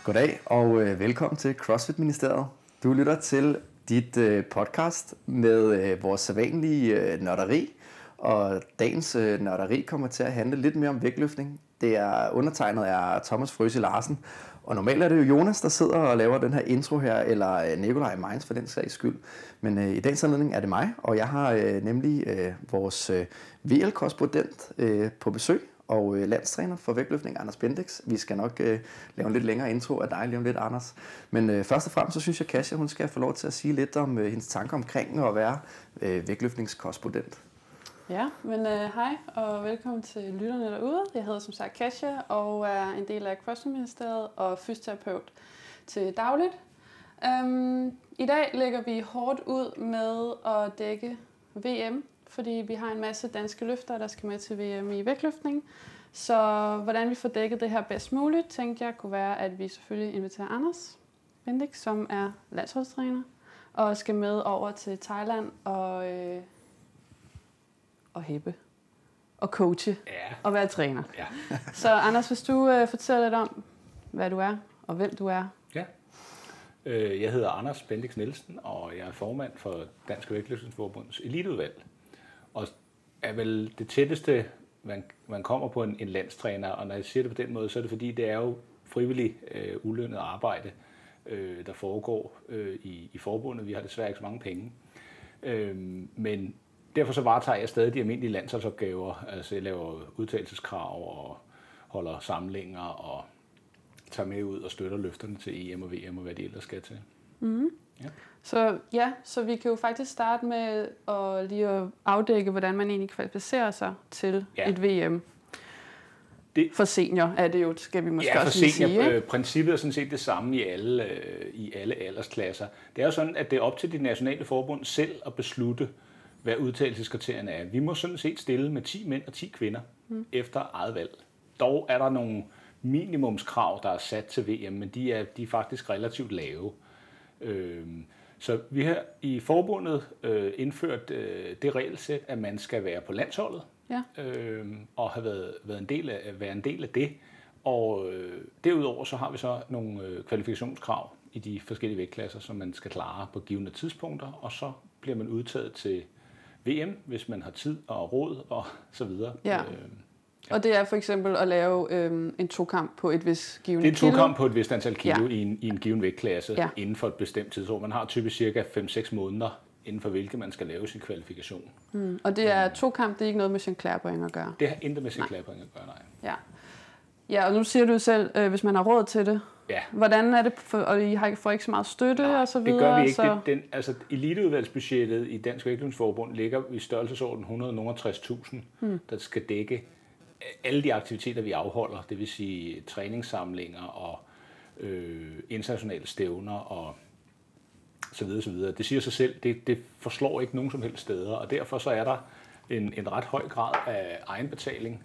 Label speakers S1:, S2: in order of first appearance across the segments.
S1: Goddag og velkommen til CrossFit Ministeriet. Du lytter til dit podcast med vores sædvanlige nørderi, og dagens nørderi kommer til at handle lidt mere om vægtløftning. Det er undertegnet af Thomas Frøse Larsen, og normalt er det jo Jonas, der sidder og laver den her intro her, eller Nikolaj Meins for den sags skyld. Men i dagens anledning er det mig, og jeg har nemlig vores VL-korrespondent på besøg, og landstræner for vægtløftning, Anders Bendix. Vi skal nok lave en lidt længere intro af dig lige om lidt, Anders. Men først og fremmest, så synes jeg, Kasia, hun skal få lov til at sige lidt om hendes tanker omkring at være vægtløftningskorrespondent.
S2: Ja, men hej og velkommen til lytterne derude. Jeg hedder som sagt Kasia og er en del af CrossFit Ministeriet og fysioterapeut til dagligt. I dag lægger vi hårdt ud med at dække VM, fordi vi har en masse danske løftere, der skal med til VM i vægtløftning. Så hvordan vi får dækket det her bedst muligt, tænkte jeg kunne være, at vi selvfølgelig inviterer Anders Bendix, som er landsholdstræner, og skal med over til Thailand og hæppe og coache og være træner. Ja. Så Anders, hvis du fortæller lidt om, hvad du er og hvem du er.
S3: Ja. Jeg hedder Anders Bendix Nielsen, og jeg er formand for Dansk Vægtløftningsforbunds eliteudvalg. Og er vel det tætteste, man kommer på en landstræner, og når jeg siger det på den måde, så er det fordi, det er jo frivillig ulønnet arbejde, der foregår i forbundet. Vi har desværre ikke så mange penge. Men derfor så varetager jeg stadig de almindelige landsholdsopgaver. Altså jeg laver udtalelseskrav og holder samlinger og tager med ud og støtter løfterne til EM og VM og hvad de ellers skal til.
S2: Mm. Ja. Så vi kan jo faktisk starte med at afdække, hvordan man egentlig kvalificerer sig til et VM. For senior er det jo, skal vi måske også lige sige. Ja,
S3: princippet er sådan set det samme i alle aldersklasser. Det er jo sådan, at det er op til de nationale forbund selv at beslutte, hvad udtalelseskriterierne er. Vi må sådan set stille med 10 mænd og 10 kvinder efter eget valg. Dog er der nogle minimumskrav, der er sat til VM, men de er faktisk relativt lave. Så vi har i forbundet indført det regelsæt, at man skal være på landsholdet og have været en del af det. Og derudover så har vi så nogle kvalifikationskrav i de forskellige vægtklasser, som man skal klare på givne tidspunkter, og så bliver man udtaget til VM, hvis man har tid og råd og så videre.
S2: Ja. Og det er for eksempel at lave en tokamp på et vist givet kilo.
S3: Det er en tokamp på et vist antal kilo i en given vægtklasse inden for et bestemt tidsrum. Man har typisk cirka 5-6 måneder, inden for hvilke man skal lave sin kvalifikation.
S2: Og det er tokamp, det er ikke noget med Sinclair-point at gøre?
S3: Det har intet med Sinclair-point at gøre, nej.
S2: Ja, og nu siger du selv, hvis man har råd til det.
S3: Ja.
S2: Hvordan er det, og I får ikke så meget støtte og så videre?
S3: Det gør vi ikke. Så... eliteudvalgsbudgettet i Dansk Vægtløftningsforbund ligger i størrelsesorden 160.000, der skal dække alle de aktiviteter, vi afholder, det vil sige træningssamlinger og internationale stævner og så videre, så videre. Det siger sig selv, det forslår ikke nogen som helst steder, og derfor så er der en ret høj grad af egenbetaling.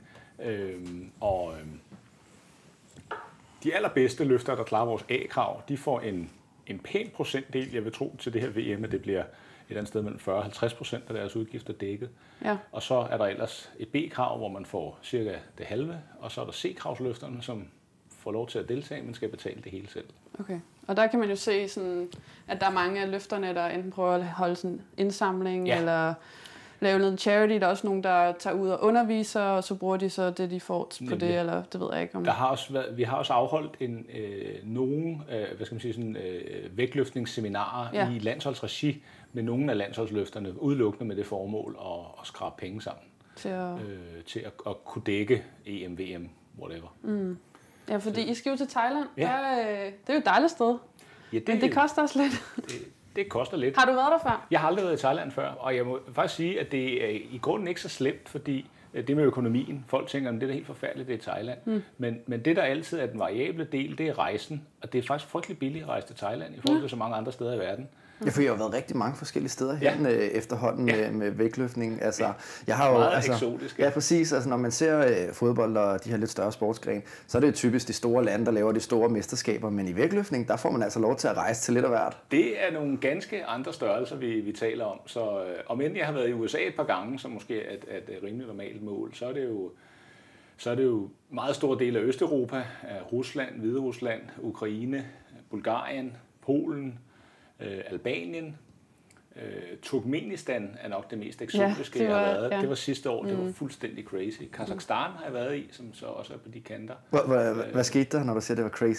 S3: De allerbedste løftere, der klarer vores A-krav, de får en pæn procentdel, jeg vil tro, til det her VM, at det bliver et andet sted mellem 40-50% af deres udgifter dækket. Ja. Og så er der ellers et B-krav, hvor man får cirka det halve, og så er der C-kravsløfterne, som får lov til at deltage, men skal betale det hele selv.
S2: Okay. Og der kan man jo se, sådan, at der er mange af løfterne, der enten prøver at holde sådan en indsamling, eller lave noget charity. Der er også nogen, der tager ud og underviser, og så bruger de så det, de får på det, eller det ved jeg ikke om.
S3: Vi har også afholdt nogle vægtløftningsseminarer i landsholdsregi med nogle af landsholdsløfterne, udelukkende med det formål at skrabe penge sammen til at kunne dække EM, VM, whatever.
S2: Ja, fordi I skal jo til Thailand. Det er jo et dejligt sted. Ja, men det koster også lidt.
S3: Det koster lidt.
S2: Har du været der før?
S3: Jeg har aldrig været i Thailand før, og jeg må faktisk sige, at det er i grunden ikke så slemt, fordi det med økonomien, folk tænker, at det er helt forfærdeligt, det er Thailand. Men det, der altid er den variable del, det er rejsen, og det er faktisk frygtelig billigt at rejse til Thailand i forhold til så mange andre steder i verden.
S1: Ja, for jeg har været rigtig mange forskellige steder hen efterhånden med vægtløftning. Altså, jeg har jo,
S3: meget eksotisk.
S1: Ja, præcis. Altså, når man ser fodbold og de her lidt større sportsgrene, så er det jo typisk de store lande, der laver de store mesterskaber. Men i vægtløftning, der får man altså lov til at rejse til lidt af hvert.
S3: Det er nogle ganske andre størrelser, vi taler om. Så om end jeg har været i USA et par gange, som måske er et rimelig normalt mål, så er det jo så er det jo meget stor del af Østeuropa, Rusland, Hviderusland, Ukraine, Bulgarien, Polen, Albanien. Turkmenistan er nok det mest eksotiske, jeg har været. Ja. Det var sidste år, det var fuldstændig crazy. Kazakhstan har jeg været i, som så også er på de kanter.
S1: Hvad skete der, når du siger, det var crazy?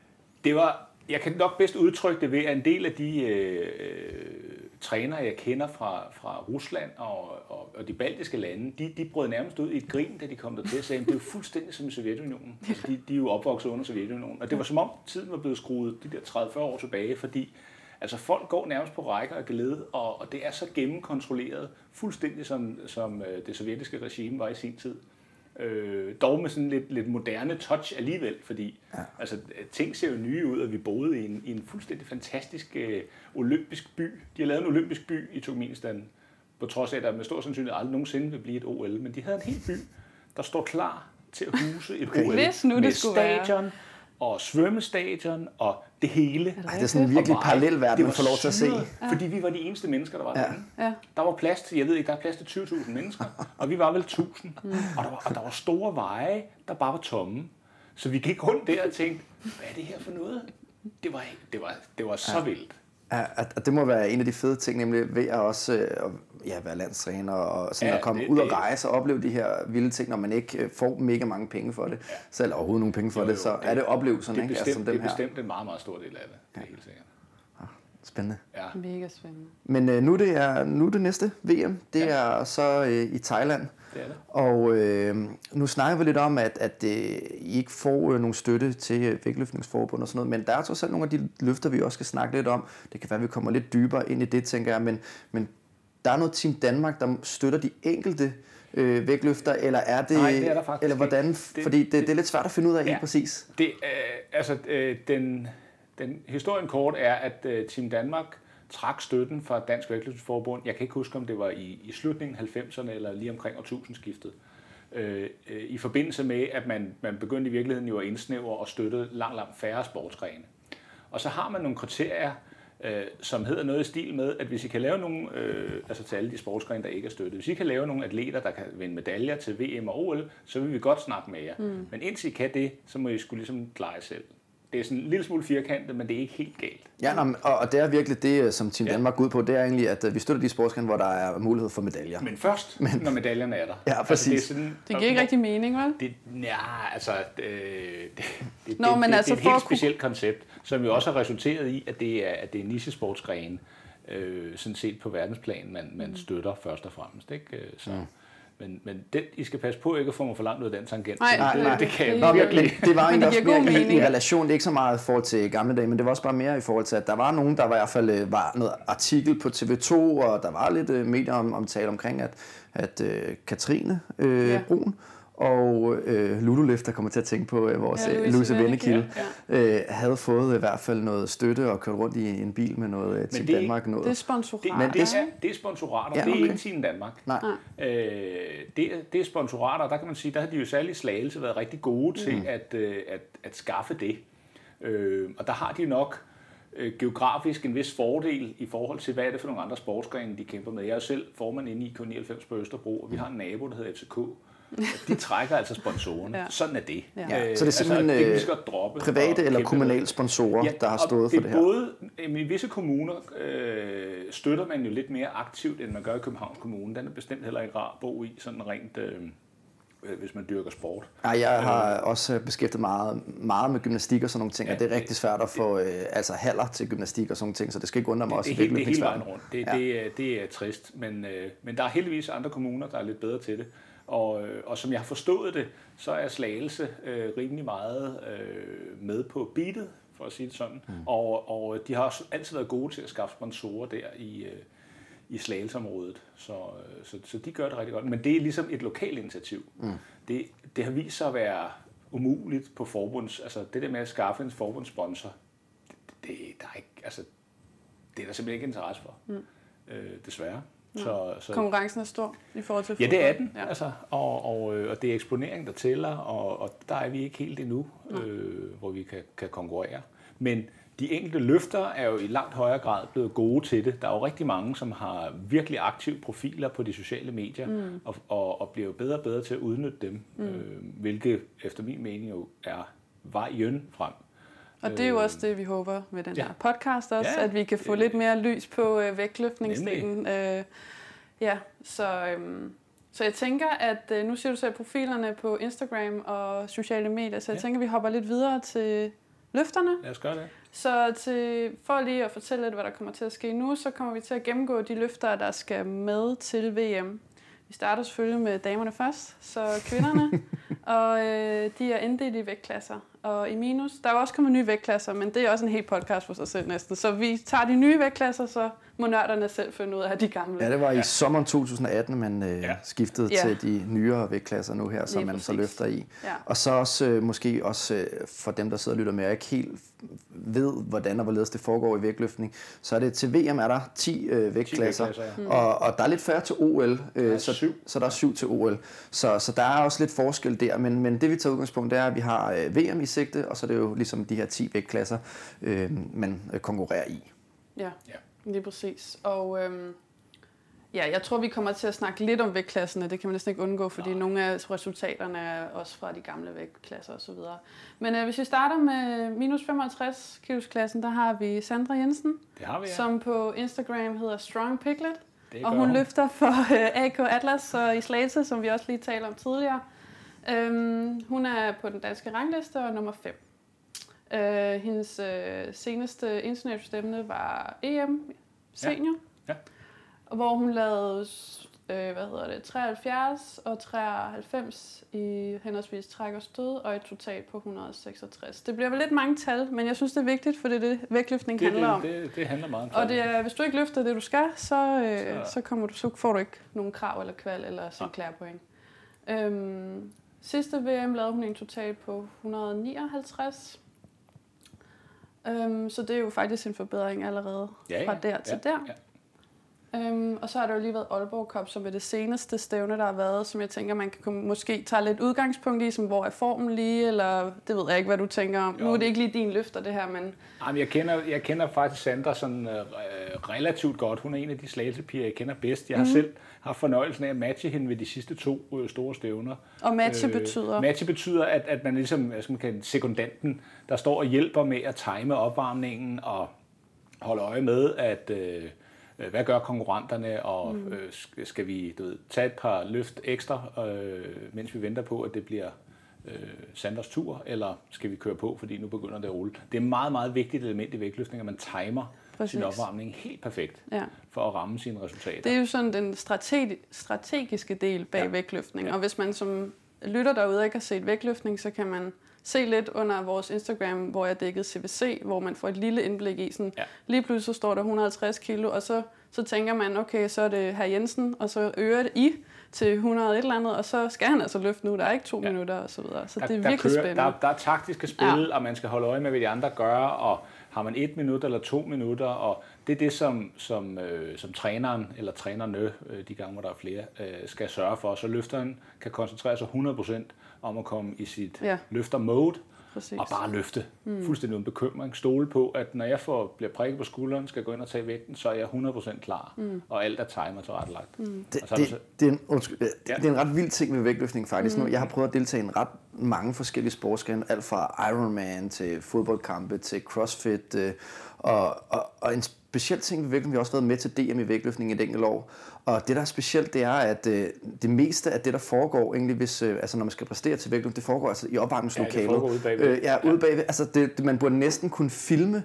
S3: Jeg kan nok bedst udtrykke det ved, at en del af de trænere, jeg kender fra Rusland og de baltiske lande, de brød nærmest ud i et grin, da de kom dertil og sagde, at det er jo fuldstændig som i Sovjetunionen. Altså, de er jo opvokset under Sovjetunionen. Og det var som om tiden var blevet skruet de der 30-40 år tilbage, fordi altså folk går nærmest på rækker og glæde, og det er så gennemkontrolleret, fuldstændig som det sovjetiske regime var i sin tid. Dog med sådan lidt moderne touch alligevel, fordi altså, ting ser jo nye ud, og vi boede i en fuldstændig fantastisk olympisk by. De har lavet en olympisk by i Turkmenistan, på trods af, at der med stor sandsynlighed aldrig nogensinde vil blive et OL, men de havde en hel by, der står klar til at huse et OL med stadion og svømmestadion og det hele.
S1: Det er sådan en virkelig parallel verden, man får lov til at se.
S3: Fordi vi var de eneste mennesker, der var derinde. Ja. Der var plads til, jeg ved ikke, der er plads til 20.000 mennesker, og vi var vel 1.000. Og der var store veje, der bare var tomme. Så vi gik rundt der og tænkte, hvad er det her for noget? Det var så vildt.
S1: Det må være en af de fede ting, nemlig ved at også være landstræner og sådan at komme ud og rejse og opleve de her vilde ting, når man ikke får mega mange penge for det, selv overhovedet nogle penge for det, så er det oplevelserne, ikke?
S3: Det er bestemt en meget, meget stor del af det. Det er helt sikkert.
S1: Spændende.
S2: Ja. Mega spændende.
S1: Men nu er det næste VM, det er så i Thailand.
S3: Det er det.
S1: Og nu snakker vi lidt om, at I ikke får nogen støtte til vægtløftningsforbund og sådan noget, men der er trods alt nogle af de løfter, vi også skal snakke lidt om. Det kan være, at vi kommer lidt dybere ind i det, tænker jeg, men der er noget Team Danmark, der støtter de enkelte vægtløfter, eller er det...
S3: Nej, det er der faktisk
S1: eller hvordan? Fordi det er lidt svært at finde ud af helt præcis.
S3: Den historien kort er, at Team Danmark trak støtten fra Dansk Vægtløftningsforbund. Jeg kan ikke huske, om det var i slutningen af 90'erne eller lige omkring årtusindskiftet. I forbindelse med, at man begyndte i virkeligheden jo at indsnævre og støtte langt færre sportsgrene. Og så har man nogle kriterier, som hedder noget i stil med, at hvis I kan lave nogle, altså til alle de sportsgrene, der ikke er støttet, hvis I kan lave nogle atleter, der kan vinde medaljer til VM og OL, så vil vi godt snakke med jer. Men indtil I kan det, så må I skulle ligesom klare selv. Det er sådan en lille smule firkantet, men det er ikke helt galt.
S1: Ja, og det er virkelig det, som Team Danmark går ud på, det er egentlig, at vi støtter de sportsgrene, hvor der er mulighed for medaljer.
S3: Men først, når medaljerne er der.
S1: Ja, præcis.
S3: Altså,
S2: det giver ikke rigtig mening, vel?
S3: Det er et helt specielt koncept, som jo også har resulteret i, at det er nichesportsgrene, sådan set på verdensplan, man støtter først og fremmest. Ikke? Så. Men I skal passe på ikke at få mig for langt ud af den tangent.
S1: Nej.
S3: Det kan jeg virkelig.
S1: Det var egentlig også mere i relation, det er ikke så meget i forhold til gamle dage, men det var også bare mere i forhold til, at der var nogen, der var i hvert fald var noget artikel på TV2, og der var lidt medier om tale omkring, at Katrine Brun og Ludolef, der kommer til at tænke på vores Louise Vennekilde, havde fået i hvert fald noget støtte og kørt rundt i en bil med noget Team Danmark. Noget.
S2: Det er sponsorater.
S3: Det er sponsorater, det er ikke Team Danmark.
S1: Nej.
S3: Det er sponsorater, der kan man sige, der har de jo særligt Slagelse været rigtig gode til at skaffe det. Og der har de nok geografisk en vis fordel i forhold til, hvad er det for nogle andre sportsgrene, de kæmper med. Jeg er selv formand inde i IK99 på Østerbro, og vi har en nabo, der hedder FCK. De trækker altså sponsorerne. Ja. Sådan er det.
S1: Ja. Så det er simpelthen private eller kommunale sponsorer, der har stået for det her?
S3: Både, i visse kommuner støtter man jo lidt mere aktivt, end man gør i Københavns Kommune. Den er bestemt heller ikke rar at bo i, sådan rent, hvis man dyrker sport.
S1: Nej, jeg har også beskæftiget meget med gymnastik og sådan nogle ting, og det er rigtig svært at få haller til gymnastik og sådan nogle ting, så det skal ikke undre mig også.
S3: Det er hele vejen rundt. Det er trist, men der er heldigvis andre kommuner, der er lidt bedre til det. Og som jeg har forstået det, så er Slagelse rimelig meget med på beatet, for at sige det sådan. Og de har også altid været gode til at skaffe sponsorer der i Slagelseområdet. Så de gør det rigtig godt. Men det er ligesom et lokalt initiativ. Det har vist sig at være umuligt på forbunds... Altså det der med at skaffe en forbundssponsor, det er der simpelthen ikke interesse for. Desværre. Så
S2: konkurrencen er stor i forhold til
S3: fodbold. Ja, det er den. Ja. Altså, og det er eksponering, der tæller, og der er vi ikke helt endnu, hvor vi kan konkurrere. Men De enkelte løfter er jo i langt højere grad blevet gode til det. Der er jo rigtig mange, som har virkelig aktive profiler på de sociale medier, og bliver jo bedre og bedre til at udnytte dem, hvilket efter min mening jo er vejen frem.
S2: Og det er jo også det, vi håber med den her podcast også, at vi kan få lidt mere lys på vægtløftningsdelen. Så jeg tænker, at nu ser du selv profilerne på Instagram og sociale medier, så jeg tænker, at vi hopper lidt videre til løfterne.
S3: Lad os gøre det.
S2: Så for lige at fortælle lidt, hvad der kommer til at ske nu, så kommer vi til at gennemgå de løfter, der skal med til VM. Vi starter selvfølgelig med damerne først, så kvinderne, og de er inddelt i vægtklasser. Og i minus, der er jo også kommet nye vægtklasser, men det er også en helt podcast for sig selv næsten. Så vi tager de nye vægtklasser, så må nørderne selv finde ud af de gamle.
S1: Ja, det var i sommeren 2018, man skiftede til de nyere vægtklasser nu her, som man så løfter i. Ja. Og så også måske også for dem, der sidder og lytter med, og ikke helt ved, hvordan og hvorledes det foregår i vægtløftning, så er det til VM er der 10 vægtklasser, og der er lidt færre til OL, så der er 7 til OL. Så der er også lidt forskel der, men det vi tager udgangspunkt, det er, at vi har VM i sigte, og så er det jo ligesom de her 10 vægtklasser, man konkurrerer i.
S2: Ja, lige præcis. Og jeg tror, vi kommer til at snakke lidt om vægtklasserne. Det kan man næsten ikke undgå, fordi nogle af resultaterne er også fra de gamle vægtklasser osv. Men hvis vi starter med minus 55 kilosklassen, der har vi Sandra Jensen, som på Instagram hedder Strong Piglet. Og hun løfter for AK Atlas og i Slagelse, som vi også lige talte om tidligere. Hun er på den danske rangliste og nummer 5. Hendes seneste internationale stævne var EM senior, hvor hun lavede 73 og 93 i henholdsvis træk og stød, og et total på 166. Det bliver vel lidt mange tal, men jeg synes, det er vigtigt, for det er det, vægtløftning handler om.
S3: Det handler meget om
S2: tal. Og det er, hvis du ikke løfter det, du skal, så får du ikke nogen krav eller kval eller Sinclair-point. Sidste VM lavede hun en total på 159. Så det er jo faktisk en forbedring allerede fra der til der. Ja. Og så har der jo lige været Aalborg Cup, som er det seneste stævne, der har været, som jeg tænker, man kan måske tage lidt udgangspunkt i, som hvor er formen lige, eller det ved jeg ikke, hvad du tænker om. Nu er det ikke lige din løfter, det her, men...
S3: Jamen, jeg kender faktisk Sandra sådan relativt godt. Hun er en af de Slagelsepiger, jeg kender bedst. Jeg har selv haft fornøjelsen af at matche hende ved de sidste 2 store stævner.
S2: Og matche betyder?
S3: Matche betyder, at man ligesom, sekundanten, der står og hjælper med at time opvarmningen og holde øje med, at... hvad gør konkurrenterne, og skal vi tage et par løft ekstra, mens vi venter på, at det bliver Sanders tur, eller skal vi køre på, fordi nu begynder det at rulle. Det er et meget, meget vigtigt element i vægtløftning, at man timer sin opvarmning helt perfekt for at ramme sine resultater.
S2: Det er jo sådan den strategiske del bag vægtløftning, og hvis man som lytter derude ikke har set vægtløftning, så kan man se lidt under vores Instagram, hvor jeg dækkede CVC, hvor man får et lille indblik i sådan, lige pludselig så står der 150 kilo, og så tænker man, okay, så er det hr. Jensen, og så øger det i til 100 et eller andet, og så skal han altså løfte nu, der er ikke 2 minutter og så videre. Så det er virkelig spændende.
S3: Der er taktiske spil, og man skal holde øje med, hvad de andre gør, og har man 1 minut eller 2 minutter, og det er det, som træneren eller trænerne, de gange, hvor der er flere, skal sørge for, så løfteren kan koncentrere sig 100% om at komme i sit løfter-mode, og bare løfte fuldstændig uden bekymring. Stole på, at når jeg bliver prikket på skulderen, skal gå ind og tage vægten, så er jeg 100% klar, og alt er timer tilrettelagt.
S1: Det er en ret vild ting med vægtløftning faktisk. Nu, jeg har prøvet at deltage i ret mange forskellige sportsgrene, alt fra Ironman til fodboldkampe til CrossFit, og en speciel ting ved vægtløftning, vi har også været med til DM i vægtløftning et enkelt år. Og det, der er specielt, det er, at det meste af det, der foregår, egentlig, hvis, altså, når man skal præstere til vægtløftning, det foregår altså i opvarmningslokalet.
S3: Ja, det foregår ude bagved.
S1: Ude bagved. Altså, man burde næsten kunne filme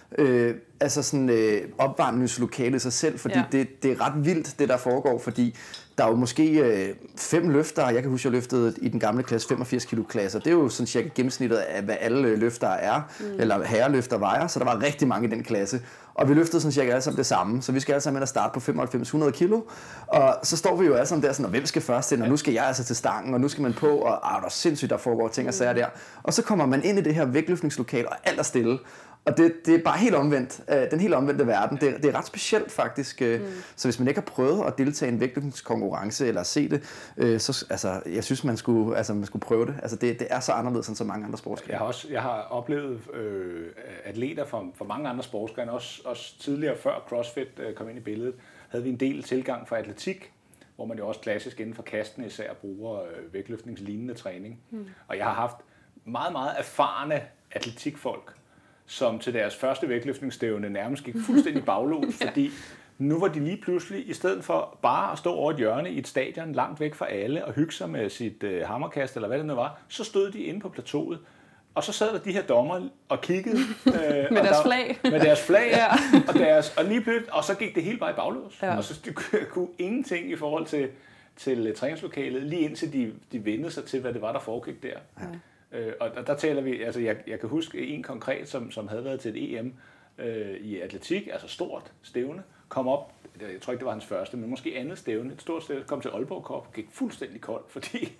S1: opvarmningslokalet i sig selv, fordi det er ret vildt, det der foregår, fordi der er jo måske 5 løfter. Jeg kan huske, jeg løftede i den gamle klasse 85 kilo klasser. Det er jo sådan cirka gennemsnittet af, hvad alle løfter er, eller herreløfter vejer, så der var rigtig mange i den klasse. Og vi løftede sådan cirka alle sammen det samme, så vi skal alle sammen starte på 95-100 kilo. Og så står vi jo alle sammen der sådan, og hvem skal først ind, og nu skal jeg altså til stangen, og nu skal man på, og der er sindssygt, der foregår ting og sager der. Og så kommer man ind i det her vægtløftningslokale, og alt er stille. Og det er bare helt omvendt. Den helt omvendte verden. Det er ret specielt faktisk. Så hvis man ikke har prøvet at deltage i en vægtløftningskonkurrence eller se det, så altså, jeg synes, man skulle prøve det. Altså, det er så anderledes end så mange andre sportsgrene.
S3: Jeg har oplevet atleter fra mange andre sportsgrene, også tidligere før CrossFit kom ind i billedet, havde vi en del tilgang fra atletik, hvor man jo også klassisk inden for kasten især bruger vægtløftningslignende træning. Og jeg har haft meget, meget erfarne atletikfolk, som til deres første vægtløftningsstævne nærmest gik fuldstændig baglås, fordi nu var de lige pludselig, i stedet for bare at stå over et hjørne i et stadion langt væk fra alle og hygge sig med sit hammerkast eller hvad det nu var, så stod de inde på plateauet. Og så sad der de her dommer og kiggede
S2: med deres flag.
S3: Med deres flag, og lige pludselig, og så gik det helt bare i baglås. Ja. Og så de kunne ingenting i forhold til træningslokalet, lige indtil de vendte sig til, hvad det var, der foregik der. Ja. Og der taler vi, altså jeg kan huske en konkret, som havde været til et EM i atletik, altså stort stævne, kom op, jeg tror ikke, det var hans første, men måske andet stævne, et stort stævne, kom til Aalborg Cup, gik fuldstændig kold, fordi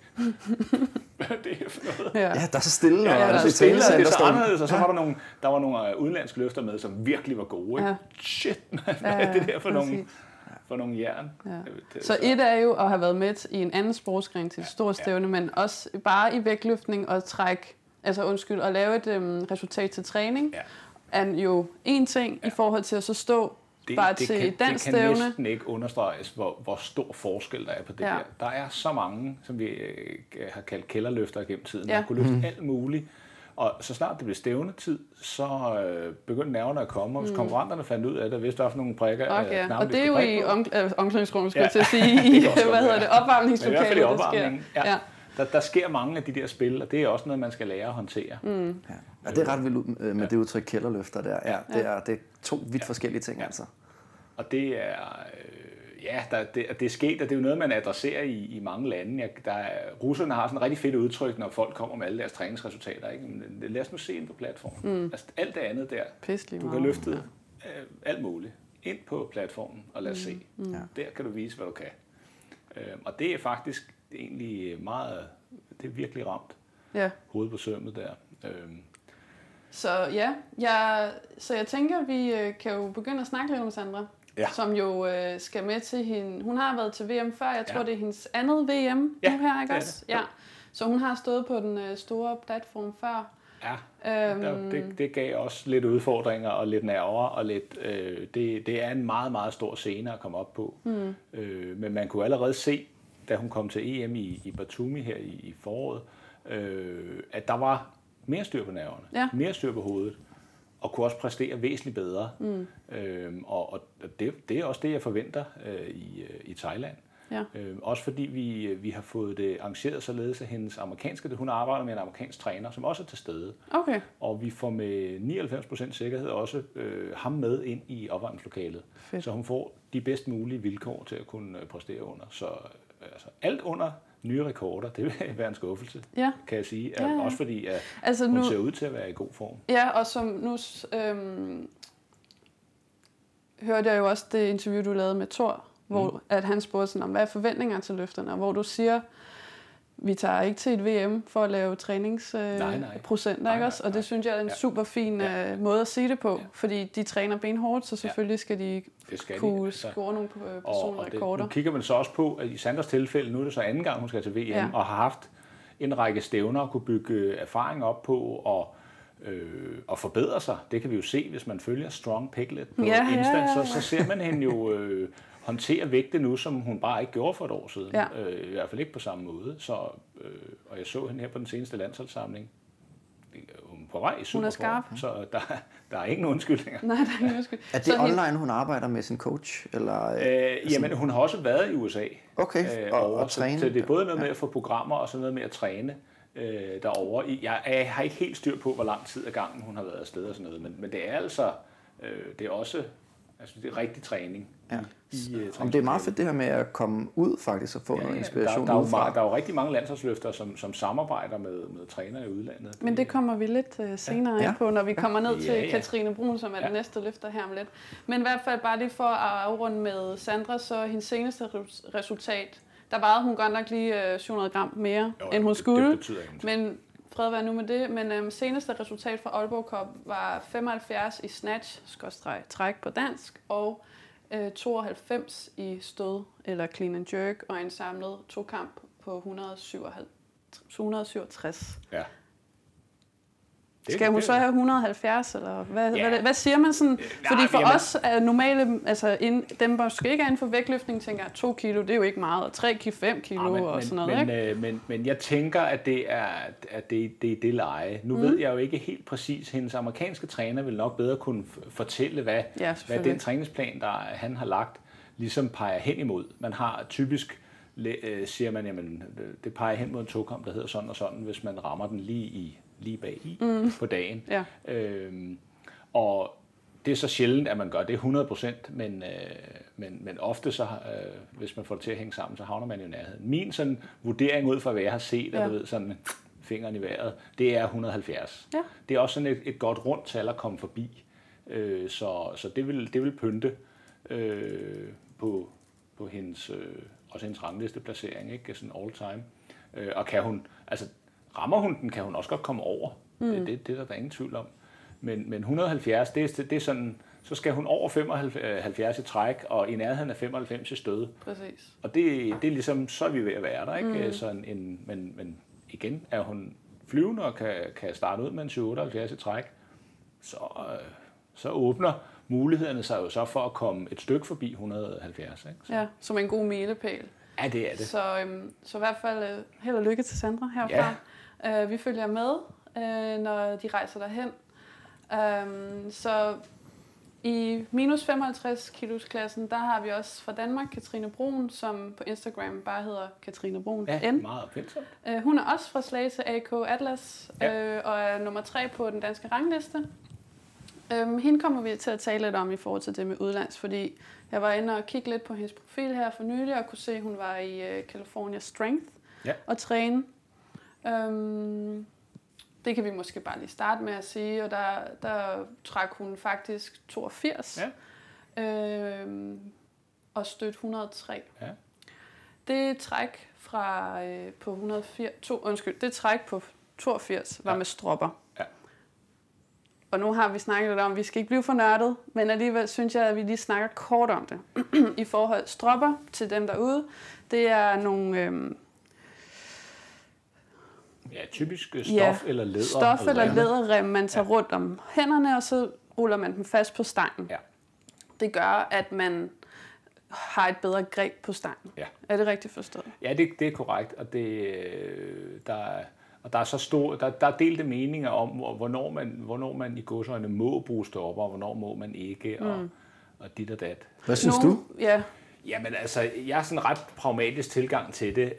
S3: det er for noget.
S1: Ja, der er så stille.
S3: Ja, der er så stille, og det er så anderledes, og så var der var nogle udenlandske løfter med, som virkelig var gode. Ikke? Ja. Shit, man, hvad er det der for nogle jern?
S2: Ja. Så et er jo at have været med i en anden sportsgren til et stort stævne, men også bare i vægtløftning og at lave et resultat til træning, er jo en ting i forhold til at så stå bare til et dansk stævne.
S3: Det kan næsten ikke understreges, hvor stor forskel der er på det her. Der er så mange, som vi har kaldt kælderløfter gennem tiden, der kunne løfte alt muligt. Og så snart det blev stævnetid, så begyndte nerverne at komme, og hvis konkurrenterne fandt ud af det, hvis der var nogle prikker.
S2: Okay. Og det er jo i omklædningsrummet, skulle jeg til at sige, opvarmningslokalet.
S3: I hvert fald i opvarmningen. Der sker mange af de der spil, og det er også noget, man skal lære at håndtere.
S1: Ja, det er ret vildt med det udtryk kælderløfter der. Det er to vidt forskellige ting, altså.
S3: Og det er... det er sket, og det er jo noget, man adresserer i mange lande. Russerne har sådan et rigtig fedt udtryk, når folk kommer med alle deres træningsresultater. Ikke? Men lad os nu se ind på platformen. Altså, alt det andet der, du kan løfte alt muligt ind på platformen, og lad os se. Der kan du vise, hvad du kan. Og det er faktisk egentlig meget... Det er virkelig ramt hovedet på sømmet der.
S2: Så så jeg tænker, vi kan jo begynde at snakke lidt om Sandra. Ja. Som jo skal med til hende. Hun har været til VM før. Jeg tror, det er hendes andet VM nu her, ikke også? Ja. Så hun har stået på den store platform før.
S3: Ja, det gav også lidt udfordringer og lidt nerver. Og lidt, det er en meget, meget stor scene at komme op på. Men man kunne allerede se, da hun kom til EM i Batumi her i foråret, at der var mere styr på nerverne, mere styr på hovedet, og kunne også præstere væsentligt bedre. Og det er også det, jeg forventer i Thailand. Ja. Også fordi vi har fået det arrangeret således, at hun arbejder med en amerikansk træner, som også er til stede.
S2: Okay.
S3: Og vi får med 99% sikkerhed også ham med ind i opvarmningslokalet. Så hun får de bedst mulige vilkår til at kunne præstere under. Så alt under nye rekorder, det vil være en skuffelse, kan jeg sige. Også fordi hun ser ud til at være i god form.
S2: Ja, og som nu hørte jeg jo også det interview, du lavede med Thor, hvor at han spurgte sådan om, hvad er forventninger til løfterne, og hvor du siger, vi tager ikke til et VM for at lave træningsprocenter, ikke også? Og det synes jeg er en super fin måde at sige det på, fordi de træner benhårdt, så selvfølgelig skal de kunne score nogle personlige rekorder.
S3: Nu kigger man så også på, at i Sandras tilfælde, nu er det så anden gang, hun skal til VM, og har haft en række stævner at kunne bygge erfaring op på, og forbedre sig. Det kan vi jo se, hvis man følger Strong Piglet på Insta, så ser man hende jo håndtere vægte nu, som hun bare ikke gjorde for et år siden. I hvert fald ikke på samme måde. Og jeg så hende her på den seneste landsholdssamling. Hun er på vej i superform, så der er ingen undskyldninger.
S2: Nej, der er ingen undskyldninger.
S1: Er det online, hun arbejder med sin coach? Eller,
S3: jamen, hun har også været i USA.
S1: Okay, og træne.
S3: Så det er både noget med at få programmer, og så noget med at træne derovre. Jeg har ikke helt styr på, hvor lang tid ad gangen hun har været afsted og sådan noget, men det er altså, det er også, det er rigtig træning.
S1: Ja. Det er meget fedt det her med at komme ud faktisk og få noget inspiration udefra.
S3: Der er jo rigtig mange landsholdsløfter, som samarbejder med trænere i udlandet.
S2: Men det kommer vi lidt senere ind på, når vi kommer ned til Katrine Brun, som er den næste løfter her om lidt. Men i hvert fald bare lige for at afrunde med Sandra, så hendes seneste resultat, der vejede hun godt nok lige 700 gram mere, end hun skulle.
S3: Det
S2: men fred være nu med det, men seneste resultat fra Aalborg Cup var 75 i snatch, træk på dansk, og 92 i stød eller clean and jerk, og en samlet tokamp på 167.
S3: Ja.
S2: Skal hun så have 170, eller hvad siger man sådan? Fordi for os er normale, altså dem, der måske ikke er inden for vægtløftning, tænker 2 kilo, det er jo ikke meget, og 5 kilo og sådan noget, ikke?
S3: Men jeg tænker, at det er det leje. Nu ved jeg jo ikke helt præcis, hendes amerikanske træner vil nok bedre kunne fortælle, hvad den træningsplan, der han har lagt, ligesom peger hen imod. Man har typisk, siger man, jamen, det peger hen mod en tokamp, der hedder sådan og sådan, hvis man rammer den lige bag i på dagen. Ja. Og det er så sjældent, at man gør det 100%, men ofte så, hvis man får det til at hænge sammen, så havner man jo i nærheden. Min sådan vurdering ud fra, hvad jeg har set, og du ved, sådan med fingeren i vejret, det er 170. Ja. Det er også sådan et godt rundt tal at komme forbi. Så det vil pynte på hendes, også hendes ranglisteplacering, ikke? Sådan all time. Og kan hun, altså rammer hun den, kan hun også godt komme over. Det er der ingen tvivl om. Men 170, det er sådan, så skal hun over 75 i træk, og i nærheden af 95 i stød.
S2: Præcis.
S3: Og det er ligesom, så er vi ved at være der, ikke? Men igen, er hun flyvende og kan starte ud med en 78 i træk, så åbner mulighederne sig jo så for at komme et stykke forbi 170. Ikke?
S2: Ja, som en god milepæl.
S3: Ja, det er det.
S2: Så i hvert fald held og lykke til Sandra herfra. Ja. Vi følger med, når de rejser derhen. Så i minus 55 kilos klassen, der har vi også fra Danmark Katrine Bruun, som på Instagram bare hedder Katrine Bruun.
S3: Ja, meget opfindsomt.
S2: Hun er også fra Slagelse AK Atlas, og er nummer 3 på den danske rangliste. Hende kommer vi til at tale lidt om i forhold til det med udlands, fordi jeg var inde og kigge lidt på hendes profil her for nylig, og kunne se, at hun var i California Strength og træne. Det kan vi måske bare lige starte med at sige, og der trak hun faktisk 82 og stødt 103. Ja. Det træk fra på 82 var med stropper. Ja. Og nu har vi snakket lidt om, at vi skal ikke blive for nørdet, men alligevel synes jeg, at vi lige snakker kort om det. I forhold stropper til dem derude, det er nogle
S3: typisk stof eller læder.
S2: Stof eller læderrem, man tager rundt om hænderne, og så ruller man dem fast på stangen. Ja. Det gør, at man har et bedre greb på stangen. Ja. Er det rigtigt forstået?
S3: Ja, det er korrekt, og der er så stor, der er delte meninger om, hvornår man i godsøjne må bruge stopper, og hvornår må man ikke, og dit og dat.
S1: Hvad synes du?
S2: Ja.
S3: Jamen altså, jeg har sådan en ret pragmatisk tilgang til det,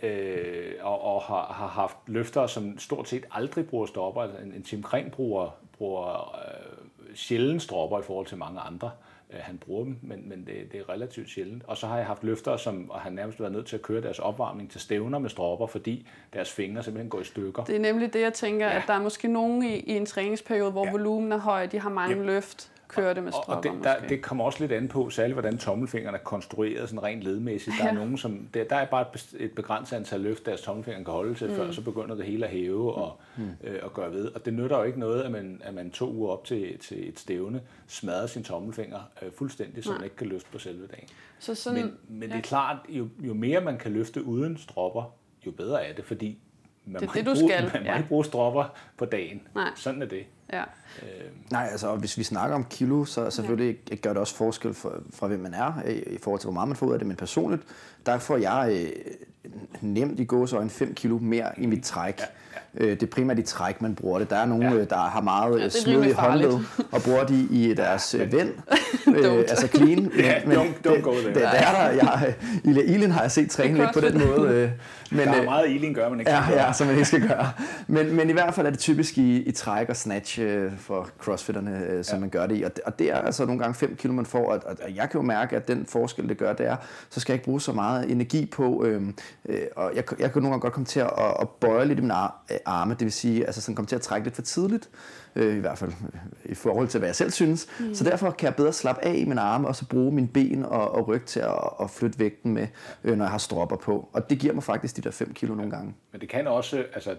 S3: og har haft løftere, som stort set aldrig bruger stopper. Altså en Tim Kring bruger sjældent stropper i forhold til mange andre. Han bruger dem, men det er relativt sjældent. Og så har jeg haft løftere, som har nærmest været nødt til at køre deres opvarmning til stævner med stropper, fordi deres fingre simpelthen går i stykker.
S2: Det er nemlig det, jeg tænker, at der er måske nogen i en træningsperiode, hvor volumen er høj, de har mange løft. Kører det med stropper,
S3: og det kommer også lidt an på, særligt hvordan tommelfingeren er konstrueret sådan rent ledmæssigt. Der er nogen, som der er bare et begrænset antal løft, deres tommelfinger kan holde til, før så begynder det hele at hæve og gøre ved. Og det nytter jo ikke noget, at man 2 uger op til et stævne smadrer sin tommelfinger fuldstændig, så man ikke kan løfte på selve dagen.
S2: Så sådan,
S3: men det er klart, jo mere man kan løfte uden stropper, jo bedre er det, fordi man må ikke bruge stropper på dagen. Nej. Sådan er det.
S2: Ja.
S1: Nej, altså hvis vi snakker om kilo, så selvfølgelig gør det også forskel fra hvem man er, i forhold til hvor meget man får ud af det, men personligt, der får jeg nemt i gåseøjne 5 kilo mere i mit træk. Det er primært i træk, man bruger det. Der er nogen, der har meget smidige håndled, og bruger de i deres vend. Altså clean.
S3: Don't go there.
S1: Det er der. Ilin har jeg set træne lidt på den måde.
S3: Men, der er meget Ilin gør, man ikke skal gøre.
S1: Ja, som man ikke skal gøre. Men i hvert fald er det typisk i træk og snatch for crossfitterne, som man gør det i. Og det er altså nogle gange 5 kilo, man får. Og jeg kan jo mærke, at den forskel, det gør, det er, så skal jeg ikke bruge så meget energi på. Og jeg kan nogle gange godt komme til at bøje lidt i mine arme. Det vil sige, altså sådan komme til at trække lidt for tidligt. I hvert fald i forhold til, hvad jeg selv synes. Så derfor kan jeg bedre slappe af i mine arme, og så bruge mine ben og ryg til at flytte vægten med, når jeg har stropper på. Og det giver mig faktisk de der 5 kilo nogle gange.
S3: Men det kan også, altså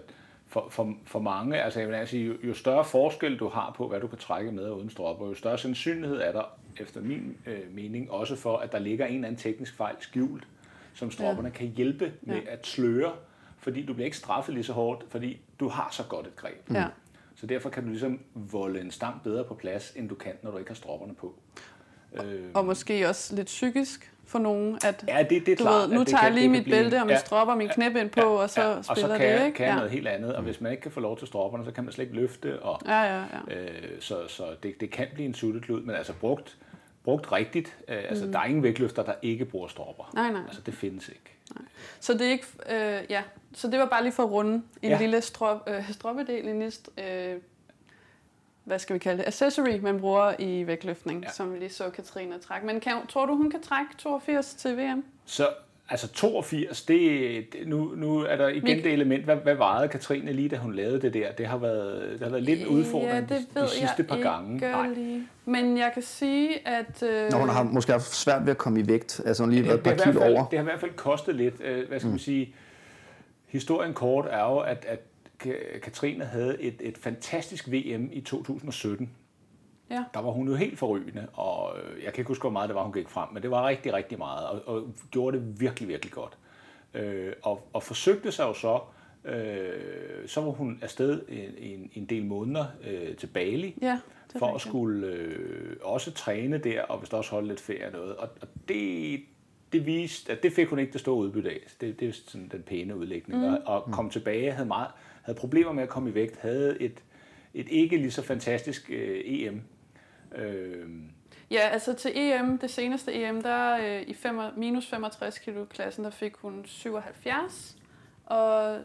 S3: for mange, altså jeg vil sige, jo større forskel du har på, hvad du kan trække med og uden stropper, jo større sandsynlighed er der, efter min mening, også for, at der ligger en eller anden teknisk fejl skjult, som stropperne kan hjælpe med at sløre, fordi du bliver ikke straffet lige så hårdt, fordi du har så godt et greb.
S2: Ja.
S3: Så derfor kan du ligesom volde en stang bedre på plads, end du kan, når du ikke har stropperne på.
S2: Og måske også lidt psykisk for nogen, at
S3: det er klart,
S2: nu tager jeg lige mit bælte og min stropper og min knæbind på, og så spiller
S3: og så
S2: det, ikke?
S3: kan noget helt andet. Og hvis man ikke kan få lov til stropperne, så kan man slet ikke løfte. Og, så det kan blive en sutteklud, men altså brugt rigtigt. Altså der er ingen vægtløfter, der ikke bruger stropper.
S2: Nej.
S3: Altså det findes ikke.
S2: Nej. Så det er ikke, så det var bare lige for at runde en lille stroppedel, en hvad skal vi kalde det, accessory, man bruger i vægtløftning, som vi lige så Katrine trække. Men tror du, hun kan trække 82 til VM?
S3: Så altså 82, nu er der igen det element, hvad vejede Katrine lige, da hun lavede det der? Det har været lidt en udfordring de sidste par gange.
S2: Lige. Men jeg kan sige, at...
S1: Når hun har måske haft svært ved at komme i vægt, altså hun lige været et par kilo over.
S3: Det har i hvert fald kostet lidt, hvad skal man sige, historien kort er jo, at Katrine havde et fantastisk VM i 2017.
S2: Ja.
S3: Der var hun jo helt forrygende, og jeg kan ikke huske, hvor meget det var, hun gik frem, men det var rigtig, rigtig meget, og gjorde det virkelig, virkelig godt. Og forsøgte sig jo så var hun afsted en del måneder til Bali, for at skulle også træne der, og vist også holde lidt ferie og noget. Og det viste, at det fik hun ikke det store udbytte af. Det er sådan den pæne udlægning. Og kom tilbage, havde problemer med at komme i vægt, havde et ikke lige så fantastisk EM.
S2: Ja, altså til EM, det seneste EM, der i minus 65 kilo klassen, der fik hun 77 og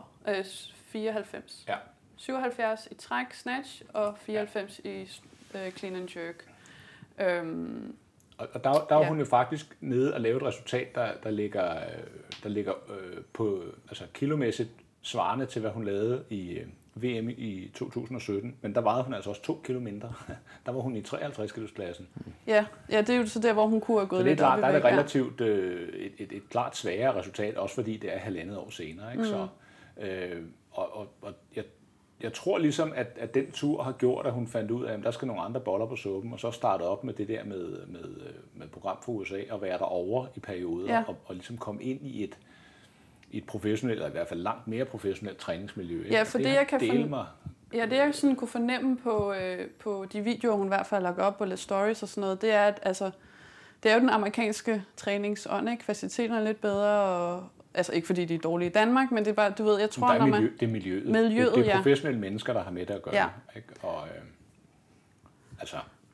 S2: 94.
S3: Ja.
S2: 77 i træk, snatch, og 94 i clean and jerk.
S3: Og der var hun jo faktisk nede og lave et resultat, der ligger på altså kilomæssigt svarende til, hvad hun lavede i VM i 2017. Men der vejede hun altså også 2 kilo mindre. Der var hun i 53 kilos klassen. Ja,
S2: det er jo så der, hvor hun kunne have gået lidt op i vægt.
S3: Der er det relativt et klart sværere resultat, også fordi det er 1,5 år senere. Ikke? Så, jeg tror ligesom, at den tur har gjort, at hun fandt ud af, at der skal nogle andre boller på suppen, og så starte op med det der med program for USA, og være derovre i perioder, og ligesom komme ind i et professionelt, eller i hvert fald langt mere professionelt træningsmiljø.
S2: Ja, for det jeg sådan kunne fornemme på de videoer, hun i hvert fald har lagt op på lidt stories og sådan noget, det er, at altså, det er jo den amerikanske træningsånd, ikke? Faciliteterne er lidt bedre, og altså ikke fordi de er dårlige i Danmark, men det er bare, du ved, jeg tror,
S3: det er miljøet. Det er professionelle mennesker, der har med det at gøre.
S2: Ja.
S3: Ikke? Og altså,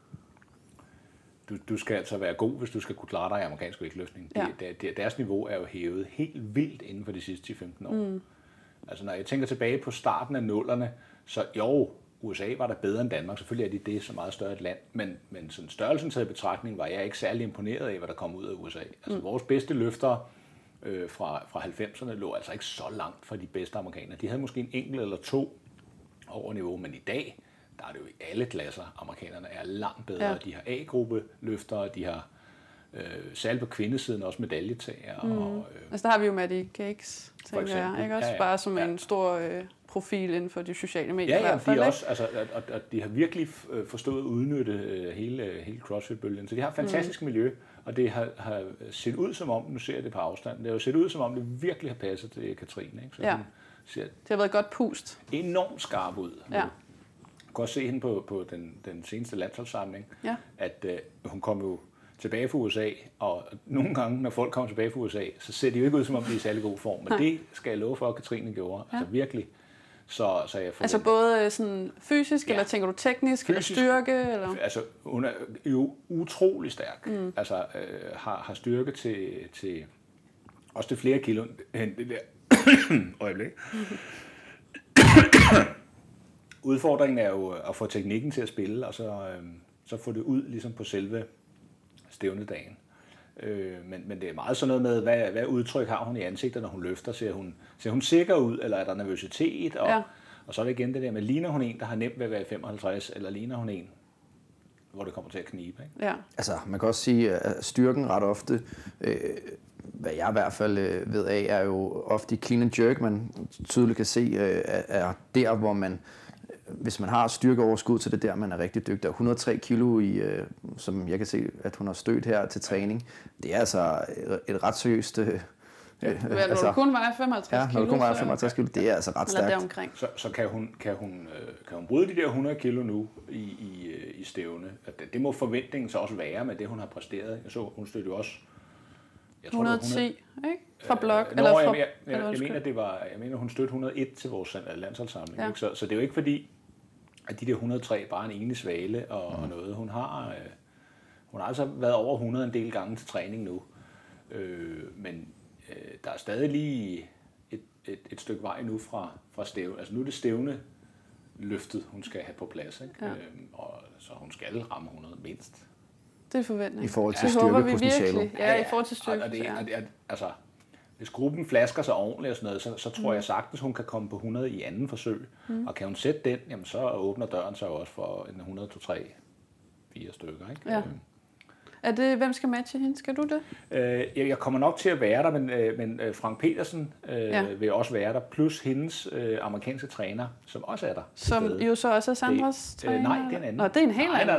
S3: du skal altså være god, hvis du skal kunne klare dig i amerikansk vægtløftning. Ja. Deres niveau er jo hævet helt vildt inden for de sidste 10-15 år. Altså når jeg tænker tilbage på starten af 00'erne, så jo, USA var der bedre end Danmark. Selvfølgelig er det så meget større et land, men sådan størrelsen taget i betragtning var jeg ikke særlig imponeret af, hvad der kom ud af USA. Altså vores bedste løftere fra 90'erne lå altså ikke så langt fra de bedste amerikanere. De havde måske en enkelt eller to over niveau, men i dag, der er det jo i alle klasser. Amerikanerne er langt bedre. Ja. De har A-gruppe løftere, de har særligt på kvindesiden også medaljetager.
S2: Altså der har vi jo Maddie Cakes, tænker jeg, ikke også? Bare som en stor profil inden for de sociale medier.
S3: Ja, de er også, altså, og de har virkelig forstået at udnytte hele CrossFit-bølgen. Så de har et fantastisk miljø, og det har set ud som om, nu ser jeg det på afstand, det har jo set ud som om, det virkelig har passet til Katrine. Ikke? Så
S2: det har været godt pust.
S3: Enormt skarp ud.
S2: Ja.
S3: Du kan også se hende på den seneste landsholdssamling, at hun kom jo tilbage fra USA, og nogle gange, når folk kommer tilbage fra USA, så ser de jo ikke ud, som om de er i særlig god form. Men det skal jeg love for, at Katrine gjorde. Ja. Altså virkelig. Så jeg forventer.
S2: Altså både sådan fysisk, eller tænker du teknisk, fysisk, eller styrke? Eller?
S3: Altså hun er jo utrolig stærk. Altså har styrke til også til flere kilo end det der øjeblik. Udfordringen er jo at få teknikken til at spille, og så få det ud ligesom på selve stævnedagen. Men det er meget sådan noget med, hvad udtryk har hun i ansigtet, når hun løfter? Ser hun sikker ud, eller er der nervøsitet? Og så er det igen det der med, ligner hun en, der har nemt ved at være 55, eller ligner hun en, hvor det kommer til at knibe? Ikke?
S1: Ja. Altså, man kan også sige, at styrken ret ofte hvad jeg i hvert fald ved af, er jo ofte i clean and jerk, man tydeligt kan se, er der, hvor man, hvis man har styrkeoverskud til det der, man er rigtig dygtig. 103 kilo, som jeg kan se, at hun har stødt her til træning, det er altså et ret seriøst...
S2: Når du kun vejer 55 kilo.
S1: Ja, når du kun vejer 55 kilo, det er altså ret stærkt.
S3: Så kan hun bryde de der 100 kilo nu i stævne? Det må forventningen så også være med det, hun har præsteret. Jeg så, hun stødte jo også...
S2: 110, ikke? Fra blok?
S3: Jeg mener, hun stødte 101 til vores landsholdssamling. Ja. Ikke? Så det er jo ikke fordi, at de der 103 bare er en enig svale og noget. Hun har altså været over 100 en del gange til træning nu. Men der er stadig lige et stykke vej nu fra stævne. Altså nu er det stævne løftet, hun skal have på plads. Ikke? Ja. Og så hun skal ramme 100 mindst.
S2: Det er forventning.
S1: I forhold til styrkepotentialet.
S2: Ja, i forhold til styrkepotentialet.
S3: Altså, hvis gruppen flasker sig ordentligt og sådan noget, så tror jeg sagtens, hun kan komme på 100 i anden forsøg. Og kan hun sætte den, jamen så åbner døren sig også for en 100, 2, 3, 4 stykker. Ikke?
S2: Ja. Hvem skal matche hende? Skal du det?
S3: Jeg kommer nok til at være der, men Frank Petersen vil også være der, plus hendes amerikanske træner, som også er der.
S2: Som jo så også er Sandras træner?
S3: Nej, det er en anden.
S2: Nå, det er en helt anden.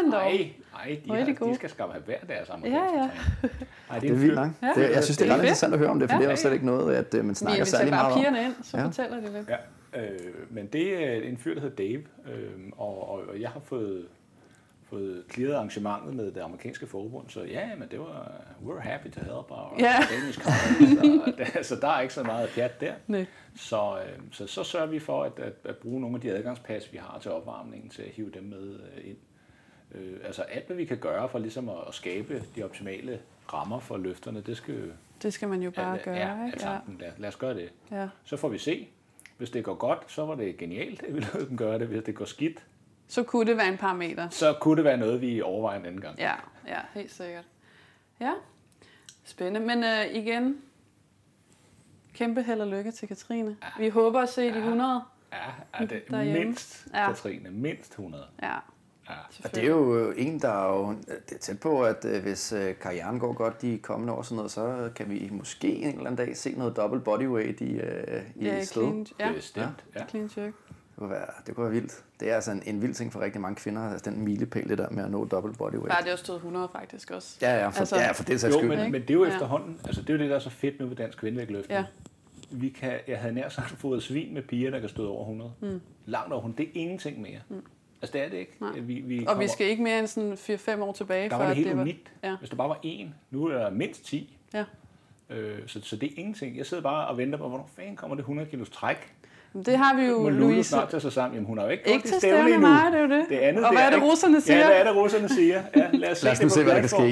S3: Nej, de skal skaffe hver deres amerikanske træner.
S1: Nej, det er vildt nok. Jeg synes, det er ret interessant at høre om det, for det er jo slet ikke noget, at man snakker særlig meget om.
S2: Vi bare pigerne ind, så fortæller de lidt.
S3: Ja, men det er en fyr, der hedder Dave, og jeg har fået clearet arrangementet med det amerikanske forbund, så men det var, we're happy to help our Danish colleagues. Så der er ikke så meget pjat der. Nej. Så sørger vi for at bruge nogle af de adgangspas, vi har til opvarmningen, til at hive dem med ind. Altså alt, hvad vi kan gøre for ligesom at skabe de optimale rammer for løfterne,
S2: det skal man jo bare gøre, ikke?
S3: Lad os gøre det.
S2: Ja.
S3: Så får vi se. Hvis det går godt, så var det genialt, at vi lavede dem gøre det. Hvis det går skidt,
S2: så kunne det være en parameter.
S3: Så kunne det være noget, vi overvejer en anden gang.
S2: Ja, helt sikkert. Ja, spændende. Men igen, kæmpe held og lykke til Katrine. Ja. Vi håber at se de 100.
S3: Ja, det er mindst Katrine. Mindst 100.
S2: Ja.
S1: Og det er jo en, der er jo det er tæt på, at hvis karrieren går godt de kommende år, sådan noget, så kan vi måske en eller anden dag se noget double bodyweight i stedet.
S3: Bestemt.
S2: Ja. Clean jerk.
S1: Det kunne være vildt. Det er altså en vild ting for rigtig mange kvinder, altså den milepæl, det der med at nå double bodyweight.
S2: Bare det er stået 100 faktisk også.
S1: For det er så skyld.
S3: Men det er jo efterhånden, altså det er jo det, der er så fedt nu ved dansk kvindevægtløftning. Ja. Jeg havde nær sagt fået svin med piger, der kan stå over 100. Langt over 100. Det er ingenting mere. Altså det er det ikke.
S2: Vi skal ikke mere end sådan 4-5 år tilbage.
S3: Der var det helt unikt. Hvis der bare var én. Nu er der mindst 10.
S2: Ja.
S3: Så det er ingenting. Jeg sidder bare og venter på, hvornår fanden kommer det 100 kilos træk.
S2: Det har vi jo,
S3: Louise. Snart til sig sammen. Jamen, hun har jo ikke
S2: til stævne endnu. Nej, det er jo det.
S3: Det andet,
S2: og hvad er det, russerne siger?
S3: Ja, hvad er det, russerne siger? Ja, lad os
S1: nu se, hvad der kan ske.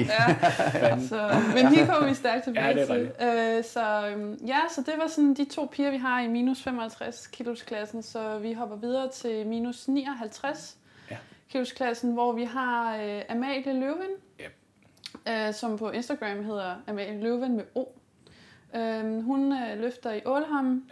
S2: Men her kommer vi stærkt tilbage
S3: til.
S2: Så det var sådan de 2 piger, vi har i minus 55 kilosklassen. Så vi hopper videre til minus 59 kilosklassen, hvor vi har Amalie Løven, som på Instagram hedder Amalie Løven med O. Hun løfter i Ålhamn.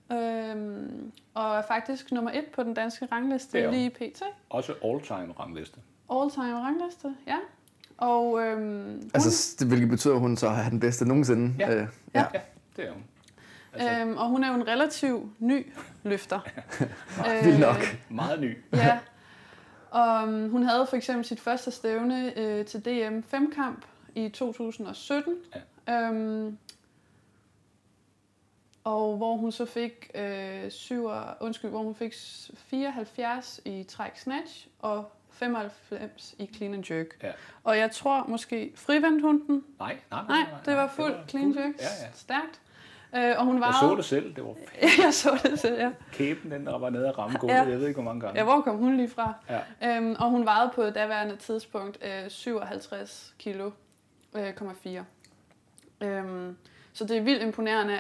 S2: Og er faktisk nummer 1 på den danske rangliste lige pt.
S3: Også all-time rangliste.
S2: All-time rangliste, ja. Og
S1: hvilket betyder, at hun så har den bedste nogensinde.
S3: Ja, det er hun.
S2: Og hun er jo en relativt ny løfter.
S1: Vildt nok.
S3: Meget ny.
S2: Ja. Og hun havde for eksempel sit første stævne til DM 5-kamp i 2017. Ja. Og hvor hun så fik 74 i træk snatch og 95 i clean and jerk. Ja. Og jeg tror måske frivandt hun den.
S3: Nej,
S2: det var fuld clean jerk. Ja. Stærkt. Og hun
S3: jeg så det selv, det var
S2: fedt. Jeg så det selv, ja.
S3: Kæben, den der var nede og ramme gulvet, jeg ved ikke hvor mange gange.
S2: Ja, hvor kom hun lige fra? Ja. Og hun vejede på daværende tidspunkt 57 kilo, 0,4. Så det er vildt imponerende,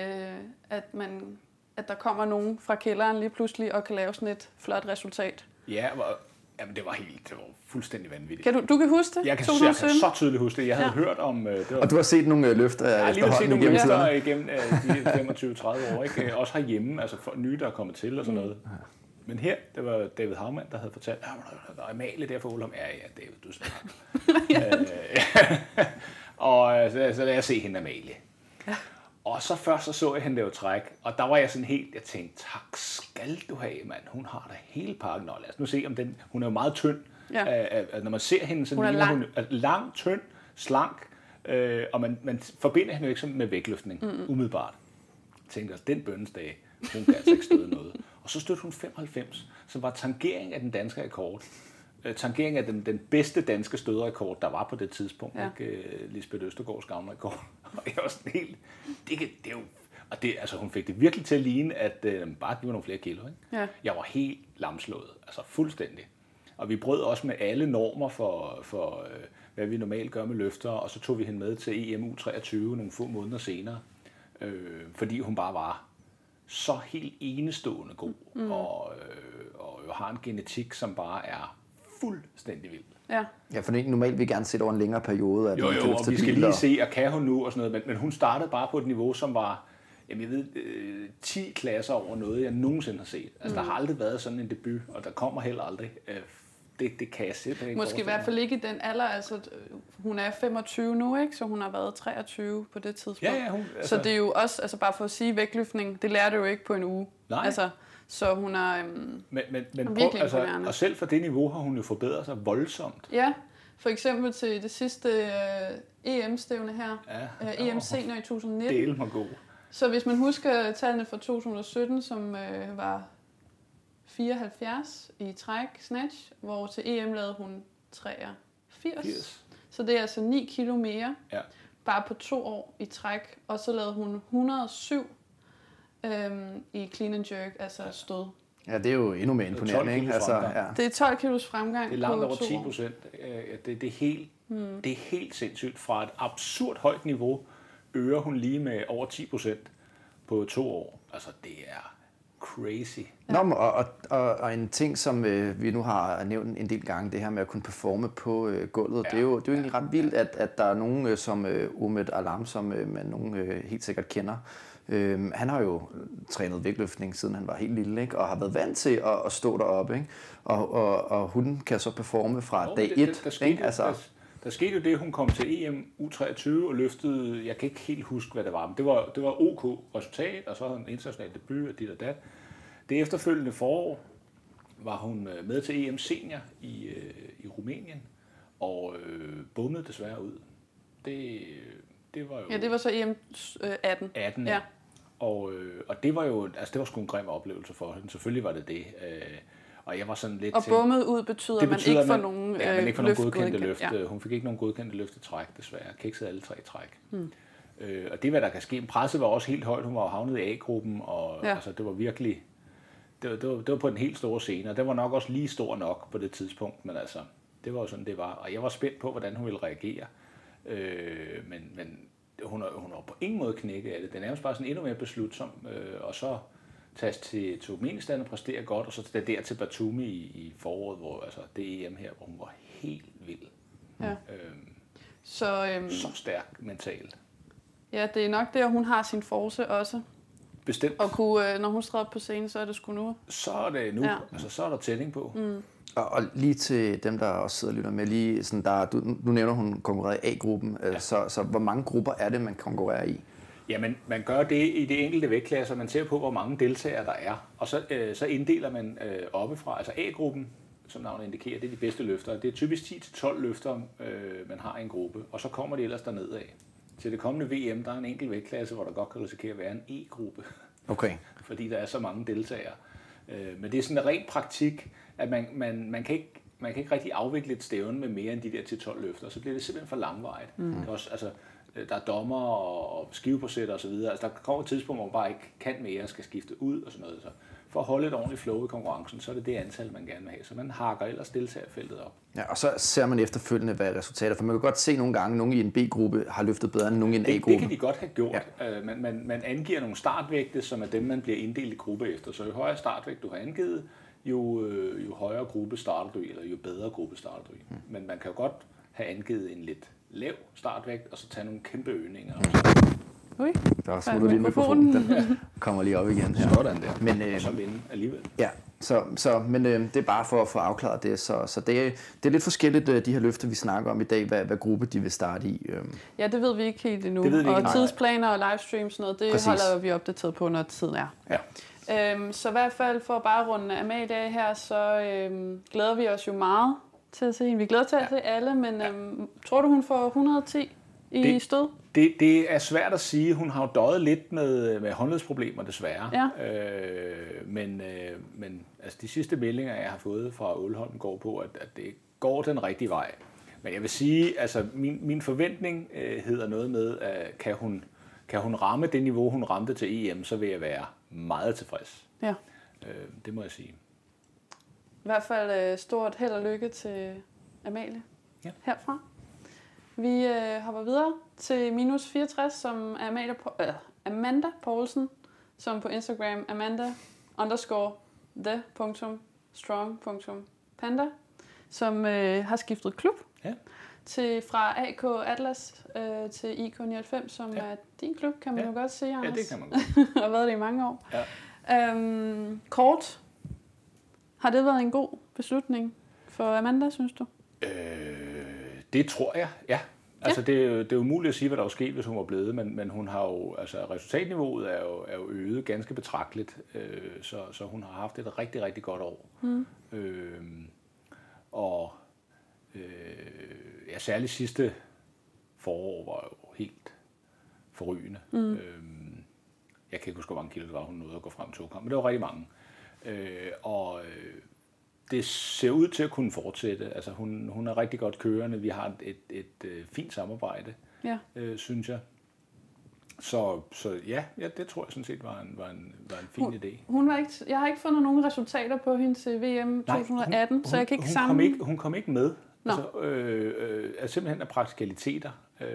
S2: at der kommer nogen fra kælderen lige pludselig og kan lave sådan et flot resultat.
S3: Ja, men det var fuldstændig vanvittigt.
S2: Du kan huske det?
S3: Jeg kan så tydeligt huske det. Jeg havde hørt om...
S1: Og du har set nogle løfter efterhånden
S3: igennem tiden? Jeg har lige set nogle igennem de 25-30 år. Ikke? Også herhjemme, altså for nye, der er kommet til og sådan noget. Men her, det var David Havmann, der havde fortalt, der er Amalie der for Ullum. Ja, David, du snakker. Og så lad jeg se hende Amalie. Og så først så jeg hende lave træk, og der var jeg sådan helt, jeg tænkte, tak skal du have, mand. Hun har da hele pakken. Nå, lad os nu se, om den, hun er jo meget tynd. Når man ser hende, så ligner hun lang, tynd, slank, og man forbinder hende jo ikke med vægtløftning, umiddelbart. Jeg tænkte, at den bønnesdag, hun kan altså ikke støde noget. Og så stødte hun 95, som var tangering af den danske rekord. Tangering af den bedste danske støderekord, der var på det tidspunkt. Ikke? Lisbeth Østergaards gamle rekord. Og jeg var sådan helt... Det er jo... Og det, altså, hun fik det virkelig til at ligne, at bare det var nogle flere kilo. Ikke? Ja. Jeg var helt lamslået. Altså fuldstændig. Og vi brød også med alle normer for hvad vi normalt gør med løfter. Og så tog vi hende med til EM U23 nogle få måneder senere. Fordi hun bare var så helt enestående god. Og har en genetik, som bare er fuldstændig vild.
S1: Ja, for normalt vil vi gerne sætte over en længere periode. At
S3: jo, og vi skal lige se, og kan hun nu og sådan noget. Men hun startede bare på et niveau, som var, jamen jeg ved, 10 klasser over noget, jeg nogensinde har set. Altså der har aldrig været sådan en debut, og der kommer heller aldrig. Det kan jeg simpelthen ikke.
S2: Måske i hvert fald ikke i den alder, altså hun er 25 nu, ikke? Så hun har været 23 på det tidspunkt.
S3: Ja,
S2: så det er jo også, altså bare for at sige vægtløftning, det lærer du jo ikke på en uge.
S3: Nej.
S2: Altså, så hun er
S3: men prøv, altså, og selv for det niveau har hun jo forbedret sig voldsomt.
S2: Ja, for eksempel til det sidste EM-stævne her, EM Senior i 2019.
S3: Det er mig god.
S2: Så hvis man husker tallene fra 2017, som var 74 i træk snatch, hvor til EM lavede hun 83. Så det er altså 9 kilo mere, bare på 2 år i træk. Og så lavede hun 107 i clean and jerk, altså stød.
S1: Ja, det er jo endnu mere imponerende, ikke? Altså,
S2: Det er 12 kilos fremgang.
S3: Det er langt over 10%. Det er helt sindssygt. Fra et absurd højt niveau øger hun lige med over 10% på 2 år. Altså, det er crazy.
S1: Ja. Nå, og en ting, som vi nu har nævnt en del gange, det her med at kunne performe på gulvet, det er jo egentlig ret vildt, at der er nogen som Omid Alam, som man nogen helt sikkert kender. Han har jo trænet vægtløftning, siden han var helt lille, ikke? Og har været vant til at stå deroppe. Ikke? Og hun kan så performe fra dag 1.
S3: Der skete jo det, hun kom til EM U23 og løftede, jeg kan ikke helt huske, hvad det var, men det var OK resultat, og så en international debut og dit og dat. Det efterfølgende forår var hun med til EM Senior i Rumænien, og bummede desværre ud. Det var jo...
S2: Ja, det var så EM 18.
S3: 18, ja. Og det var jo, altså det var sgu en grim oplevelse for hende. Selvfølgelig var det. Og jeg var sådan lidt...
S2: Og bummet ud betyder, at man ikke får nogen
S3: løft. Ja, man ikke får nogen godkendte løft. Ja. Hun fik ikke nogen godkendte løftetræk, desværre. Kiksede alle 3 træk. Og det, hvad der kan ske. Presset var også helt højt. Hun var havnet i A-gruppen, og altså, det var virkelig... Det var på den helt store scene, og det var nok også lige stor nok på det tidspunkt, men altså, det var jo sådan, det var. Og jeg var spændt på, hvordan hun ville reagere. Men hun var på ingen måde knækket af det. Det er nærmest bare sådan endnu mere beslutsom, og så tages til Turkmenistan og præsterer godt, og så der til Batumi i foråret, hvor altså det EM her, hvor hun var helt vild.
S2: Ja.
S3: Så stærk mentalt.
S2: Ja, det er nok der, hun har sin force også.
S3: Bestemt.
S2: Og kunne, når hun står op på scenen, så er det sgu nu.
S3: Så er det nu. Ja. Altså, så er der tænding på.
S1: Og lige til dem, der også sidder og lytter med, lige sådan nu nævner hun konkurrerer i A-gruppen, så hvor mange grupper er det, man konkurrerer i?
S3: Jamen, man gør det i de enkelte vægtklasser, man ser på, hvor mange deltagere der er, og så inddeler man oppefra, altså A-gruppen, som navnet indikerer, det er de bedste løftere. Det er typisk 10-12 løftere, man har i en gruppe, og så kommer de ellers derned af. Til det kommende VM, der er en enkelt vægtklasse, hvor der godt kan risikere at være en E-gruppe, fordi der er så mange deltagere. Men det er sådan en ren praktik, at man kan ikke rigtig afvikle et stævne med mere end de der 10-12 løfter, så bliver det simpelthen for langvarigt. Det er også, altså, der er dommer og skivepåsætter osv. Altså, der kommer et tidspunkt, hvor man bare ikke kan mere og skal skifte ud og sådan noget. Så for at holde et ordentligt flow i konkurrencen, så er det antal, man gerne vil have. Så man hakker ellers deltagerfeltet op.
S1: Ja, og så ser man efterfølgende, hvad resultater. For man kan godt se nogle gange, at nogen i en B-gruppe har løftet bedre end nogen i en A-gruppe.
S3: Det kan de godt have gjort. Ja. Man angiver nogle startvægte, som er dem, man bliver inddelt i gruppe efter. Så jo højere startvægt du har angivet, jo højere gruppe starter du i, eller jo bedre gruppe starter du i. Men man kan jo godt have angivet en lidt lav startvægt, og så tage nogle kæmpe øgninger.
S1: Der er smuttet lige mikrofonen. Den kommer lige op igen her.
S3: Sådan der. Men, og så vinde alligevel.
S1: Ja, Men det er bare for at få afklaret det. Så det er lidt forskelligt, de her løfter, vi snakker om i dag, hvad gruppe de vil starte i.
S2: Ja, det ved vi ikke helt endnu.
S1: Og
S2: tidsplaner og livestreams, noget, det Præcis. Holder vi opdateret på, når tiden er.
S1: Ja.
S2: Så i hvert fald for at bare runde Amalie af her, så glæder vi os jo meget til at se hende. Vi glæder til at se alle, men tror du, hun får 110 i stød?
S3: Det er svært at sige. Hun har jo døjet lidt med håndledsproblemer, desværre.
S2: Ja.
S3: Men altså, de sidste meldinger, jeg har fået fra Ålholm, går på, at det går den rigtige vej. Men jeg vil sige, altså min forventning hedder noget med, at kan hun ramme det niveau, hun ramte til EM, så vil jeg være meget tilfreds.
S2: Ja.
S3: Det må jeg sige.
S2: I hvert fald stort held og lykke til Amalie herfra. Vi hopper videre til minus 64, som er Amanda Poulsen, som på Instagram Amanda_the.strong.panda, som har skiftet klub fra AK Atlas til IK99, som er din klub, kan man jo godt sige, Anders.
S3: Ja, det kan man godt.
S2: Har været det i mange år.
S3: Ja.
S2: Kort. Har det været en god beslutning for Amanda, synes du?
S3: Det tror jeg, ja. Altså, det er umuligt at sige, hvad der var sket, hvis hun var blevet, men hun har jo, altså resultatniveauet er jo øget ganske betragteligt, så hun har haft et rigtig, rigtig godt år. Særligt sidste forår var jo helt forrygende. Jeg kan ikke huske, hvor mange kilo det var, hun nåede at gå frem til men det var rigtig mange. Det ser ud til at kunne fortsætte. Altså, hun er rigtig godt kørende. Vi har et fint samarbejde, synes jeg. Så ja, det tror jeg sådan set var en fin idé.
S2: Jeg har ikke fundet nogen resultater på hende til VM 2018, så jeg kan ikke
S3: hun kom ikke med. Altså, simpelthen af praktikaliteter.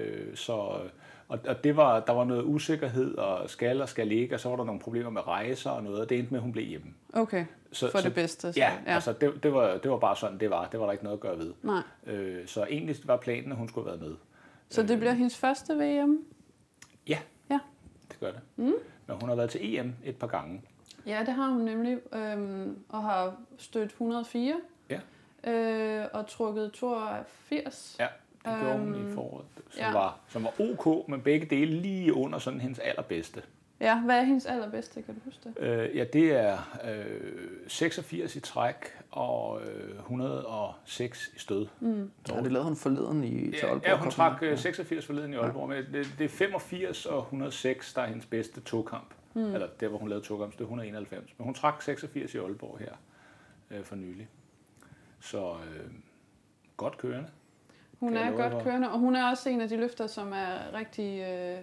S3: Og der var noget usikkerhed, og skal ikke, og så var der nogle problemer med rejser og noget, og det endte med, at hun blev hjemme.
S2: Okay, for det bedste. Så.
S3: Ja, altså det var bare sådan, det var. Det var der ikke noget at gøre ved.
S2: Nej.
S3: Så egentlig var planen, at hun skulle have været med.
S2: Så det bliver hendes første VM?
S3: Ja, det gør det. Men hun har været til EM et par gange.
S2: Ja, det har hun nemlig, og har stødt 104.
S3: Ja.
S2: Og trukket 82.
S3: Ja. Det gjorde hun i foråret, som var ok, men begge dele lige under sådan hendes allerbedste.
S2: Ja, hvad er hendes allerbedste, kan du huske det?
S3: Det er 86 i træk og 106 i stød.
S1: Ja, det lavede hun forleden til Aalborg.
S3: Ja, hun trak 86 forleden i Aalborg, men det er 85 og 106, der er hendes bedste tokamp. Eller der, hvor hun lavede tokamp, det er 191. Men hun trak 86 i Aalborg her for nylig. Så godt kørende.
S2: Hun er godt kørende, og hun er også en af de løfter, som er rigtig...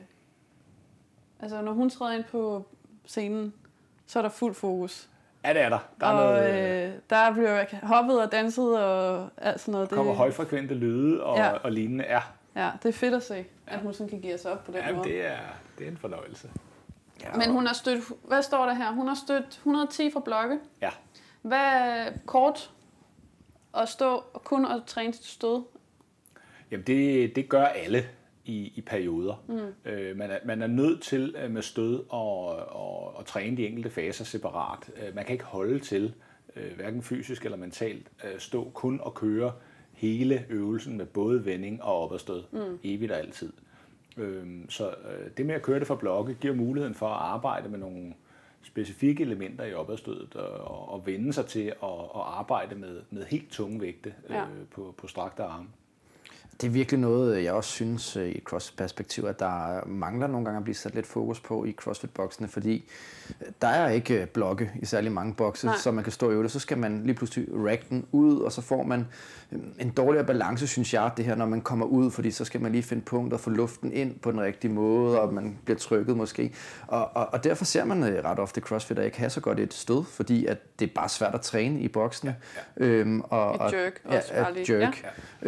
S2: altså, når hun træder ind på scenen, så er der fuld fokus.
S3: Ja, det er der.
S2: Der bliver hoppet og danset og alt sådan noget.
S3: Der kommer højfrekvente lyde og lignende.
S2: Ja, det er fedt at se, at hun sådan kan give sig op på den måde.
S3: Det er en fornøjelse.
S2: Ja, men hun har stødt... Hvad står der her? Hun har stødt 110 fra blokke.
S3: Ja.
S2: Hvad kort at stå og kun at træne til stød?
S3: Jamen, det gør alle i perioder. Man er nødt til med stød og træne de enkelte faser separat. Man kan ikke holde til, hverken fysisk eller mentalt, stå kun og køre hele øvelsen med både vending og opadstød, evigt og altid. Så det med at køre det fra blokke giver muligheden for at arbejde med nogle specifikke elementer i opadstødet og vende sig til at arbejde med helt tunge vægte på strakte arme.
S1: Det er virkelig noget, jeg også synes i et CrossFit-perspektiv, at der mangler nogle gange at blive sat lidt fokus på i CrossFit-boksene, fordi der er ikke blokke i særlig mange bokse, så man kan stå i det. Så skal man lige pludselig rack den ud, og så får man en dårligere balance, synes jeg, det her, når man kommer ud, fordi så skal man lige finde punkter og få luften ind på den rigtige måde, og man bliver trykket måske. Og derfor ser man ret ofte CrossFit, at ikke have så godt et stød, fordi at det er bare svært at træne i boksene.
S2: Et jerk også.
S1: Et jerk.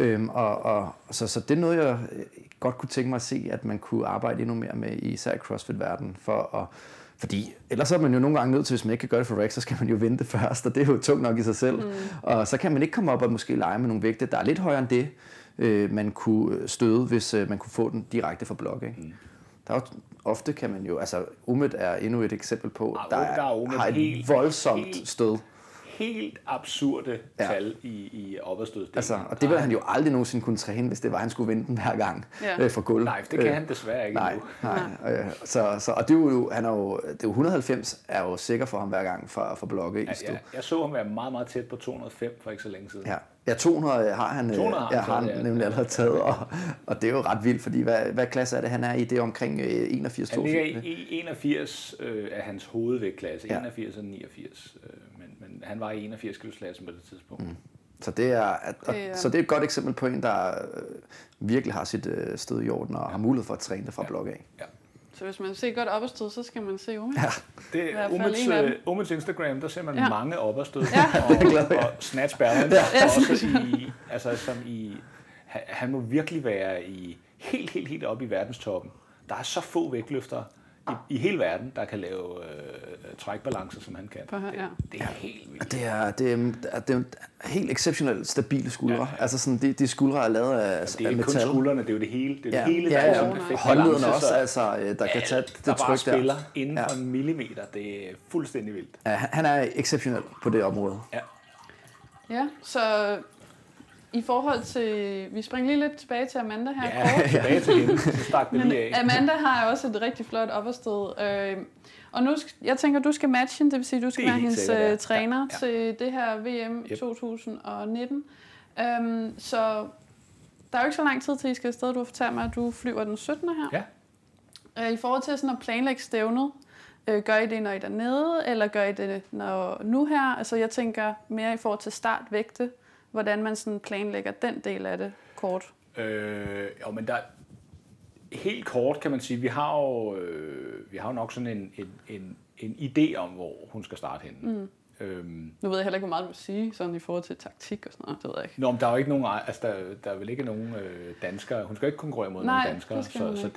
S1: Så det er noget, jeg godt kunne tænke mig at se, at man kunne arbejde endnu mere med, især i CrossFit-verdenen, fordi ellers er man jo nogle gange nødt til, hvis man ikke kan gøre det for rack, så skal man jo vente først, og det er jo tungt nok i sig selv. Og så kan man ikke komme op og måske lege med nogle vægte, der er lidt højere end det, man kunne støde, hvis man kunne få den direkte fra blok. Ikke? Der er jo, ofte kan man jo, altså Omid er endnu et eksempel på, der har et voldsomt stød.
S3: helt absurde tal i opadstød.
S1: Altså, og det ville han jo aldrig nogensinde kunne træne, hvis det var, han skulle vinde den hver gang for guld.
S3: Nej, det kan han desværre ikke endnu.
S1: Nej. Og det er jo, han er jo, det er jo 190 er jo sikker for ham hver gang for blokke i stå.
S3: Jeg så ham være meget, meget tæt på 205 for ikke så længe siden.
S1: Ja, 200 har han,
S3: 200
S1: har han nemlig allerede taget, og det er jo ret vildt, fordi hvad klasse er det, han er i? Det er omkring 81.
S3: Han ligger i 81 af hans hovedvægtklasse, 81 og 89, men han var i 81 kilosklassen på det tidspunkt.
S1: Så det er et godt eksempel på en, der virkelig har sit stød i orden og har mulighed for at træne det fra blok af.
S3: Ja.
S2: Så hvis man ser godt opadstød, så skal man se Omid.
S3: Ja. Det er Omids Instagram, der ser man mange opadstød og snatch balance. Også han må virkelig være helt oppe i verdenstoppen. Der er så få vægtløftere i hele verden, der kan lave trækbalancer, som han kan. Det er helt vildt.
S1: Det er helt exceptionelt stabile skuldre. Ja. Altså sådan, de skuldre er lavet af metal.
S3: Det er ikke kun skuldrene, det er jo det hele. Det er det hele,
S1: der er sådan perfekt håndledene også, altså, der kan tage det tryk der.
S3: Der bare spiller inden for en millimeter. Det er fuldstændig vildt.
S1: Ja, han er exceptionel på det område.
S2: Ja, så i forhold til... Vi springer lige lidt tilbage til Amanda her.
S3: Ja, tilbage til hende. Så stak det lige af.
S2: Amanda har også et rigtig flot opadstød. Og nu, jeg tænker, du skal matche hende, det vil sige, du skal være hendes træner til det her VM 2019. Så der er jo ikke så lang tid til, I skal afsted. Du har fortalt mig, at du flyver den 17. her.
S3: Ja.
S2: I forhold til sådan at planlægge stævnet, gør I det, når I er dernede, eller gør I det nu her? Altså jeg tænker mere i forhold til startvægte, hvordan man sådan planlægger den del af det kort.
S3: Men der helt kort kan man sige, vi har jo nok sådan en idé om, hvor hun skal starte henne.
S2: Nu ved jeg heller ikke, hvor meget du vil sige sådan i forhold til taktik og sådan noget, det ved jeg ikke.
S3: Nå, men der er jo ikke nogen, altså der er vel ikke nogen danskere. Hun skal ikke konkurrere mod nogen danskere, så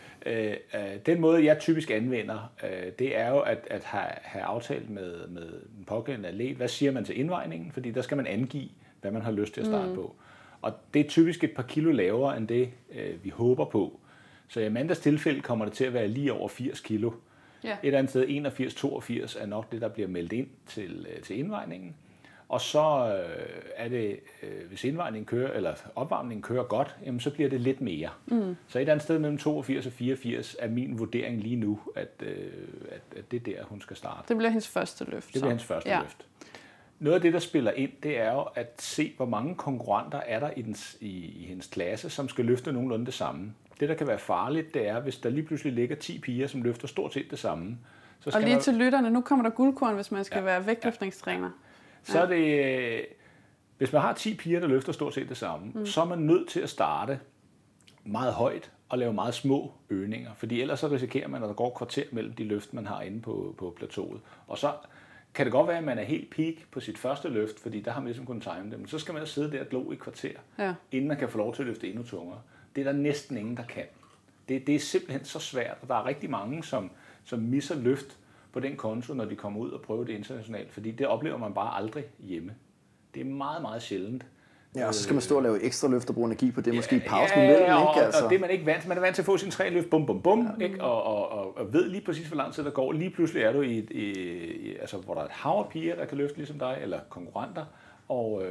S3: det den måde jeg typisk anvender, det er jo at have aftalt med den pågældende atlet, hvad siger man til indvejningen, fordi der skal man angive, hvad man har lyst til at starte på. Og det er typisk et par kilo lavere end det vi håber på. Så i Amandas tilfælde kommer det til at være lige over 80 kilo. Et eller andet sted 81-82 er nok det, der bliver meldt ind til indvejningen. Og så er det, hvis indvejningen kører, eller opvarmningen kører godt, jamen, så bliver det lidt mere. Så et eller andet sted mellem 82 og 84 er min vurdering lige nu, at det er der, hun skal starte.
S2: Det bliver hendes første løft.
S3: Det bliver hendes første løft. Noget af det, der spiller ind, det er jo at se, hvor mange konkurrenter er der i hendes klasse, som skal løfte nogenlunde det samme. Det, der kan være farligt, det er, hvis der lige pludselig ligger 10 piger, som løfter stort set det samme. Så skal
S2: og lige til lytterne, nu kommer der guldkorn, hvis man skal være vægtløftningstræner.
S3: Så er det, hvis man har 10 piger, der løfter stort set det samme, så er man nødt til at starte meget højt og lave meget små øgninger. Fordi ellers så risikerer man, at der går et kvarter mellem de løft, man har inde på plateauet. Og så kan det godt være, at man er helt peak på sit første løft, fordi der har man ligesom kunnet time dem. Men så skal man sidde der og glo i et kvarter, inden man kan få lov til at løfte endnu tungere. Det er der næsten ingen, der kan. Det er simpelthen så svært, og der er rigtig mange, som misser løft på den konto, når de kommer ud og prøver det internationalt, fordi det oplever man bare aldrig hjemme. Det er meget, meget sjældent.
S1: Ja, og så skal man stå og lave ekstra løft og bruge energi på det, måske i pausen imellem, ikke?
S3: Altså. Og det er man ikke vant til. Man er vant til at få sine 3 løft, bum, bum, bum, ikke? Og ved lige præcis, hvor lang tid der går. Lige pludselig er du altså, hvor der er et hav af piger, der kan løfte ligesom dig, eller konkurrenter, og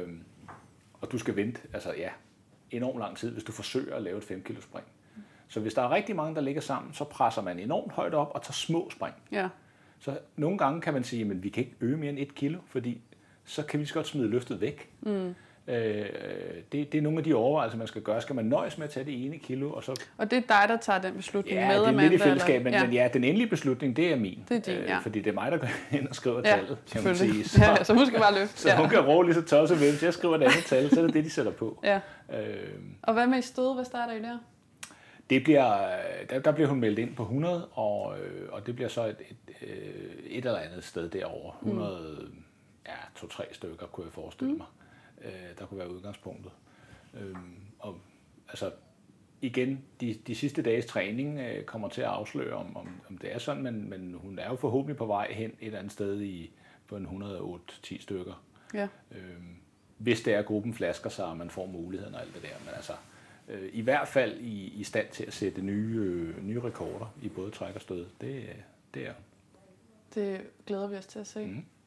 S3: du skal vente, altså enormt lang tid, hvis du forsøger at lave et 5 kilo spring. Så hvis der er rigtig mange, der ligger sammen, så presser man enormt højt op og tager små spring.
S2: Ja.
S3: Så nogle gange kan man sige, at vi kan ikke øge mere end 1 kilo, fordi så kan vi så godt smide løftet væk. Det er nogle af de overvejelser, man skal gøre. Skal man nøjes med at tage det ene kilo? Og det
S2: er dig, der tager den beslutning med Amanda?
S3: Ja, det er lidt i fællesskab, men den endelige beslutning, det er min.
S2: Det er din,
S3: fordi det er mig, der går ind og skriver tallet.
S2: Selvfølgelig. Så hun skal bare løfte.
S3: Så hun kan roligt så tosset ved, hvis jeg skriver et andet tal, så er det det, de sætter på.
S2: Og hvad med i stød? Hvad starter I der?
S3: Det bliver, der bliver hun meldt ind på 100, og det bliver så et eller andet sted derover. 100, 2-3 stykker, kunne jeg forestille mig. Der kunne være udgangspunktet. Og altså igen, de sidste dages træning kommer til at afsløre, om det er sådan, men hun er jo forhåbentlig på vej hen et andet sted på en 108-10 stykker.
S2: Ja.
S3: Hvis det er, gruppen flasker sig, og man får muligheden og alt det der. Men altså, i hvert fald i stand til at sætte nye rekorder i både træk og stød. Det er.
S2: Det glæder vi os til at se.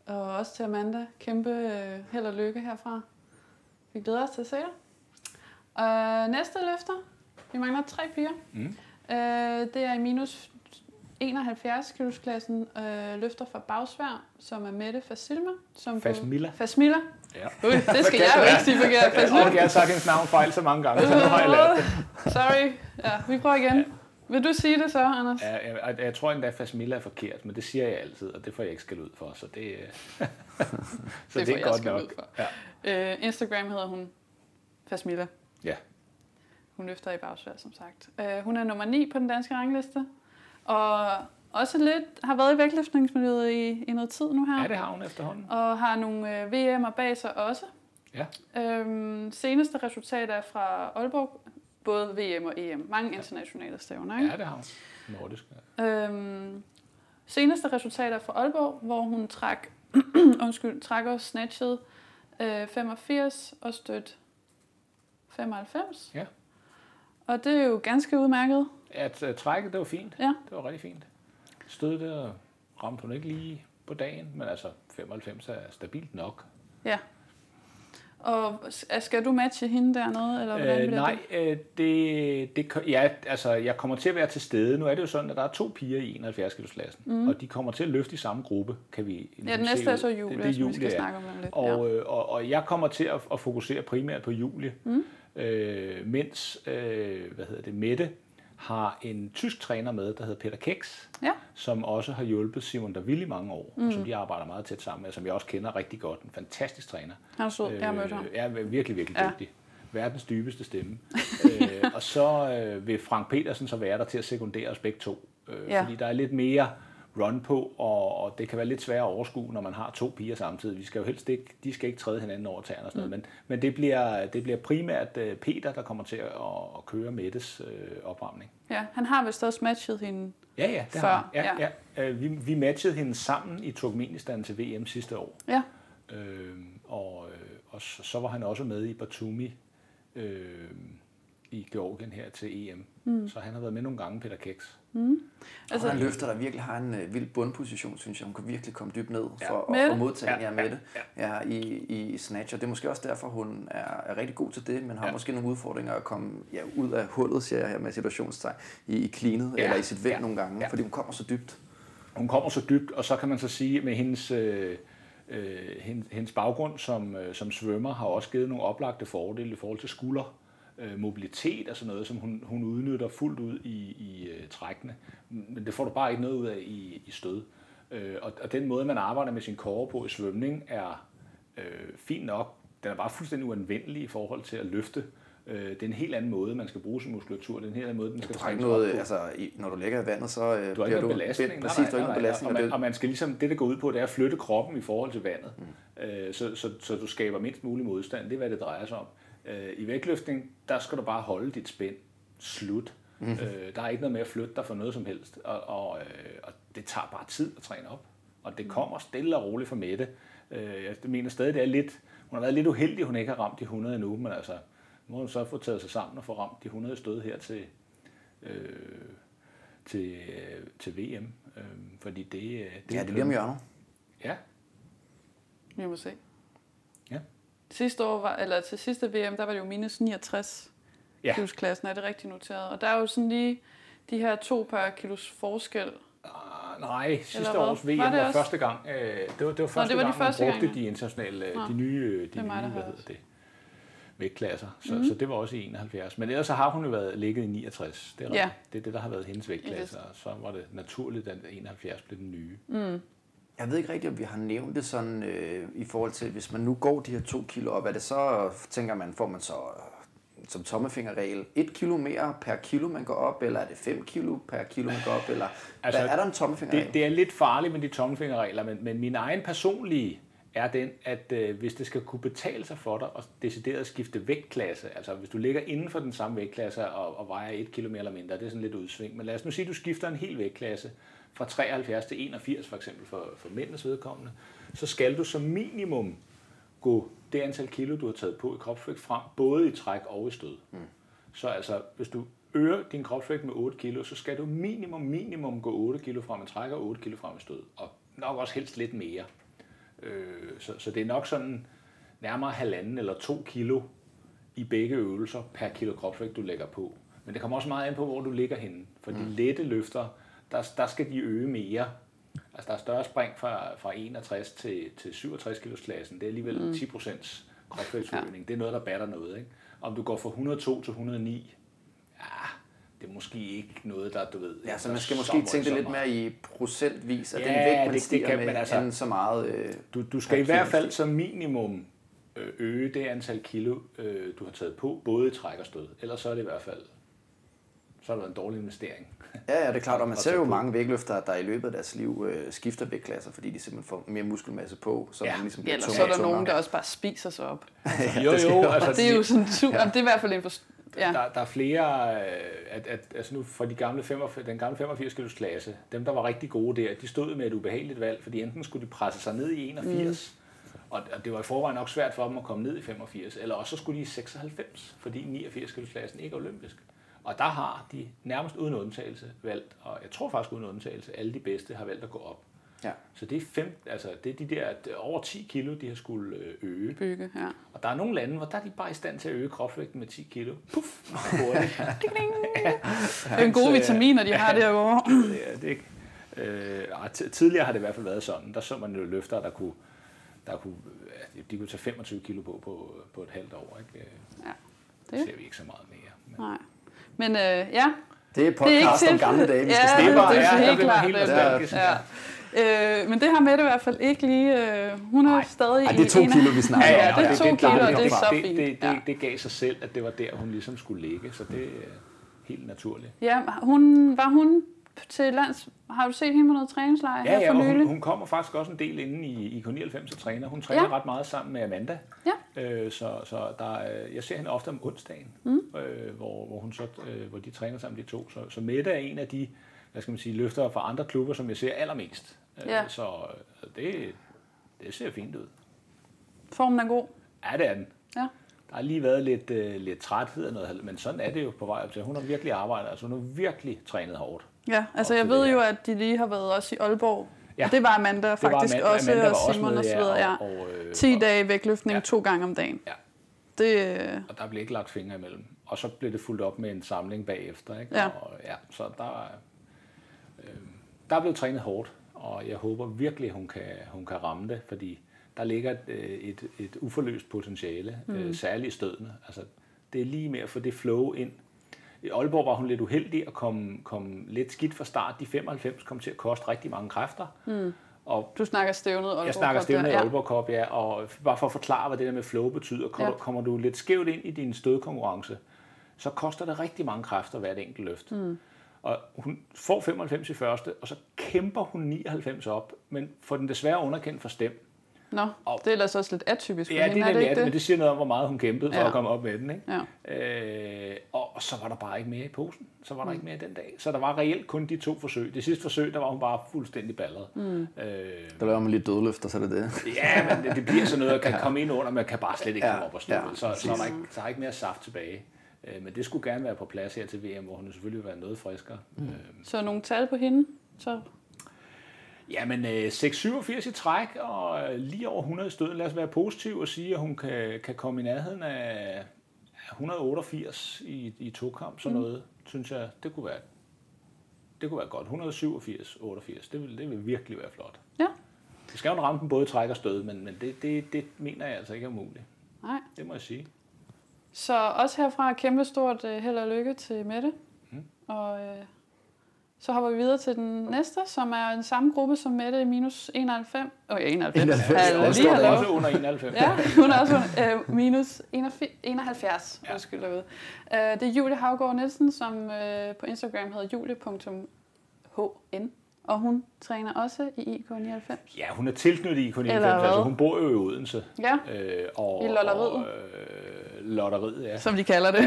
S2: Og også til Amanda. Kæmpe held og lykke herfra. Vi glæder os til at se dig. Næste løfter. Vi mangler 3 piger. Det er i minus 71 kilosklassen løfter fra bagsvær, som er Mette Fasilma. Fasmilla.
S3: Ja.
S2: Det skal jeg jo ikke sige forkert.
S3: Jeg har sagt hendes navn fejl så mange gange, så nu har jeg lært det.
S2: Sorry. Ja, vi prøver igen. Ja. Vil du sige det så, Anders?
S3: Ja, jeg tror endda, at Fasmilla er forkert, men det siger jeg altid, og det får jeg ikke skæld ud for, så det, så det er godt nok.
S2: Ja. Instagram hedder hun Fasmilla.
S3: Ja.
S2: Hun løfter i bagsvær, som sagt. Hun er nummer 9 på den danske rangliste, og også lidt har været i vægtløftningsmiljøet i noget tid nu her.
S3: Ja, det har hun efterhånden.
S2: Og har nogle VM'er bag sig også.
S3: Ja.
S2: Seneste resultater er fra Aalborg, både VM og EM. Mange internationale stævner, ikke?
S3: Ja, det har hun. Nordisk.
S2: Seneste resultater fra Aalborg, hvor hun trak og snatchet 85 og stødt 95.
S3: Ja.
S2: Og det er jo ganske udmærket.
S3: At trækket, det var fint.
S2: Ja.
S3: Det var rigtig fint. Stød der ramte hun ikke lige på dagen, men altså 95 er stabilt nok.
S2: Ja. Og skal du matche hende dernede, eller hvordan
S3: nej, jeg kommer til at være til stede. Nu er det jo sådan, at der er 2 piger i 71-kilosklassen, og de kommer til at løfte i samme gruppe, kan vi
S2: den næste er så Julie, det er Julie, vi skal snakke om lidt.
S3: Og jeg kommer til at fokusere primært på Julie, mens Mette har en tysk træner med, der hedder Peter Keks, som også har hjulpet Simon Davil i mange år, og som de arbejder meget tæt sammen med, som jeg også kender rigtig godt. En fantastisk træner.
S2: Han er sød, jeg har mødt ham.
S3: Er virkelig, virkelig dygtig. Verdens dybeste stemme. Og så vil Frank Petersen så være der til at sekundere os begge to. Fordi der er lidt mere run på, og det kan være lidt svært at overskue, når man har 2 piger samtidig. Vi skal jo helst ikke, de skal ikke træde hinanden over tæerne og sådan noget, men det bliver primært Peter, der kommer til at køre Mettes opvarmning.
S2: Ja, han har vist også matchet hende
S3: det
S2: før.
S3: Ja. Vi matchede hende sammen i Turkmenistan til VM sidste år.
S2: Ja.
S3: Og så var han også med i Batumi i Georgien her til EM. Så han har været med nogle gange, Peter Keks.
S1: Altså, han løfter, der virkelig har en vild bundposition, synes jeg. Hun kan virkelig komme dybt ned for at modtage Mette i snatch. Og det er måske også derfor, hun er rigtig god til det, men har måske nogle udfordringer at komme ud af hullet, siger jeg her med situationstegn, i cleanet eller i sit vægt nogle gange, fordi hun kommer så dybt.
S3: Hun kommer så dybt, og så kan man så sige, med hendes baggrund som svømmer har også givet nogle oplagte fordele i forhold til skulder. Mobilitet og sådan noget, som hun udnytter fuldt ud i trækkene. Men det får du bare ikke noget ud af i stød. Og den måde, man arbejder med sin core på i svømning, er fint nok. Den er bare fuldstændig uanvendelig i forhold til at løfte. Det er en helt anden måde, man skal bruge sin muskulatur. Det er en helt anden måde, den skal trænes op på.
S1: Når du ligger i vandet, så
S3: du har ikke noget belastning.
S1: Præcis, du har ikke noget belastning.
S3: Og man skal ligesom, det går ud på, det er at flytte kroppen i forhold til vandet. Så du skaber mindst mulig modstand. Det er, hvad det drejer sig om. I vægtløftning, der skal du bare holde dit spænd. Slut. Der er ikke noget med at flytte dig for noget som helst. Og det tager bare tid at træne op. Og det kommer stille og roligt for Mette. Jeg mener stadig, det er lidt... Hun har været lidt uheldig, hun ikke har ramt de 100 endnu, men altså... Nu må hun så få taget sig sammen og få ramt de 100 stød her til VM. Fordi det
S1: er lige om hjørnet.
S3: Ja.
S2: Vi må se.
S3: Ja.
S2: Sidste år til sidste VM, der var det jo minus 69 kilosklassen, er det rigtigt noteret? Og der er jo sådan lige de her 2 par kilos forskel.
S3: Nej, sidste års VM var første gang. Det var første gang, man brugte de internationale, de nye vægtklasser. Så det var også i 71. Men ellers så har hun jo ligget i 69. Det er det, der har været hendes vægtklasse. Og så var det naturligt, at 71 blev den nye.
S1: Jeg ved ikke rigtigt, om vi har nævnt det sådan i forhold til, hvis man nu går de her 2 kilo op, er det så, tænker man, får man så som tommefingerregel 1 kilo mere per kilo, man går op, eller er det 5 kilo per kilo, man går op, eller altså, er der en tommefingerregel?
S3: Det er lidt farligt med de tommefingerregler, men min egen personlige er den, at hvis det skal kunne betale sig for dig at decideret skifte vægtklasse, altså hvis du ligger inden for den samme vægtklasse og vejer 1 kilo mere eller mindre, det er sådan lidt udsving, men lad os nu sige, at du skifter en hel vægtklasse fra 73 til 81 for eksempel for mændenes vedkommende, så skal du som minimum gå det antal kilo, du har taget på i kropsvægt frem, både i træk og i stød. Så altså, hvis du øger din kropsvægt med 8 kilo, så skal du minimum gå 8 kilo frem i træk og 8 kilo frem i stød, og nok også helst lidt mere. Så det er nok sådan nærmere 1,5 eller 2 kilo i begge øvelser per kilo kropsvægt, du lægger på. Men det kommer også meget an på, hvor du ligger henne. For de lette løfter, der skal de øge mere. Altså der er større spring fra 61 til 67 kilos klassen. Det er alligevel 10% kropsvægtsøgning. Ja. Det er noget, der batter noget. Ikke? Om du går fra 102 til 109, det er måske ikke noget, der du ved...
S1: Ja, så man skal måske tænke det lidt mere i procentvis, at den vægt, man stiger med, altså, så meget...
S3: Du skal i hvert fald som minimum øge det antal kilo, du har taget på, både i træk og stød. Ellers så er det i hvert fald... Så er det en dårlig investering.
S1: Ja, det er klart, og man ser jo mange vægtløftere, der i løbet af deres liv skifter vægtklasser, fordi de simpelthen får mere muskelmasse på, så man ligesom bliver
S2: tungere. Eller så er der nogen, der også bare spiser sig op.
S3: Jo, altså,
S2: det er jo sådan super, det er i hvert fald en for... Ja.
S3: Der er flere, altså nu fra den gamle 85 kilos klasse, dem der var rigtig gode der, de stod med et ubehageligt valg, fordi enten skulle de presse sig ned i 81, og det var i forvejen nok svært for dem at komme ned i 85, eller også så skulle de i 96, fordi 89 kilos klassen ikke er olympisk. Og der har de nærmest uden undtagelse valgt, og jeg tror faktisk uden undtagelse, alle de bedste har valgt at gå op. Ja. Så det er det er de der over 10 kilo, de har skulle øge.
S2: Bygge, ja.
S3: Og der er nogle lande, hvor der er de bare i stand til at øge kropsvægten med 10 kilo. Puff!
S2: Det er en god vitaminer, de har derovre.
S3: Det er ikke. Tidligere har det i hvert fald været sådan. Der så man jo løfter, der kunne de kunne tage 25 kilo på et halvt år. Ikke?
S2: Ja.
S3: Det ser vi ikke så meget mere.
S2: Men. Nej. Men ja.
S1: Det er podcast om gamle dage, vi skal
S2: snakke om.
S3: Det er
S2: helt klart. Men det har Mette i hvert fald ikke lige. Hun er stadig
S1: det er 2 kilo, vi snakker om.
S2: Ja, det er 2 kilo, og det er så fint.
S3: Det gav sig selv, at det var der, hun ligesom skulle ligge, så det er helt naturligt.
S2: Ja, var hun til lands... Har du set hende på noget træningslejr her for nylig?
S3: Hun kommer faktisk også en del inde i K99 og træner. Hun træner ret meget sammen med Amanda. Ja. Så jeg ser hende ofte om onsdagen, hvor de træner sammen, de to. Så Mette er en af de, hvad skal man sige, løftere fra andre klubber, som jeg ser allermest. Så det ser fint ud.
S2: Formen er god?
S3: Ja, det er den.
S2: Ja.
S3: Der har lige været lidt træthed og noget, men sådan er det jo på vej op til. Hun har virkelig arbejdet, altså hun har virkelig trænet hårdt.
S2: Ja, altså jeg ved jo, at de lige har været også i Aalborg. Ja. Det var Amanda faktisk også, og Simon og så videre. Ja. 10 dage vægtløftning 2 gange om dagen. Ja.
S3: Og der blev ikke lagt fingre imellem. Og så blev det fuldt op med en samling bagefter. Ikke?
S2: Ja.
S3: Så der er blevet trænet hårdt, og jeg håber virkelig, at hun kan ramme det, fordi der ligger et uforløst potentiale, særligt stødende. Altså, det er lige med at få det flow ind. I Aalborg var hun lidt uheldig at komme lidt skidt fra start. De 95 kom til at koste rigtig mange kræfter. Og
S2: du snakker stævnet Aalborg Cup.
S3: Jeg snakker stævnet Aalborg Cup, ja. Og bare for at forklare, hvad det der med flow betyder. Kommer du lidt skævt ind i din stødkonkurrence, så koster det rigtig mange kræfter hvert enkelt løft. Og hun får 95 i første, og så kæmper hun 99 op, men får den desværre underkendt for stem.
S2: Nå, det er ellers også lidt atypisk for
S3: hende,
S2: det
S3: det? Men det siger noget om, hvor meget hun kæmpede for at komme op med den. Ikke?
S2: Ja.
S3: Og så var der bare ikke mere i posen. Så var der ikke mere den dag. Så der var reelt kun de 2 forsøg. Det sidste forsøg, der var hun bare fuldstændig balleret.
S1: Der laver man lidt dødløfter, så er det.
S3: Ja, men det bliver sådan noget, at kan komme ind under, men kan bare slet ikke komme op og stå. Så er der ikke mere saft tilbage. Men det skulle gerne være på plads her til VM, hvor hun selvfølgelig vil være noget friskere.
S2: Så nogle tal på hende? Så...
S3: Jamen, 6,87 i træk og lige over 100 i stød. Lad os være positiv og sige, at hun kan komme i nærheden af 188 i tokamp. Sådan noget, synes jeg, det kunne være godt. 187, 88, det vil virkelig være flot.
S2: Ja.
S3: Det skal jo ramme den både træk og stød, men det mener jeg altså ikke er muligt.
S2: Nej.
S3: Det må jeg sige.
S2: Så også herfra kæmpe stort held og lykke til Mette. Og så hopper vi videre til den næste, som er den samme gruppe som Mette i minus 91. 91.
S3: Også under 91.
S2: Ja, hun er også minus 71. Ja. Undskyld derude. Det er Julie Havgaard Nielsen, som på Instagram hedder julie.hn. Og hun træner også i IK99.
S3: Ja, hun er tilknyttet i IK99. Altså, hun bor jo i Odense.
S2: Ja, i lotteriet.
S3: Lotteriet, ja.
S2: Som de kalder det.
S3: Ja.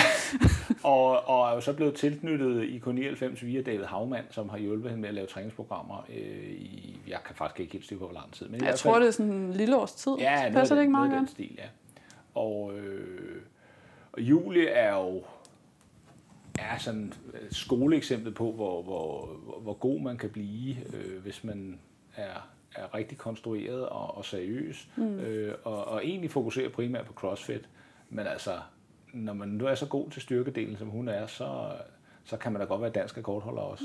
S3: Og er jo så blevet tilknyttet i IK99 via David Havmann, som har hjulpet hende med at lave træningsprogrammer jeg kan faktisk ikke helt styre på, hvor lang tid. Men
S2: jeg tror, det er sådan en lille års tid.
S3: Ja, passer det ikke meget godt? Stil, ja. Og Julie er jo sådan et skoleeksempel på, hvor god man kan blive, hvis man er er rigtig konstrueret og seriøs, og egentlig fokuserer primært på CrossFit. Men altså, når man nu er så god til styrkedelen, som hun er, så kan man da godt være dansk rekordholder også.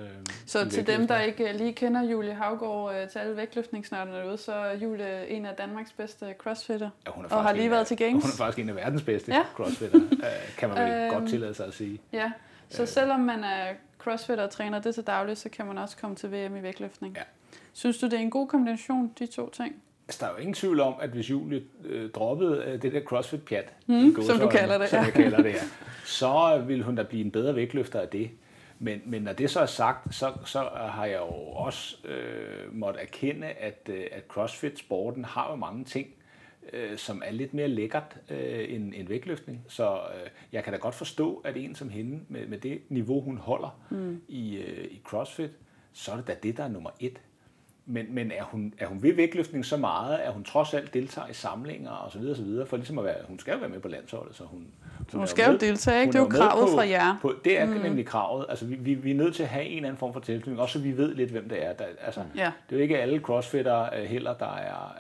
S2: Så til dem, der ikke lige kender Julie Haugaard, til alle vægtløftningsnørderne derude, så er Julie en af Danmarks bedste crossfitter,
S3: ja,
S2: og har lige været til Games.
S3: Hun er faktisk en af verdens bedste crossfitter, kan man vel godt tillade sig at sige.
S2: Ja, så selvom man er crossfitter og træner det til dagligt, så kan man også komme til VM i vægtløftning. Ja. Synes du, det er en god kombination, de to ting?
S3: Altså, der er jo ingen tvivl om, at hvis Julie droppede det der CrossFit-pjat,
S2: som du kalder det,
S3: som jeg kalder det, så ville hun da blive en bedre vægtløfter af det. Men når det så er sagt, så har jeg jo også måttet erkende, at CrossFit-sporten har jo mange ting, som er lidt mere lækkert end vægtløftning. Så jeg kan da godt forstå, at en som hende, med det niveau, hun holder i CrossFit, så er det da det, der er nummer 1. Men er hun ved vægtløftning så meget, at hun trods alt deltager i samlinger og så videre, for ligesom at være, hun skal jo være med på landsholdet, så hun
S2: skal jo deltage, ikke? Det er jo kravet fra jer.
S3: Det er nemlig kravet. Altså vi er nødt til at have en eller anden form for tilknytning, også så vi ved lidt, hvem det er. Det er jo ikke alle crossfitter heller, der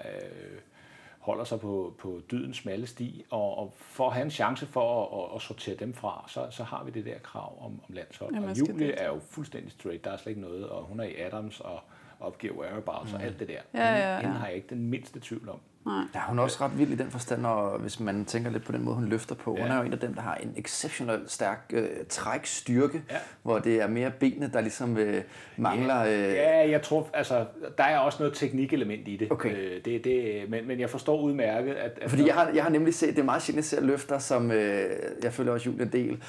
S3: holder sig på dydens smalle sti, og for at have en chance for at sortere dem fra, så har vi det der krav om landshold. Og Julie er jo fuldstændig straight, der er slet ikke noget, og hun er i Adams og opgiver whereabouts og alt det der. Hende har jeg ikke den mindste tvivl om.
S1: Ja, hun er også ret vild i den forstand, og hvis man tænker lidt på den måde, hun løfter på. Hun er jo en af dem, der har en exceptionelt stærk trækstyrke, hvor det er mere benene, der ligesom mangler.
S3: Jeg tror, altså, der er også noget teknikelement i det.
S1: Okay.
S3: Men jeg forstår udmærket, at
S1: fordi jeg har nemlig set, det er meget sjældent, at jeg ser løfter, som jeg følger også Julie en del,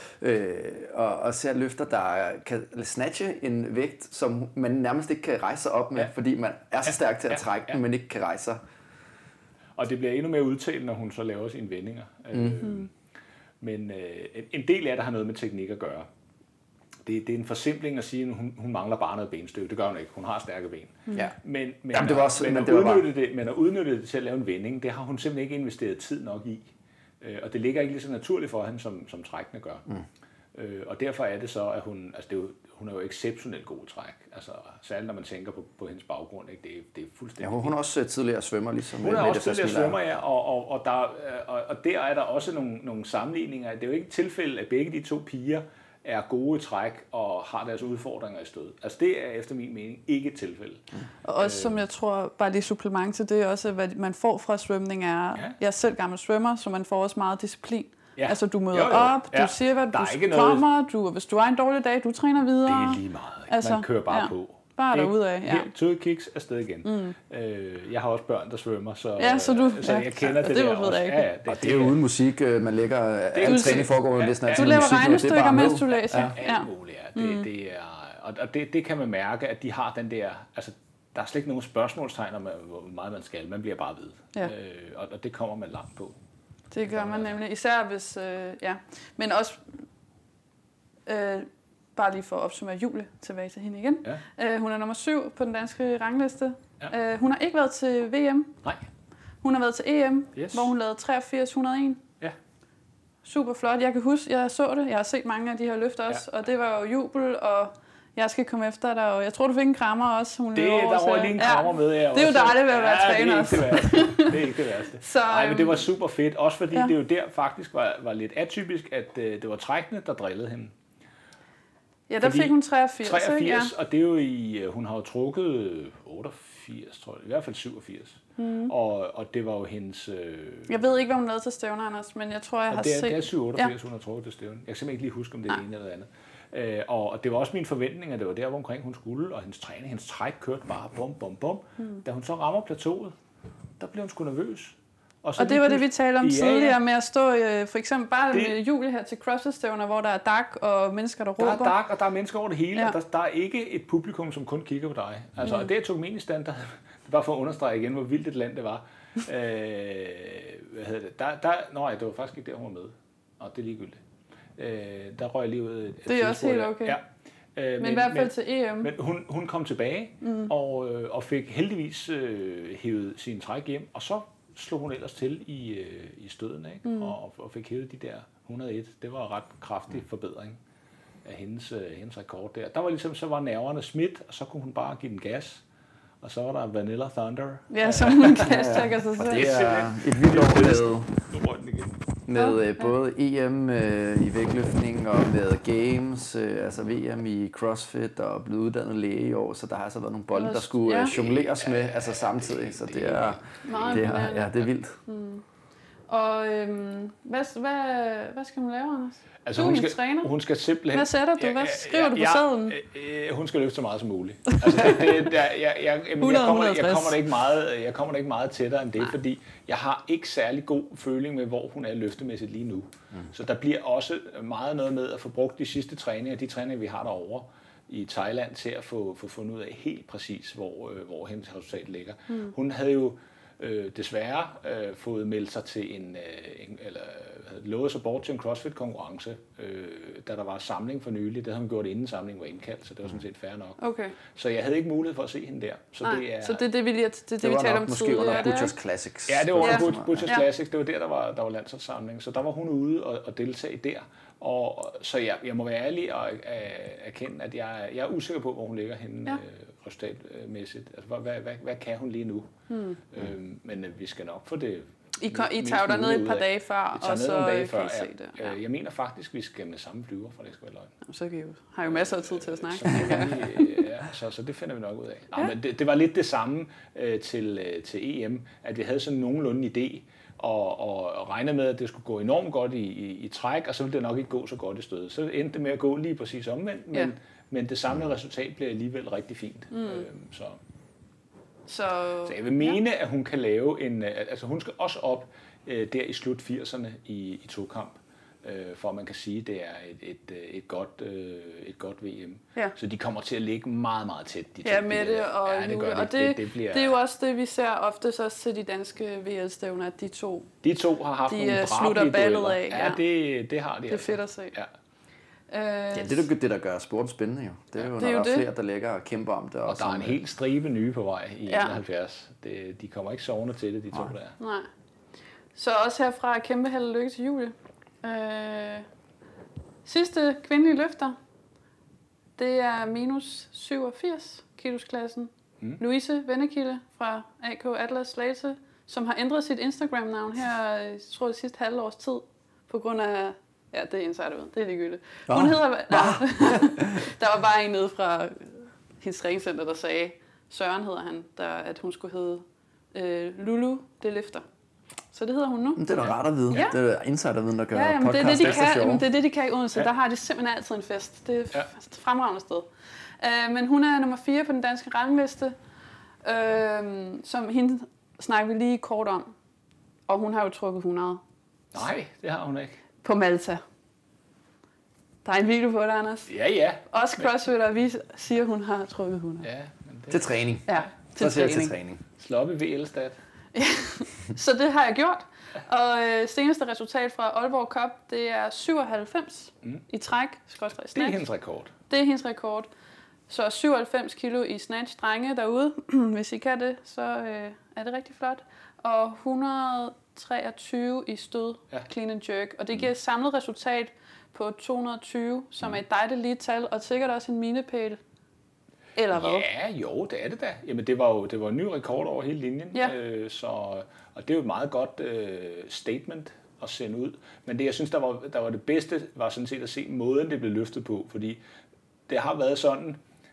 S1: og ser løfter, der kan snatche en vægt, som man nærmest ikke kan rejse sig op med, fordi man er så stærk til at trække den, men ikke kan rejse sig.
S3: Og det bliver endnu mere udtalt, når hun så laver sine vendinger. Men en del af det har noget med teknik at gøre. Det er en forsimpling at sige, at hun mangler bare noget benstøv. Det gør hun ikke. Hun har stærke ben.
S1: Ja.
S3: Men at udnytte det til at lave en vending, det har hun simpelthen ikke investeret tid nok i. Og det ligger ikke lige så naturligt for hende, som trækkene gør. Og derfor er det så, at hun er jo exceptionelt god træk. Altså, særligt når man tænker på hendes baggrund. Ikke? Det er fuldstændig...
S1: Ja, hun er også tidligere svømmer, ligesom.
S3: Hun er også tidligere svømmer, ja. Og der er der også nogle sammenligninger. Det er jo ikke et tilfælde, at begge de to piger er gode i træk og har deres udfordringer i stød. Altså det er efter min mening ikke et tilfælde.
S2: Og også som jeg tror, bare det supplement til det også, hvad man får fra svømning er, jeg er selv gammel svømmer, så man får også meget disciplin. Ja. Altså du møder op, du siger, hvad du kommer, hvis du har en dårlig dag, du træner videre. Det
S3: er lige meget. Altså, man kører bare på.
S2: Bare derudad.
S3: Ja. Helt kiks afsted igen. Jeg har også børn, der svømmer, så jeg kender det der også.
S1: Ja, og det er jo uden musik, man lægger al træning foregår næsten altid.
S2: Du laver regnestykker, mens du læser.
S3: Alt muligt, og det kan man mærke, at de har den der, altså der er slet ikke nogen spørgsmålstegn om, hvor meget man skal. Man bliver bare ved. Og det kommer man langt på.
S2: Det gør man nemlig, især hvis, men også, bare lige for at opsummere Julie, tilbage til hende igen. Ja. Hun er nummer 7 på den danske rangliste. Ja. Hun har ikke været til VM.
S3: Nej.
S2: Hun har været til EM, hvor hun lavede 83-101.
S3: Ja.
S2: Super flot. Jeg kan huske, jeg så det. Jeg har set mange af de her løfter også, og det var jo jubel, og jeg skal komme efter dig, og jeg tror, du fik en krammer også.
S3: Der var lige en krammer med.
S2: Det er jo dejligt ved at være træner også.
S3: Det er ikke det værste. Nej, men det var super fedt. Også fordi det jo der faktisk var lidt atypisk, at det var trækkene, der drillede hende.
S2: Ja, der fik hun 83.
S3: 83, og det er jo hun har jo trukket 88, tror jeg. I hvert fald 87. Og det var jo hendes...
S2: Jeg ved ikke, hvad hun lavede til stævner, Anders, men jeg tror, jeg har set...
S3: Det er 87, hun har trukket til stævner. Jeg kan simpelthen ikke lige huske, om det er ene eller andet. Og det var også min forventning, at det var der, hvor omkring hun skulle, og hendes træning, hendes træk kørte bare bum, bum, bum. Da hun så rammer plateauet, der blev hun sgu nervøs.
S2: Og det var det, vi talte om tidligere med at stå, for eksempel bare med Julie her til CrossFit-stævner, hvor der er dak og mennesker, der råber.
S3: Der er dak, og der er mennesker over det hele, og der er ikke et publikum, som kun kigger på dig. Altså, og det er Turkmenistan, der bare for at understrege igen, hvor vildt et land det var. Hvad hedder det? Det var faktisk ikke der, hun var med. Og det er ligegyldigt. Der røg jeg lige ud.
S2: Det er også helt okay. Ja. Men i hvert fald til EM.
S3: Men hun kom tilbage og fik heldigvis hævet sin træk hjem, og så slog hun ellers til i støden, ikke? Og fik hævet de der 101. Det var en ret kraftig forbedring af hendes rekord der. Der var ligesom, så var nerverne smidt, og så kunne hun bare give den gas. og så var der Vanilla Thunder.
S2: Ja, som hun hashtagger sig selv.
S1: Det er et vildt år med både EM i vægtløftning og med games, altså VM i CrossFit og blevet uddannet læge i år, så der har altså været nogle bolde, der skulle jongleres med altså samtidig, så det er det er vildt.
S2: Og hvad skal hun lave, Anders?
S3: Altså,
S2: du er min træner.
S3: Hun skal simpelthen...
S2: Hvad sætter du? Hvad skriver du på sedlen?
S3: Hun skal løfte så meget som muligt. Altså, jeg kommer da ikke meget tættere end det, fordi jeg har ikke særlig god føling med, hvor hun er løftemæssigt lige nu. Så der bliver også meget noget med at få brugt de sidste træninger, de træninger, vi har derovre i Thailand, til at få fundet ud af helt præcis, hvor hendes resultat ligger. Hun havde jo desværre fået meldt sig til lovet sig bort til en CrossFit-konkurrence, da der var samling for nylig. Det havde hun gjort inden samlingen var indkaldt, så det var sådan set fair nok.
S2: Okay.
S3: Så jeg havde ikke mulighed for at se hende der. Så
S2: det vi talte om tidligere.
S1: Det var Butchers Classics.
S3: Ja, det var Butchers Classics. Det var der var landsholdssamling. Så der var hun ude og deltage der. Og så jeg må være ærlig og erkende, at jeg er usikker på, hvor hun ligger henne resultatmæssigt. Altså, hvad kan hun lige nu? Men vi skal nok få det.
S2: I tager jo derned et par dage før, og så kan I se det.
S3: Jeg mener faktisk, vi skal med samme flyver, for det skal være løgn.
S2: Så kan I har jo masser af tid til at snakke.
S3: Så det finder vi nok ud af. Men det var lidt det samme til EM, at vi havde sådan nogenlunde idé, og regnede med, at det skulle gå enormt godt i træk, og så ville det nok ikke gå så godt i stød. Så endte det med at gå lige præcis omvendt, men det samlede resultat blev alligevel rigtig fint. Så jeg vil mene, at hun kan lave altså hun skal også op der i slut 80'erne i tokamp, for at man kan sige, at det er et godt VM. Ja. Så de kommer til at ligge meget, meget tæt. De
S2: Mette og Julie. Og det er jo også det, vi ser ofte så til de danske VL-stævner, at de to
S3: har haft nogle
S2: slutter ballet af.
S3: Ja, det har de.
S2: Det er fedt at se.
S3: Ja.
S1: Det er det, der gør sporten spændende jo. Det er jo, når der er flere, der ligger og kæmper om det.
S3: Og der er en hel stribe nye på vej i 71. De kommer ikke sovende til det, de to der.
S2: Nej. Så også herfra kæmpe held og lykke til Julie. Sidste kvindelige løfter, det er minus 87 kilosklassen. Louise Vennekilde fra AK Atlas Slagelse, som har ændret sit Instagram-navn her, jeg tror det sidste halve års tid, på grund af... Ja, det er insiderviden. Det er ligegyldigt. Hun hedder... Der var bare en nede fra hendes træningscenter, der sagde, Søren hedder han, at hun skulle hedde Lulu det løfter. Så det hedder hun nu.
S1: Det er da rart at vide. Ja. Det er insiderviden, der gør
S2: podcast ekstra sjov. Det er det, de kan i Odense. Der har de simpelthen altid en fest. Det er et fremragende sted. Men hun er nummer 4 på den danske rangliste, som hende snakker vi lige kort om. Og hun har jo trukket 100.
S3: Nej, det har hun ikke.
S2: På Malta. Der er en video på det, Anders.
S3: Ja.
S2: Også CrossFitter, vi siger, hun har trukket 100.
S3: Ja, men det...
S1: Til træning.
S2: Ja,
S1: til træning.
S3: Slå op i VL-stat.
S2: Ja, så det har jeg gjort. Og seneste resultat fra Aalborg Cup, det er 97 i træk.
S3: Det er hendes rekord.
S2: Det er hendes rekord. Så 97 kilo i snatch, drenge derude. Hvis I kan det, så er det rigtig flot. Og 123 i stød, clean and jerk. Og det giver et samlet resultat på 220, som er et dejligt lige tal, og sikkert også en milepæl. Eller hvad?
S3: Ja, jo, det er det da. Jamen, det var en ny rekord over hele linjen. Ja. Og det er jo et meget godt statement at sende ud. Men det, jeg synes, der var det bedste, var sådan set at se måden, det blev løftet på. Fordi det har været sådan...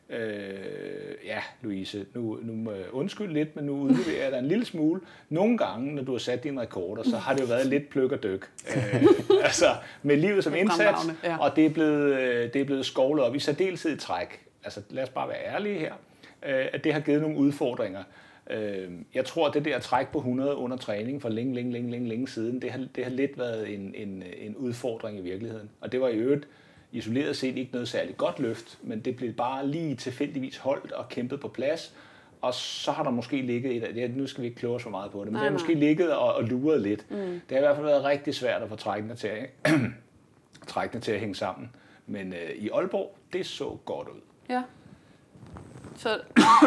S3: Louise, nu må jeg undskylde lidt, men nu udleverer jeg dig en lille smule. Nogle gange, når du har sat dine rekorder, så har det jo været lidt pløk og dyk. Altså, med livet som indsats, og det er blevet skovlet op i særdeleshed i træk. Altså, lad os bare være ærlige her, at det har givet nogle udfordringer. Jeg tror, at det der træk på 100 under træning for længe siden, det har lidt været en udfordring i virkeligheden. Og det var i øvrigt isoleret set ikke noget særligt godt løft, men det blev bare lige tilfældigvis holdt og kæmpet på plads, og så har der måske ligget nu skal vi ikke kloge os for meget på det, men det har måske ligget og luret lidt. Det har i hvert fald været rigtig svært at få trækkene til at hænge sammen, men i Aalborg, det så godt ud.
S2: Ja. Så...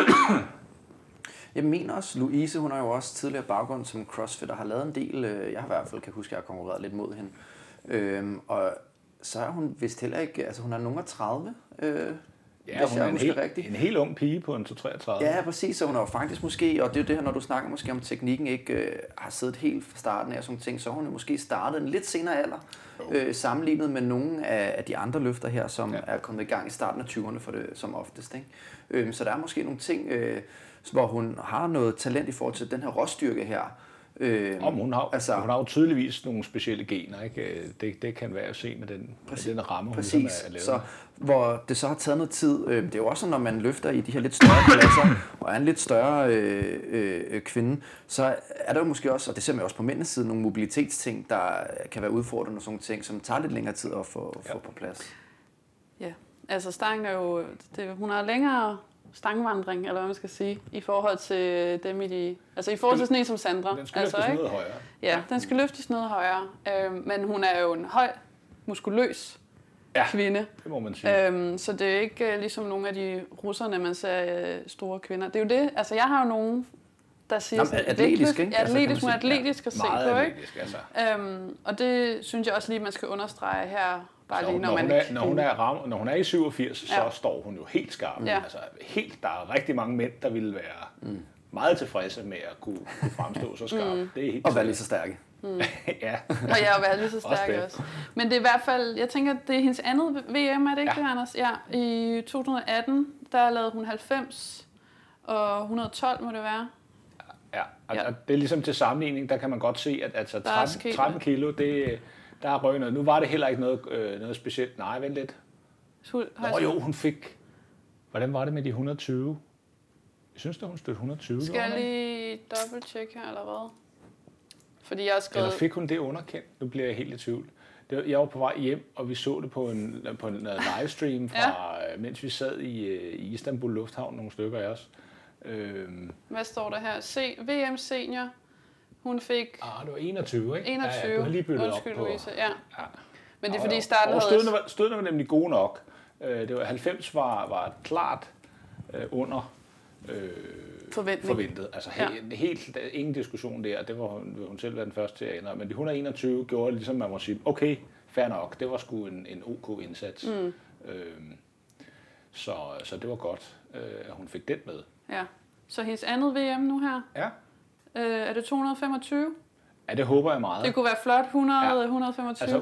S1: Jeg mener også, Louise, hun har jo også tidligere baggrund som crossfitter, har lavet en del, jeg har i hvert fald kan huske, at jeg har konkurreret lidt mod hende, og så er hun vist heller ikke, altså hun er nummer 30.
S3: Ja, hun er en helt ung pige på en 2-33.
S1: Ja, præcis. Så hun har faktisk måske, og det er jo det her, når du snakker måske om teknikken ikke har siddet helt fra starten af sådan ting, så hun har måske startet en lidt senere alder, sammenlignet med nogle af de andre løfter her, som er kommet i gang i starten af 20'erne for det som oftest. Ikke? Så der er måske nogle ting, hvor hun har noget talent i forhold til den her råstyrke her.
S3: Hun har jo tydeligvis nogle specielle gener, ikke? Det kan være at se med den ramme, hun ligesom er lavet.
S1: Så hvor det så har taget noget tid. Det er jo også, når man løfter i de her lidt større klasser, og er en lidt større kvinde, så er der jo måske også, og det ser man også på mændenes side, nogle mobilitetsting, der kan være udfordrende og sådan ting, som tager lidt længere tid at få på plads.
S2: Ja, altså stangen er jo, hun har længere stangvandring, eller hvad man skal sige, i forhold til dem i altså i forhold til sådan en som Sandra.
S3: Den skal løftes noget højere.
S2: Ja, den skal løftes noget højere. Men hun er jo en høj, muskuløs kvinde.
S3: Det må man sige.
S2: Så det er ikke ligesom nogle af de russerne, man ser store kvinder. Det er jo det, altså jeg har jo nogen, der siger sådan,
S1: atletisk, ikke?
S2: Atletisk, hun er atletisk at se på, ikke?
S3: Atletisk, altså.
S2: Og det synes jeg også lige, man skal understrege her.
S3: Når hun er i 87, så står hun jo helt skarp. Ja. Altså, der er rigtig mange mænd, der ville være meget tilfredse med at kunne fremstå så skarp. Det er helt
S1: og være lige så stærke.
S3: Ja.
S2: Og jeg være lige så stærke også. Men det er i hvert fald, jeg tænker, det er hendes andet VM, er det ikke det, Anders? Ja, i 2018, der lavede hun 90, og 112 må det være.
S3: Ja, og det er ligesom til sammenligning, der kan man godt se, at altså 13 kilo, der er røgnet. Nu var det heller ikke noget specielt. Nej, vent lidt. Hun fik... Hvordan var det med de 120? Jeg synes, hun stødte 120.
S2: Skal jeg lige dobbelttjekke her, eller hvad? Fordi jeg har skrevet...
S3: Eller fik hun det underkendt? Nu bliver jeg helt i tvivl. Jeg var på vej hjem, og vi så det på en livestream, mens vi sad i Istanbul Lufthavn, nogle stykker af os.
S2: Hvad står der her? VM Senior. Hun fik...
S3: det var 21, ikke?
S2: 21.
S3: Du har lige byttet
S2: Undskyld,
S3: op på...
S2: Louise, ja. Men det er fordi i starten havde...
S3: Stødene var nemlig gode nok. Det var 90 var klart under forventet. Altså helt ingen diskussion der. Det var hun selv den første til at ændre. Men de 121 gjorde ligesom man må sige, okay, fair nok. Det var sgu en OK indsats. Så det var godt, at hun fik den med.
S2: Ja. Så hendes andet VM nu her?
S3: Ja.
S2: Er det 225?
S3: Ja, det håber jeg meget.
S2: Det kunne være flot, 125.
S3: Altså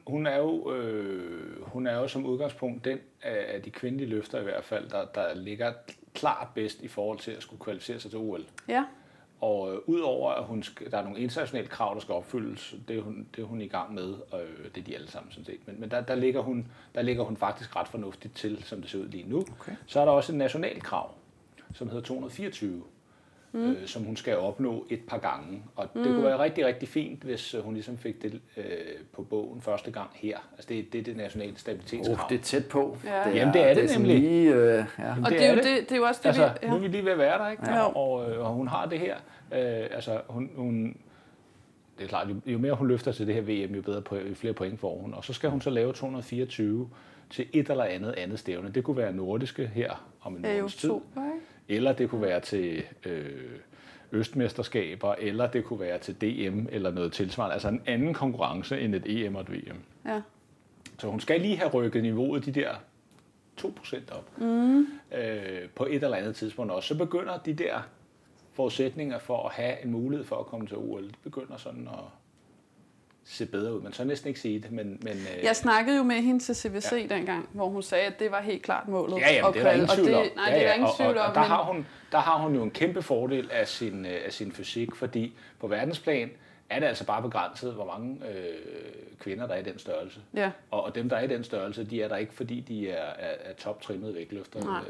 S3: hun er jo som udgangspunkt den af de kvindelige løfter i hvert fald, der ligger klart bedst i forhold til at skulle kvalificere sig til OL.
S2: Ja.
S3: Og udover at der er nogle internationale krav, der skal opfyldes, det er hun i gang med, og det er de alle sammen sådan set. Men der ligger hun faktisk ret fornuftigt til, som det ser ud lige nu. Okay. Så er der også et nationalt krav, som hedder 224. Som hun skal opnå et par gange. Og det kunne være rigtig, rigtig fint, hvis hun ligesom fik det på bogen første gang her. Altså det er det nationale stabilitetskrav.
S1: Det er tæt på.
S3: Ja. Jamen det er det nemlig.
S1: Lige,
S2: og det er jo også det,
S3: altså, nu er vi lige ved at være der, ikke? Ja. Og hun har det her. Hun det er klart, jo mere hun løfter til det her VM, jo flere point får hun. Og så skal hun så lave 224 til et eller andet stævne. Det kunne være nordiske her om en måneds tid. Eller det kunne være til østmesterskaber, eller det kunne være til DM eller noget tilsvarende. Altså en anden konkurrence end et EM og et VM. Ja. Så hun skal lige have rykket niveauet de der 2% op på et eller andet tidspunkt også. Så begynder de der forudsætninger for at have en mulighed for at komme til OL, det begynder sådan at se bedre ud. Man så næsten ikke sige det, men
S2: jeg snakkede jo med hende til CVC dengang, hvor hun sagde, at det var helt klart målet.
S3: Ja, jamen, det er der ingen tvivl om.
S2: Nej, det er der ingen tvivl om.
S3: Og der har hun jo en kæmpe fordel af sin fysik, fordi på verdensplan er det altså bare begrænset, hvor mange kvinder, der er i den størrelse. Ja. Og dem, der er i den størrelse, de er der ikke, fordi de er toptrimmede vægtløfter.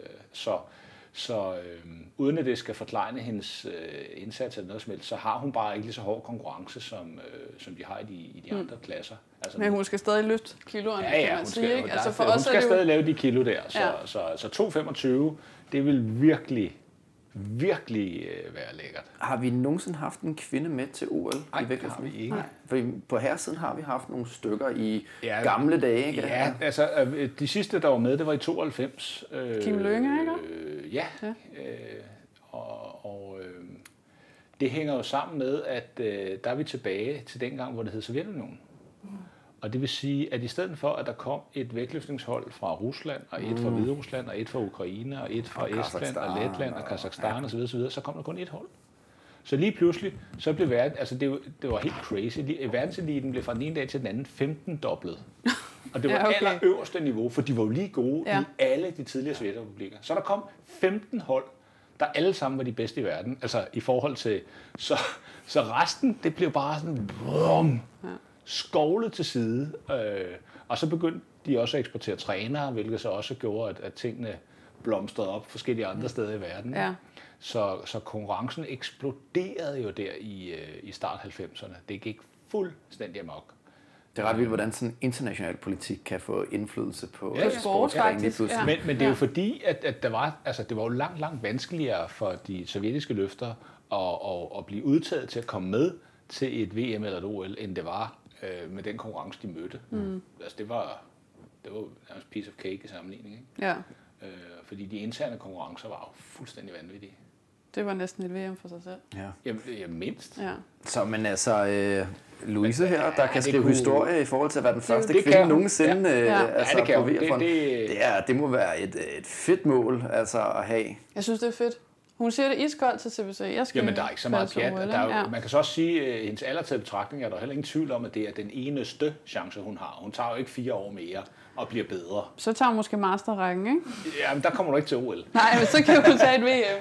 S3: Så uden at det skal forklejne hendes indsats eller noget som helst, så har hun bare ikke lige så hård konkurrence, som de har i de andre klasser. Altså,
S2: men hun skal stadig løfte kiloerne, kan man sige, ikke?
S3: Altså hun skal stadig lave de kilo der. Så 225, det vil virkelig være lækkert.
S1: Har vi nogensinde haft en kvinde med til OL?
S3: Nej, det har vi ikke.
S1: For på herresiden har vi haft nogle stykker i gamle dage, ikke?
S3: Ja, altså de sidste, der var med, det var i 92.
S2: Kim Lønge, ikke?
S3: Ja. Det hænger jo sammen med, at der er vi tilbage til dengang, hvor det hed Sovjetunionen. Og det vil sige, at i stedet for, at der kom et vægtløftningshold fra Rusland, og et fra Hviderusland, og et fra Ukraine, og et fra Estland, og Letland, og Kazakhstan osv., så kom der kun et hold. Så lige pludselig, så blev verden, altså det var helt crazy. Verdenseliten blev fra den ene dag til den anden 15-doblet. Og det var allerøverste niveau, for de var jo lige gode i alle de tidligere sovjetrepublikker. Så der kom 15 hold, der alle sammen var de bedste i verden, altså i forhold til... Så resten, det blev bare sådan... skovlet til side. Og så begyndte de også at eksportere trænere, hvilket så også gjorde, at tingene blomstrede op forskellige andre steder i verden.
S2: Ja.
S3: Så konkurrencen eksploderede jo der i start 90'erne. Det gik fuldstændig amok.
S1: Det er ret vildt, hvordan sådan international politik kan få indflydelse på
S2: sport, faktisk. Ja.
S3: Men det er jo fordi, at det var jo langt vanskeligere for de sovjetiske løfter at blive udtaget til at komme med til et VM eller et OL, end det var med den konkurrence, de mødte. Altså, det var nærmest piece of cake i sammenligning. Ikke?
S2: Ja.
S3: Fordi de interne konkurrencer var jo fuldstændig vanvittige.
S2: Det var næsten et VM for sig selv.
S1: Ja.
S3: Ja, mindst.
S2: Ja.
S1: Så, men altså, Louise her, der kan skrive historie i forhold til at være den første kvinde nogensinde på VM-front. Det må være et fedt mål altså, at have.
S2: Jeg synes, det er fedt. Hun siger det iskoldt til CBC.
S3: Jamen, der er ikke så meget pjat. Man kan så også sige, at hendes aldertaget betragtning er der heller ingen tvivl om, at det er den eneste chance, hun har. Hun tager jo ikke 4 år mere og bliver bedre.
S2: Så tager hun måske masterrækken, ikke?
S3: Jamen, der kommer du ikke til OL.
S2: Nej, men så kan hun tage et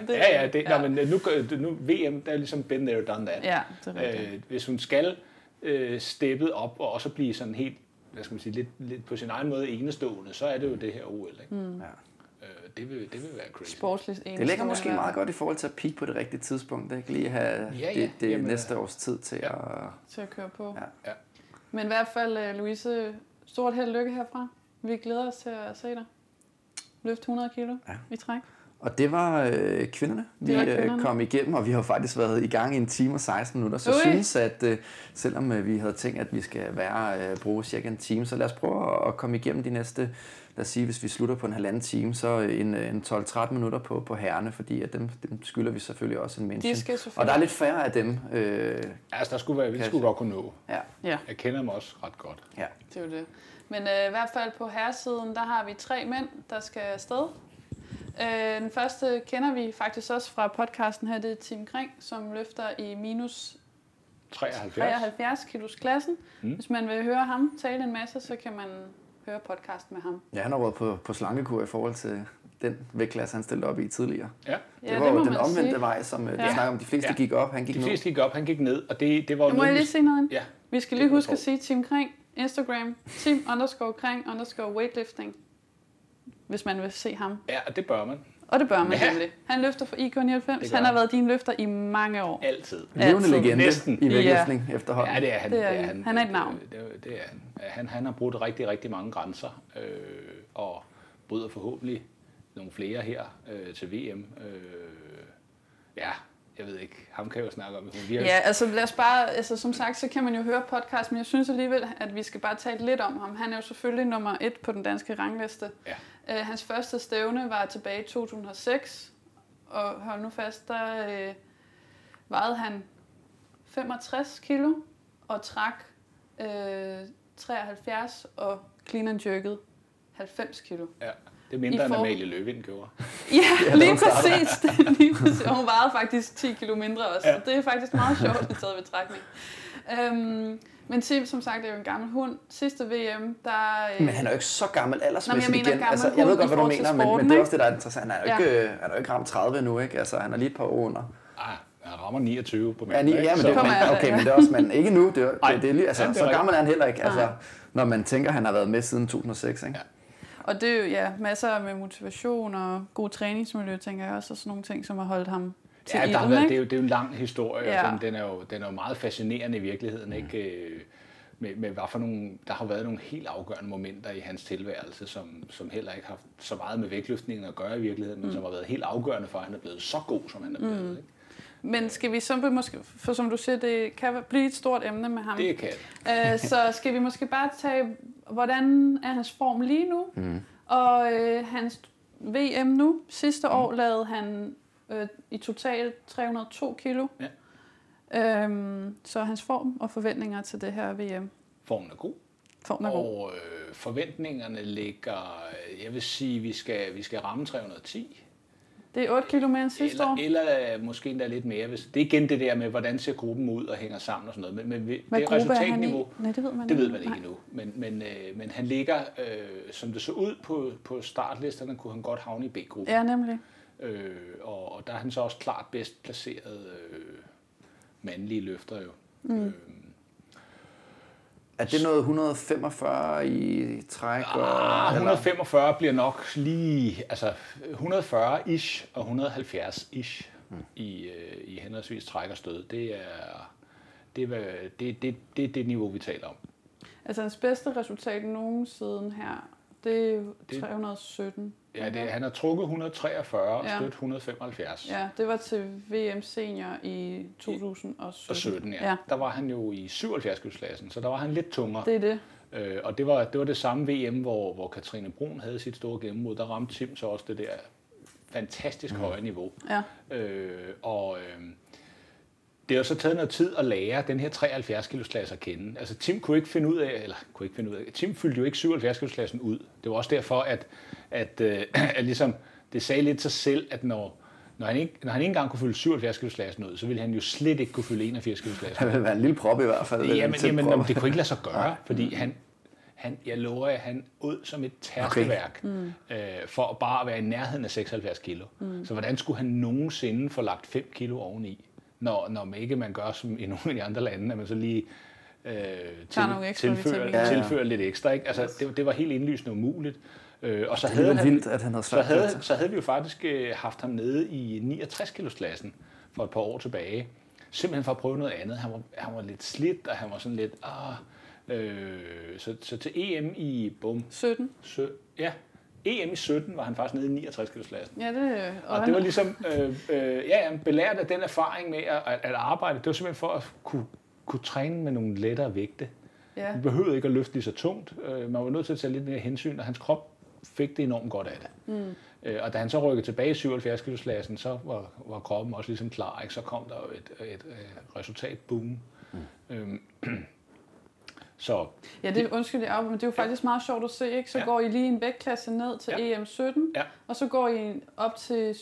S2: VM.
S3: Men nu VM, der er ligesom been there, done that.
S2: Ja, det er rigtigt.
S3: Hvis hun skal steppet op og også blive sådan helt, hvad skal man sige, lidt på sin egen måde enestående, så er det jo det her OL, ikke? Ja. Det vil være crazy.
S2: Sportsligt enestående.
S1: Det ligger måske meget godt i forhold til at peak på det rigtige tidspunkt, ikke? Lige have det næste års tid til
S2: at køre på.
S3: Ja.
S2: Men i hvert fald, Louise, stort held og lykke herfra. Vi glæder os til at se dig løfte 100 kilo i træk. Og
S1: det var kvinderne, vi kom igennem, og vi har faktisk været i gang i 1 time og 16 minutter. Så synes at selvom vi havde tænkt, at vi skal bruge cirka 1 time, så lad os prøve at komme igennem de næste, lad os sige, hvis vi slutter på en 1,5 time, så en 12-13 minutter på herrerne, fordi at dem skylder vi selvfølgelig også en mention. Og der er lidt færre af dem.
S3: Der skulle vi skulle godt kunne nå.
S2: Ja.
S3: Jeg kender dem også ret godt.
S2: Ja. Det er jo det. Men i hvert fald på herresiden, der har vi 3 mænd, der skal afsted. Den første kender vi faktisk også fra podcasten her, det er Tim Kring, som løfter i minus 73 kilos klassen. Hvis man vil høre ham tale en masse, så kan man høre podcasten med ham.
S1: Ja, han har været på slankekur i forhold til den vægtklasse, han stillede op i tidligere.
S3: Ja.
S1: Det var jo den omvendte vej, som vi snakker om. De fleste gik op, han gik ned.
S3: De fleste gik op, han gik ned, og det var...
S2: Må jeg lige se noget?
S3: Ja.
S2: Vi skal lige huske at sige Tim Kring, Instagram, Tim_Kring_weightlifting, hvis man vil se ham.
S3: Ja, og det bør man.
S2: Og det bør man nemlig. Han løfter for IK99. Han har været din løfter i mange år.
S3: Altid.
S1: Levende legende i vægtløftning efterhånden.
S3: Ja, det er han.
S2: Det er han. Han er et navn.
S3: Det er han. Han har brudt rigtig, rigtig mange grænser, og bryder forhåbentlig nogle flere her til VM. Jeg ved ikke. Ham kan jeg jo snakke om.
S2: Ja, altså lad os bare, som sagt, så kan man jo høre podcast, men jeg synes alligevel, at vi skal bare tale lidt om ham. Han er jo selvfølgelig nummer 1 på den danske rangliste.
S3: Ja.
S2: Hans første stævne var tilbage i 2006, og hold nu fast, der vejede han 65 kilo og trak 73 og clean and jerkede 90 kilo.
S3: Ja. Det er mindre end Amalie Løvind gjorde.
S2: Ja, lige præcis. Og hun vejede faktisk 10 kilo mindre også. Ja. Så det er faktisk meget sjovt, at taget ved trækning. Men Tim, som sagt, er jo en gammel hund. Sidste VM, der...
S1: Men han er jo ikke så gammel aldersmæssigt igen. Jeg ved godt, hvad du mener, men det er også det, der er interessant. Han er jo ikke ramt 30 nu, ikke? Altså, han er lige et par år under.
S3: Han rammer 29 på
S1: mandag. Ja, men det er også, men ikke nu. Det er lige, altså, så gammel er han heller ikke. Altså, når man tænker, han har været med siden 2006, ikke?
S2: Ja. Og det er jo masser med motivation og god træningsmiljø, tænker jeg også, og sådan nogle ting, som har holdt ham til ilden,
S3: det er jo en lang historie, og den er jo meget fascinerende i virkeligheden, ikke? Med hvad for nogle, der har været nogle helt afgørende momenter i hans tilværelse, som heller ikke har så meget med vægtløftningen at gøre i virkeligheden, men som har været helt afgørende for, at han er blevet så god, som han er blevet, ikke?
S2: Men skal vi så måske, for som du siger, det kan blive et stort emne med ham.
S3: Det kan.
S2: Så skal vi måske bare tage, hvordan er hans form lige nu? Og hans VM nu. Sidste år lavede han i totalt 302 kilo. Ja. Så hans form og forventninger til det her VM.
S3: Formen er god. Og forventningerne ligger, jeg vil sige, vi skal ramme 310.
S2: Det er 8 kilo mere end sidste år?
S3: Eller måske endda lidt mere. Det er igen det der med, hvordan ser gruppen ud og hænger sammen og sådan noget. Men det
S2: er
S3: resultatniveau,
S2: Nej, det ved man
S3: ikke endnu. Men han ligger, som det så ud på startlisterne, kunne han godt havne i B-gruppen.
S2: Ja, nemlig.
S3: Og der er han så også klart bedst placeret mandlige løfter jo.
S1: Er det noget 145 i træk?
S3: 145 bliver nok lige, altså 140-ish og 170-ish i henholdsvis træk og stød. Det er det niveau, vi taler om.
S2: Altså hans bedste resultat nogensinde her, det er 317.
S3: Ja, han har trukket 143 og stødt 175.
S2: Ja, det var til VM Senior i 2017.
S3: Ja. Der var han jo i 77-klassen, så der var han lidt tungere.
S2: Det er det.
S3: Og det var det samme VM, hvor Katrine Bruun havde sit store gennembrud. Der ramte Tim så også det der fantastisk høje niveau.
S2: Ja.
S3: Det har så taget noget tid at lære den her 73-kilosklasse at kende. Altså Tim Tim fyldte jo ikke 77-kilosklassen ud. Det var også derfor, at ligesom, det sagde lidt sig selv, at når han ikke engang kunne fylde 77-kilosklassen ud, så ville han jo slet ikke kunne fylde 81-kilosklassen.
S1: Han ville være en lille prop i hvert fald.
S3: Jamen, det kunne ikke lade sig gøre, fordi jeg lover jer, han ud som et tærskeværk for bare at være i nærheden af 76 kilo. Så hvordan skulle han nogensinde få lagt 5 kilo oveni? Når ikke man gør som i nogle af de andre lande, at man så lige tilfører lidt ekstra. Ikke? Altså, det var helt indlysende umuligt. Og så havde vi jo faktisk haft ham nede i 69-kilosklassen for et par år tilbage. Simpelthen for at prøve noget andet. Han var lidt slidt, og han var sådan lidt... Så til EM i
S2: 17.
S3: EM i 17 var han faktisk nede i 69-kilosklassen.
S2: Ja,
S3: og det var ligesom belært af den erfaring med at arbejde. Det var simpelthen for at kunne træne med nogle lettere vægte. Ja. Man behøvede ikke at løfte lige så tungt. Man var nødt til at tage lidt mere hensyn, og hans krop fik det enormt godt af det. Og da han så rykkede tilbage i 77-kilosklassen, så var kroppen også ligesom klar. Ikke? Så kom der jo et resultatboom. Så
S2: ja, det er jo faktisk meget sjovt at se, ikke? Så går I lige en vægtklasse ned til EM 17, og så går I op til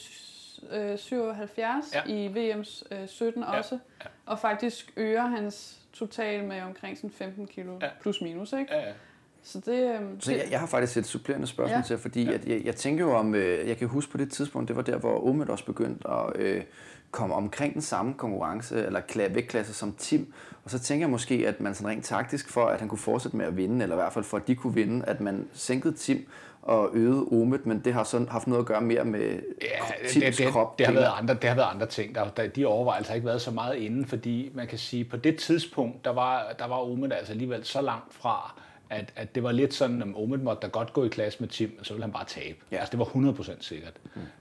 S2: 77 i VM 17 også, og faktisk øger hans total med omkring sådan 15 kilo plus minus, ikke?
S3: Ja.
S1: Så jeg har faktisk et supplerende spørgsmål til, fordi at jeg tænker jo om, jeg kan huske på det tidspunkt, det var der, hvor Omid også begyndte at komme omkring den samme konkurrence, eller vægtklasse som Tim, og så tænker jeg måske, at man sådan rent taktisk, for at han kunne fortsætte med at vinde, eller i hvert fald for at de kunne vinde, at man sænkede Tim og øgede Omid, men det har sådan haft noget at gøre mere med Tims krop.
S3: Det har været andre ting. De overvejelser har ikke været så meget inde, fordi man kan sige, på det tidspunkt, der var Omid altså alligevel så langt fra, at det var lidt sådan, at Omid måtte da godt gå i klasse med Tim, og så ville han bare tabe. Ja. Altså, det var 100% sikkert.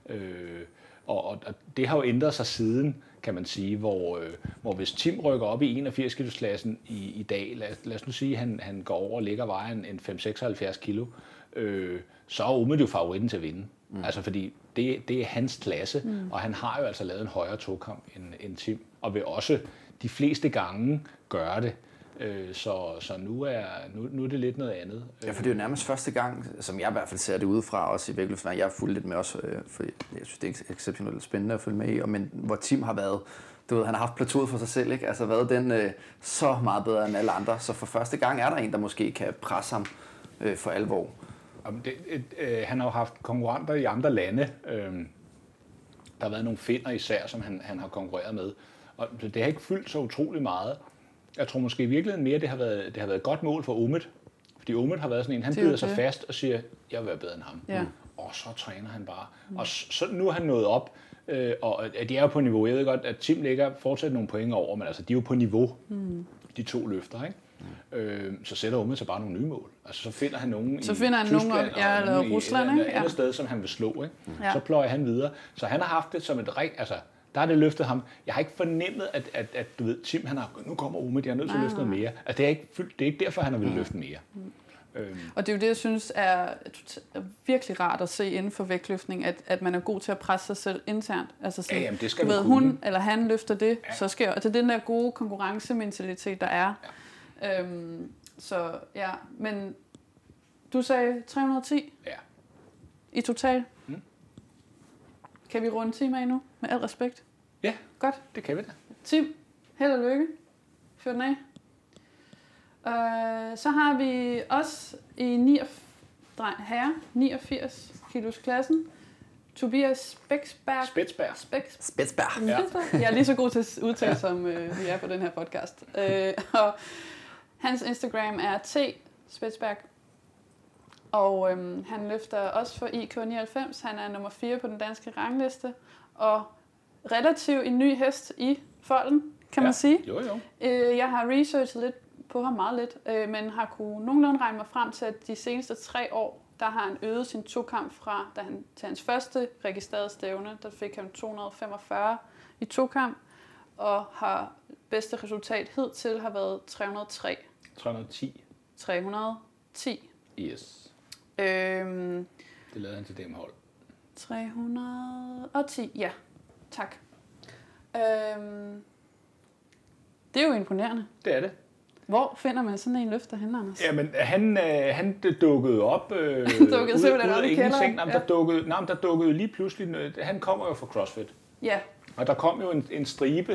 S3: Og det har jo ændret sig siden, kan man sige, hvor hvis Tim rykker op i 81-kilosklassen i dag, lad os nu sige, at han går over og ligger vejen en 5-76 kilo, så er Omid jo favoritten til at vinde. Altså, fordi det er hans klasse, og han har jo altså lavet en højere tokamp end Tim, og vil også de fleste gange gøre det. Så nu er det lidt noget andet.
S1: Ja, for det er jo nærmest første gang, som jeg i hvert fald ser det udefra, også i vægtløftning. Jeg har fulgt lidt med også, for jeg synes, det er exceptionelt spændende at følge med i, men hvor Tim har været, han har haft plateauet for sig selv, ikke? Altså været den så meget bedre end alle andre, så for første gang er der en, der måske kan presse ham for alvor.
S3: Han har jo haft konkurrenter i andre lande. Der har været nogle finner især, som han har konkurreret med, og det har ikke fyldt så utrolig meget. Jeg tror måske i virkeligheden mere, det har været et godt mål for Omid. Fordi Omid har været sådan en, han bider sig fast og siger, jeg vil være bedre end ham. Ja. Og så træner han bare. Og så nu er han nået op, og de er jo på niveau. Jeg ved godt, at Tim ligger fortsat nogle point over, men altså, de er jo på niveau, de to løfter, ikke? Så sætter Omid sig bare nogle nye mål. Altså, så finder han nogen i Tyskland,
S2: eller Rusland,
S3: et andet sted, som han vil slå, ikke? Så pløjer han videre. Så han har haft det som et der er det løftet ham. Jeg har ikke fornemmet, at du ved, Tim, nu kommer Omid, jeg er nødt til at løfte noget mere. Altså, det er ikke derfor, han har ville løfte mere.
S2: Og det er jo det, jeg synes er virkelig rart at se inden for vægtløftning, at man er god til at presse sig selv internt. Altså sådan,
S3: jamen, det skal
S2: du ved, hun eller han løfter det, så sker det. Det er den der gode konkurrencementalitet, der er. Så ja, men du sagde 310
S3: Ja.
S2: i total.
S3: Mm.
S2: Kan vi runde Tim af nu? Med al respekt.
S3: Ja,
S2: Godt.
S3: det kan vi da.
S2: Tim, held og lykke. Fyr den af. Så har vi også i 89 kilos klassen. Tobias Spetsberg.
S3: Spetsberg.
S2: Ja. Jeg er lige så god til at udtale, som vi er på den her podcast. Og hans Instagram er Spetsberg. Og han løfter også for IK99. Han er nummer 4 på den danske rangliste. Og relativt en ny hest i folden, kan man sige.
S3: Jo.
S2: Jeg har researchet lidt på ham, meget lidt, men har kunne nogenlunde regne mig frem til, at de seneste 3 år, der har han øget sin tokamp fra, da han til hans første registrerede stævne, der fik han 245 i tokamp, og har bedste resultat hidtil har været 303.
S3: 310.
S2: 310.
S3: Yes.
S2: Det
S3: lavede han til dem hold.
S2: 310, ja. Tak. Det er jo imponerende.
S3: Det er det.
S2: Hvor finder man sådan en løfter henne, Anders?
S3: Jamen, han dukkede op
S2: dukkede simpelthen op i kælderen.
S3: Der dukkede lige pludselig, han kommer jo fra CrossFit.
S2: Ja.
S3: Og der kom jo en stribe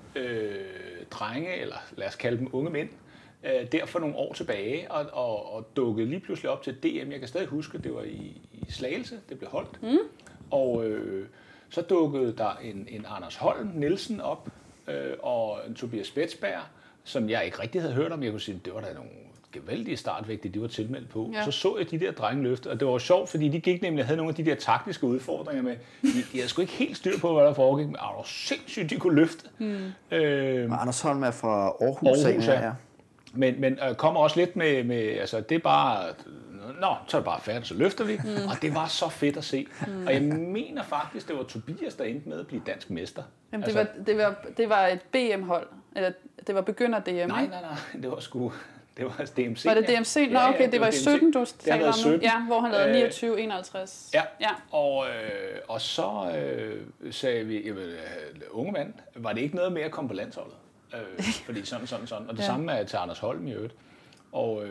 S3: drenge, eller lad os kalde dem unge mænd, der for nogle år tilbage, og dukkede lige pludselig op til DM. Jeg kan stadig huske, det var i Slagelse, det blev holdt. Mm. Og så dukkede der en Anders Holm Nielsen op, og en Tobias Spetsberg, som jeg ikke rigtig havde hørt om. Jeg kunne sige, det var da nogle gevaldige startvægte, de var tilmeldt på. Ja. Så jeg de der drenge løfte, og det var sjovt, fordi de gik nemlig havde nogle af de der taktiske udfordringer med. De havde sgu ikke helt styr på, hvad der foregik, men det var sindssygt, de kunne løfte.
S1: Anders Holm er fra Aarhus.
S3: Ja. Men kommer også lidt med, altså det er bare, så er det bare færdigt, så løfter vi. Og det var så fedt at se. Og jeg mener faktisk, det var Tobias, der endte med at blive dansk mester.
S2: Jamen, det var et BM-hold, eller det var begynder-DM,
S3: Nej, det var sgu... Det var DMC.
S2: Var det DMC? Nå, okay, det var i 17, du talte om nu. Ja, hvor han lavede 29-51.
S3: Ja. Og så sagde vi, unge mand, var det ikke noget med at komme på landsholdet? Fordi sådan. Og det samme er til Anders Holm i øvrigt. Og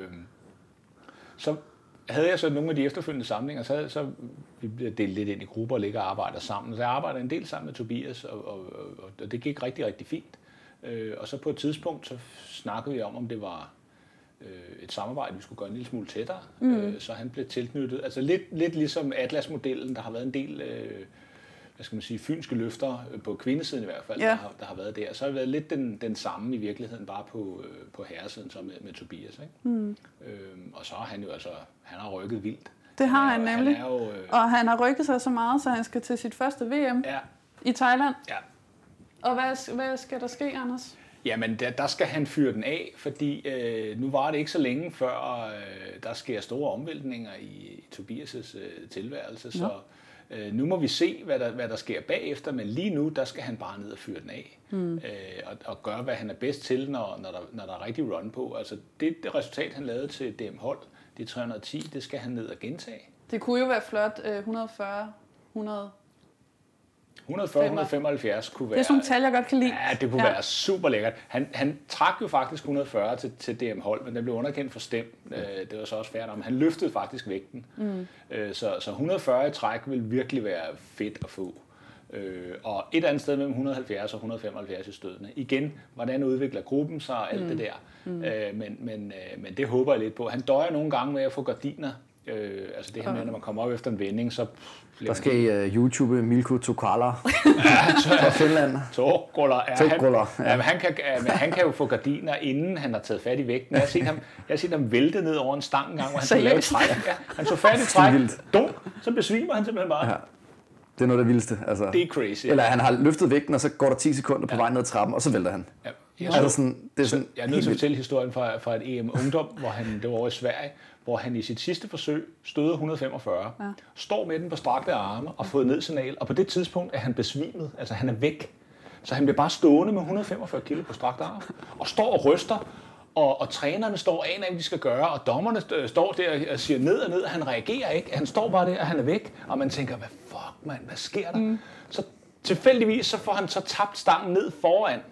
S3: så havde jeg så nogle af de efterfølgende samlinger, så vi blev delt lidt ind i grupper og ligger og arbejder sammen. Så jeg arbejder en del sammen med Tobias, og det gik rigtig, rigtig fint. Og så på et tidspunkt, så snakkede vi om det var et samarbejde, vi skulle gøre en lille smule tættere. Så han blev tilknyttet, altså lidt ligesom Atlas-modellen, der har været en del, fynske løfter på kvindesiden i hvert fald, der har været der. Så har det været lidt den samme i virkeligheden, bare på herresiden, så med Tobias. Ikke? Og så har han jo han har rykket vildt.
S2: Det har han nemlig. Og han har rykket sig så meget, så han skal til sit første VM i Thailand. Ja. Og hvad skal der ske, Anders?
S3: Jamen, der skal han fyre den af, fordi nu var det ikke så længe før, der sker store omvæltninger i Tobias' tilværelse, så nu må vi se, hvad der sker bagefter, men lige nu, der skal han bare ned og fyre den af, og gøre, hvad han er bedst til, når der er rigtig run på. Altså, det resultat, han lavede til DM Hold, det 310, det skal han ned og gentage.
S2: Det kunne jo være flot, 140,
S3: 140-175 kunne være... Det
S2: er sådan nogle tal, jeg godt kan lide.
S3: Ja, det kunne være super lækkert. Han trak jo faktisk 140 til DM Hold, men den blev underkendt for stem. Det var så også færdigt om. Han løftede faktisk vægten. Så 140 i træk vil virkelig være fedt at få. Og et andet sted mellem 170 og 175 i stødene. Igen, hvordan udvikler gruppen sig og alt det der. Men det håber jeg lidt på. Han døjer nogle gange med at få gardiner. Altså det her med, når man kommer op efter en vending, så...
S1: Der skal I YouTube Milko Tokala fra Finland.
S3: Togruller. Han kan jo få gardiner, inden han har taget fat i vægten. Jeg har set ham vælte ned over en stang en gang, hvor han skulle lave et træk. Ja, han tog fat i træk, så besvimer han simpelthen bare. Ja.
S1: Det er noget af det vildeste. Altså.
S3: Det er crazy.
S1: Eller han har løftet vægten, og så går der 10 sekunder på vej ned ad trappen, og så vælter han.
S3: Ja. Jeg er nødt til at fortælle historien fra et EM Ungdom, det var over i Sverige, hvor han i sit sidste forsøg støder 145, står med den på strakte arme og fået nedsignal, og på det tidspunkt er han besvimet, altså han er væk. Så han bliver bare stående med 145 kilo på strakte arme, og står og ryster, og trænerne står og aner, hvad de skal gøre, og dommerne står der og siger ned og ned, og han reagerer ikke, han står bare der, og han er væk, og man tænker, hvad sker der? Så tilfældigvis så får han så tabt stangen ned foran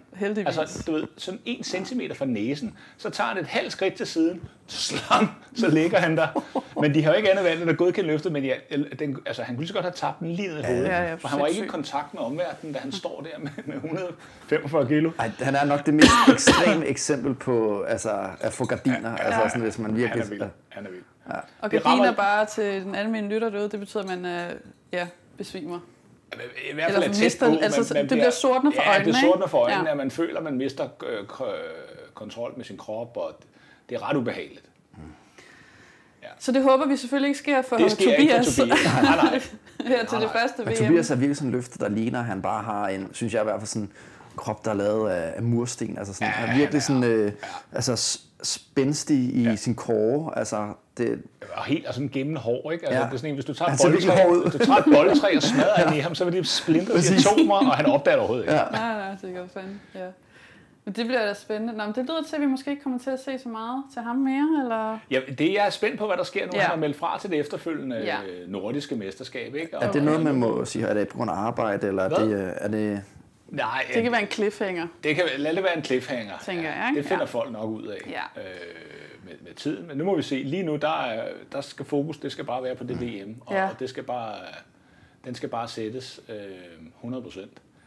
S2: Heldigvis.
S3: Altså, du ved, sådan 1 centimeter fra næsen, så tager han et halvt skridt til siden, slam, så ligger han der. Men de har jo ikke andet valgt, end at godkende løftet, men han kunne lige så godt have tabt den lige ned i hovedet. For han var ikke i kontakt med omverdenen, da han står der med 145 kilo.
S1: Ej, han er nok det mest ekstreme eksempel på at få gardiner. Sådan, hvis man virkelig...
S3: Han er vild.
S2: Ja. Og gardiner bare til den almindelige lytter derude, det betyder, at man besvimer.
S3: I hvert fald
S2: det bliver sortner for øjnene.
S3: Ja, det sortner for øjnene, at man føler, at man mister kontrol med sin krop, og det er ret ubehageligt.
S2: Ja. Så det håber vi selvfølgelig ikke sker for Tobias.
S3: Det sker ikke for Tobias. Nej.
S2: Her til det første VM.
S1: Tobias er virkelig sådan løftet, der ligner, han bare har en, synes jeg i hvert fald sådan, krop, der er lavet af mursten. Altså sådan, han er virkelig sådan, spændstig i sin kåre. Altså, det...
S3: Og helt og sådan gennem hår, ikke? Altså, det er sådan, hvis du tager et boldtræ og smadrer ind i ham, så vil de splinte til atomer, og han opdager det overhovedet ikke.
S2: Nej, det kan fandme. Ja. Men det bliver da spændende. Nå, men det lyder til, at vi måske ikke kommer til at se så meget til ham mere, eller?
S3: Ja, det jeg er spændt på, hvad der sker nu. Han har meldt fra til det efterfølgende nordiske mesterskab, ikke?
S1: Og er det noget, man må sige, er det på grund af arbejde, eller er det...
S2: Nej, det kan være en cliffhanger.
S3: Lad det være en cliffhanger.
S2: Tænker jeg, ikke?
S3: Det finder folk nok ud af med tiden. Men nu må vi se. Lige nu, der skal fokus, det skal bare være på det VM. Og det skal bare, den skal bare sættes 100%.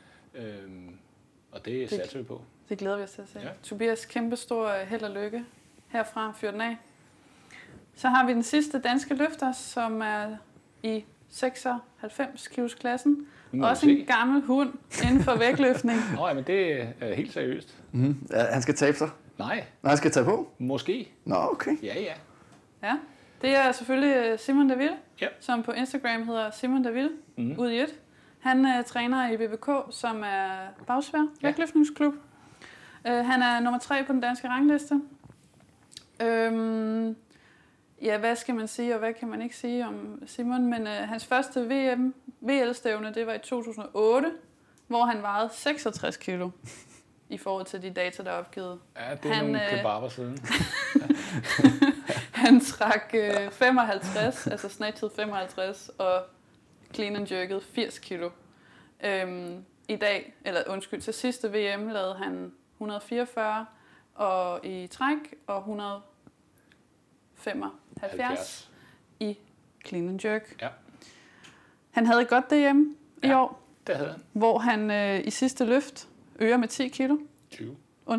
S3: Og det satser vi på.
S2: Det glæder vi os til at se. Ja. Tobias, kæmpe stor held og lykke herfra, fyr den af. Så har vi den sidste danske løfter, som er i 96 kilos klassen. Også en gammel hund inden for vægtløftning.
S3: Nå, men det er helt seriøst.
S1: Mm-hmm. Han skal tabe sig?
S3: Nej.
S1: Han skal tage på?
S3: Måske.
S1: Nå, okay.
S2: Ja, det er selvfølgelig Simon Daville, som på Instagram hedder Simon Daville, ud i et. Han træner i VBK, som er bagsvær vægtløftningsklub. Han er nummer 3 på den danske rangliste. Hvad skal man sige, og hvad kan man ikke sige om Simon? Men hans første VL-stævne, det var i 2008, hvor han vejede 66 kilo i forhold til de data, der er opgivet.
S3: Ja, det er nogle kebaber siden.
S2: Han trak 55, altså snatchet 55, og clean and jerkede 80 kilo. Til sidste VM lavede han 144 og i træk og 175 i clean and jerk. Ja. Han havde et godt DM i år,
S3: det havde han.
S2: hvor han i sidste løft øger med 10 kilo. 20.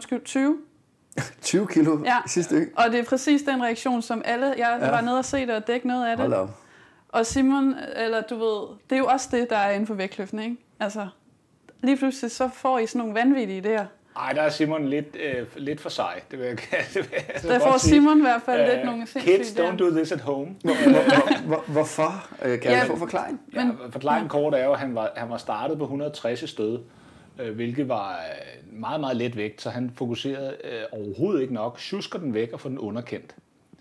S1: 20 kilo i sidste øg.
S2: Og det er præcis den reaktion, som alle... Jeg var nede og se det og dække noget af det.
S1: Hold op.
S2: Og Simon, eller du ved, det er jo også det, der er inden for vægtløftning, ikke? Altså, lige pludselig så får I sådan nogle vanvittige idéer.
S3: Ej, der er Simon lidt for sej. Det vil jeg
S2: der får Simon i hvert fald lidt nogle sindssyge
S3: kids, don't do this at home.
S1: Hvorfor? Kan jeg få forklaring?
S3: Ja, forklaringen kort er jo, at han var startet på 160 i stød, hvilket var meget, meget let vægt, så han fokuserede overhovedet ikke nok. Sjusker den væk og få den underkendt.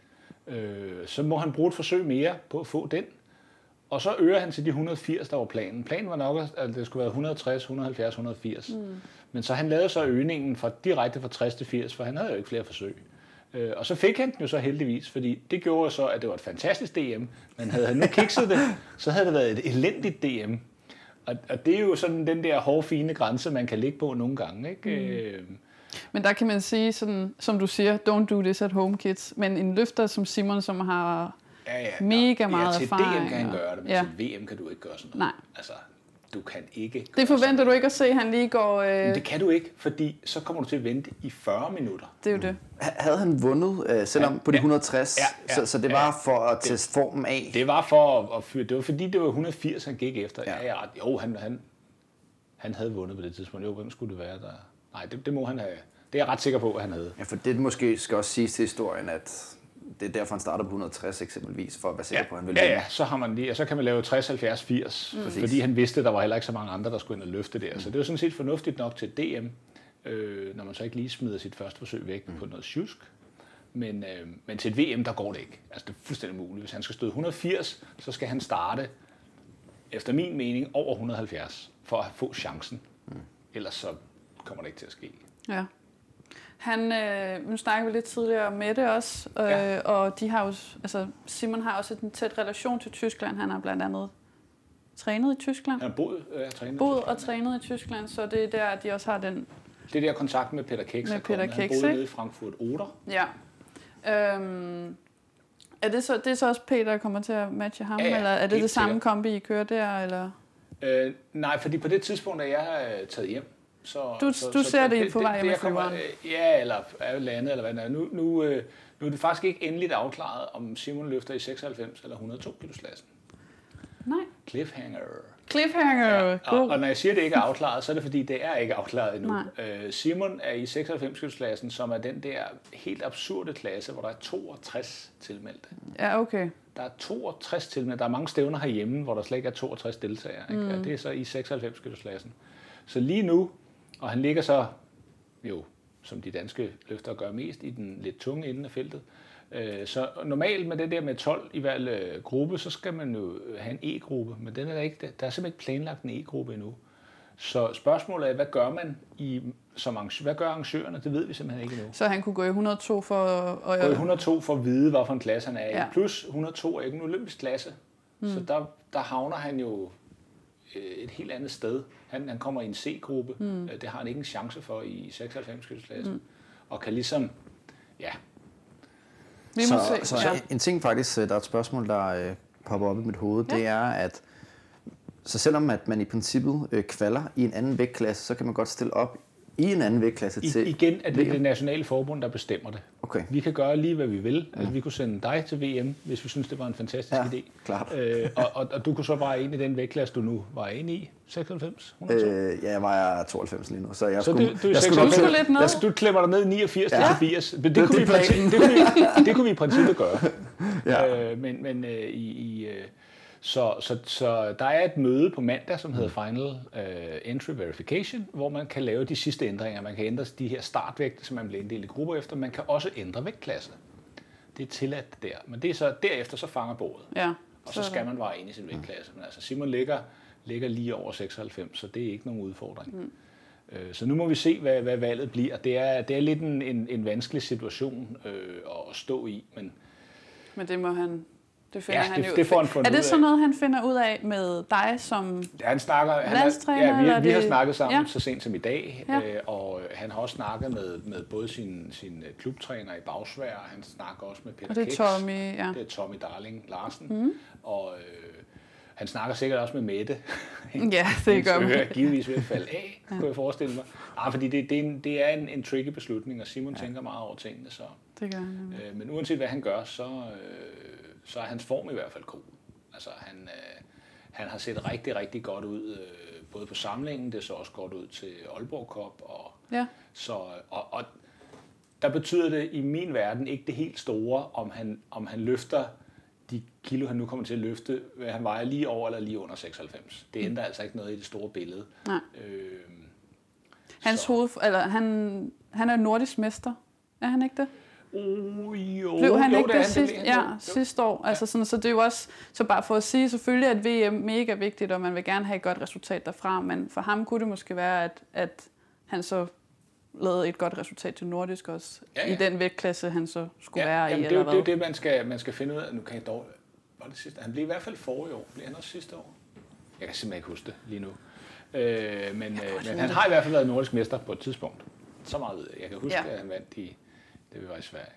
S3: Så må han bruge et forsøg mere på at få den. Og så øger han til de 180, der var planen. Planen var nok, at det skulle være 160, 170, 180. Men så han lavede så øgningen direkte fra 60 til 80, for han havde jo ikke flere forsøg. Og så fik han den jo så heldigvis, fordi det gjorde så, at det var et fantastisk DM. Men havde han nu kikset det, så havde det været et elendigt DM. Og det er jo sådan den der hårde, fine grænse, man kan ligge på nogle gange, ikke?
S2: Men der kan man sige, sådan, som du siger, don't do this at home, kids. Men en løfter som Simon, som har mega meget erfaring.
S3: Til DM kan han gøre det, men til VM kan du ikke gøre sådan noget.
S2: Nej.
S3: Altså, du kan ikke.
S2: Det forventer du ikke at se, at han lige går...
S3: Men det kan du ikke, fordi så kommer du til at vente i 40 minutter.
S2: Det er jo det.
S1: Havde han vundet, selvom på de 1160, så det var for at teste formen af?
S3: Det var for at fyre. Det var fordi, det var 180, han gik efter. Jo, han havde vundet på det tidspunkt. Jo, hvem skulle det være der? Nej, det må han have. Det er jeg ret sikker på, at han havde.
S1: Ja, for det måske skal også siges til historien, at det er derfor, han starter på 160 eksempelvis, for at være sikker på, at han vil vinde.
S3: Ja, så har man lige, og så kan man lave 60, 70, 80, fordi han vidste, at der var heller ikke så mange andre, der skulle ind og løfte der. Så det var sådan set fornuftigt nok til DM, når man så ikke lige smider sit første forsøg væk på noget sjusk. Men til et VM, der går det ikke. Altså, det er fuldstændig muligt. Hvis han skal støde 180, så skal han starte, efter min mening, over 170, for at få chancen. Ellers så kommer det ikke til at ske.
S2: Ja. Nu snakker vi lidt tidligere med det også, og de har jo, altså Simon har også en tæt relation til Tyskland. Han har blandt andet trænet i Tyskland.
S3: Han har boet
S2: og trænet i Tyskland, så det er der, at de også har den
S3: Det der kontakt med Peter Keks.
S2: Med Peter Keks,
S3: han boede nede i Frankfurt Oder.
S2: Ja. Er det så også Peter, der kommer til at matche ham?
S3: Ja,
S2: eller er det samme
S3: sikkert.
S2: kombi, I kører der? Eller?
S3: Nej, fordi på det tidspunkt er jeg taget hjem.
S2: Du ser det på vej hjem med flyveren?
S3: Ja, eller er landet, eller hvad det er. Nu er det faktisk ikke endeligt afklaret, om Simon løfter i 96 eller 102 kiloklassen.
S2: Nej.
S3: Cliffhanger.
S2: Ja,
S3: og når jeg siger, at det ikke er afklaret, så er det fordi, det er ikke afklaret endnu. Simon er i 96 kiloklassen, som er den der helt absurde klasse, hvor der er 62 tilmeldte.
S2: Ja, okay.
S3: Der er 62 tilmeldte. Der er mange stævner herhjemme, hvor der slet ikke er 62 deltagere. Ikke? Og det er så i 96 kiloklassen. Så lige nu, og han ligger så jo, som de danske løfter gør mest, i den lidt tunge ende af feltet. Så normalt med det der med 12 i hver gruppe, så skal man jo have en E-gruppe, men den er der ikke. Der er simpelthen ikke planlagt en E-gruppe endnu. Så spørgsmålet er, hvad gør man hvad gør arrangørerne? Det ved vi simpelthen ikke endnu.
S2: Så han kunne gå i 102 for at...
S3: Gå i 102 for at vide, hvorfor en klasse han er i.
S2: Ja.
S3: Plus 102 er ikke en olympisk klasse. Så der havner han jo et helt andet sted. Han kommer i en C-gruppe. Det har han ikke en chance for i 96-klassen. Og kan ligesom... Ja.
S1: Så en ting faktisk, der er et spørgsmål, der popper op i mit hoved, det er, at så selvom at man i princippet kvalder i en anden vægtklasse, så kan man godt stille op i en anden vægtklasse til
S3: Igen er det
S1: VM.
S3: det nationale forbund, der bestemmer det.
S1: Okay.
S3: Vi kan gøre lige, hvad vi vil. Altså, vi kunne sende dig til VM, hvis vi synes, det var en fantastisk idé.
S1: Klart.
S3: Og du kunne så bare ind i den vægtklasse, du nu var inde i. 96? 102?
S1: Ja, jeg vejer 92 lige nu, så jeg
S3: Så
S1: skulle...
S3: du er 96. Du klemmer dig ned 89 til Tobias. Men det kunne vi i princippet gøre. Så der er et møde på mandag, som hedder Final Entry Verification, hvor man kan lave de sidste ændringer. Man kan ændre de her startvægte, som man bliver inddelt i grupper efter. Man kan også ændre vægtklasse. Det er tilladt der. Men det er så, derefter så fanger bordet.
S2: Ja.
S3: Og så skal man bare ind i sin vægtklasse. Men altså Simon ligger lige over 96, så det er ikke nogen udfordring. Så nu må vi se, hvad valget bliver. Det er lidt en vanskelig situation at stå i.
S2: Men det må han... Det finder han jo.
S3: Det får han fundet ud af.
S2: Er det sådan noget, han finder ud af med dig som
S3: landstræner? Vi har snakket sammen så sent som i dag,
S2: Ja.
S3: og han har også snakket med både sin klubtræner i Bagsvær, og han snakker også med Peter
S2: og det er
S3: Keks.
S2: Tommy, ja.
S3: Det er Tommy Darling Larsen, og han snakker sikkert også med Mette.
S2: Ja, det gør man.
S3: Givetvis ved at falde af, kunne jeg forestille mig. Fordi det er en tricky beslutning, og Simon tænker meget over tingene. Så.
S2: Det gør han.
S3: Men uanset hvad han gør, så er hans form i hvert fald god. Altså han har set rigtig, rigtig godt ud, både på samlingen, det så også godt ud til Aalborg Cup. Og der betyder det i min verden ikke det helt store, om han løfter de kilo, han nu kommer til at løfte, han vejer lige over eller lige under 96. Det ændrer altså ikke noget i det store billede.
S2: Nej. Han er nordisk mester. Er han ikke det? Blev han ikke det sidste år? Altså sådan, så det er jo også, så bare for at sige, selvfølgelig at VM mega vigtigt, og man vil gerne have et godt resultat derfra, men for ham kunne det måske være, at han så lavede et godt resultat til nordisk også, i den vægtklasse, han så skulle være i, eller hvad?
S3: Det er det, man skal finde ud af. Nu kan jeg dog... Var det sidste? Han blev i hvert fald forrige år. Blev han også sidste år? Jeg kan simpelthen ikke huske det lige nu. Men han har i hvert fald været nordisk mester på et tidspunkt. Så meget ved jeg. Jeg kan huske, at han vandt det vi var i Sverige.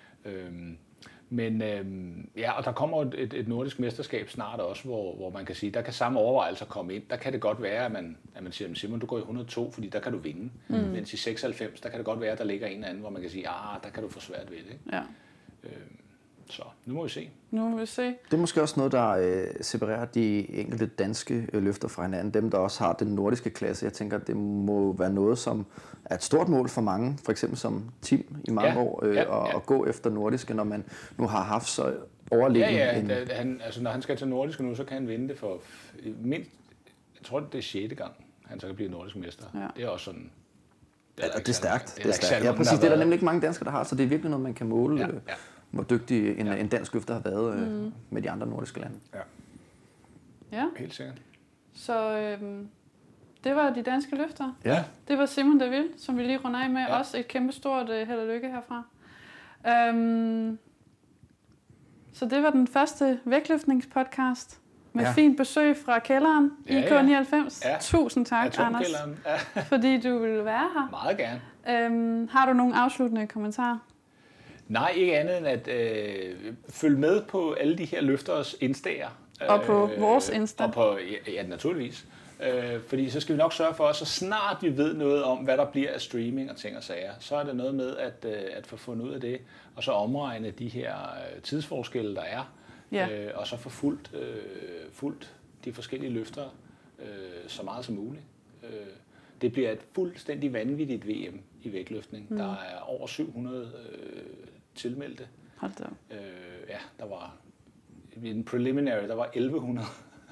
S3: Og der kommer et nordisk mesterskab snart også, hvor man kan sige, der kan samme overvejelser komme ind. Der kan det godt være, at man siger, Simon, du går i 102, fordi der kan du vinde. Mens i 96, der kan det godt være, at der ligger en eller anden, hvor man kan sige, der kan du få svært ved det. Ikke?
S2: Ja.
S3: Så nu må vi se.
S1: Det er måske også noget, der separerer de enkelte danske løfter fra hinanden. Dem, der også har den nordiske klasse. Jeg tænker, det må være noget, som er et stort mål for mange. For eksempel som Tim i mange år. At gå efter nordiske, når man nu har haft så overlegen.
S3: Når han skal til nordiske nu, så kan han vinde det for mindst... Jeg tror, det er 6. gang, han så kan blive nordisk mester. Ja. Det er også sådan...
S1: Det er stærkt. Ja, præcis. Det er der nemlig ikke mange danskere, der har, så det er virkelig noget, man kan måle... hvor dygtig en dansk løfter har været med de andre nordiske lande.
S2: Ja.
S3: Helt sikkert.
S2: Så det var de danske løfter.
S1: Ja.
S2: Det var Simon Deville, som vi lige runder af med. Også et kæmpe stort held og lykke herfra. Så det var den første vægtløftningspodcast. med fint besøg fra kælderen i K99.
S3: Ja.
S2: Tusind tak, Anders, fordi du ville være her.
S3: Meget gerne.
S2: Har du nogle afsluttende kommentarer?
S3: Nej, ikke andet end at følge med på alle de her løfteres instager.
S2: Og på vores Insta.
S3: Og på, ja, naturligvis. Fordi så skal vi nok sørge for, at så snart vi ved noget om, hvad der bliver af streaming og ting og sager, så er det noget med at få fundet ud af det, og så omregne de her tidsforskelle, der er, og så få fuldt de forskellige løfter så meget som muligt. Det bliver et fuldstændig vanvittigt VM i vægtløftning. Der er over 700 tilmeldte.
S2: Hold da.
S3: Der var i en preliminary, der var 1100.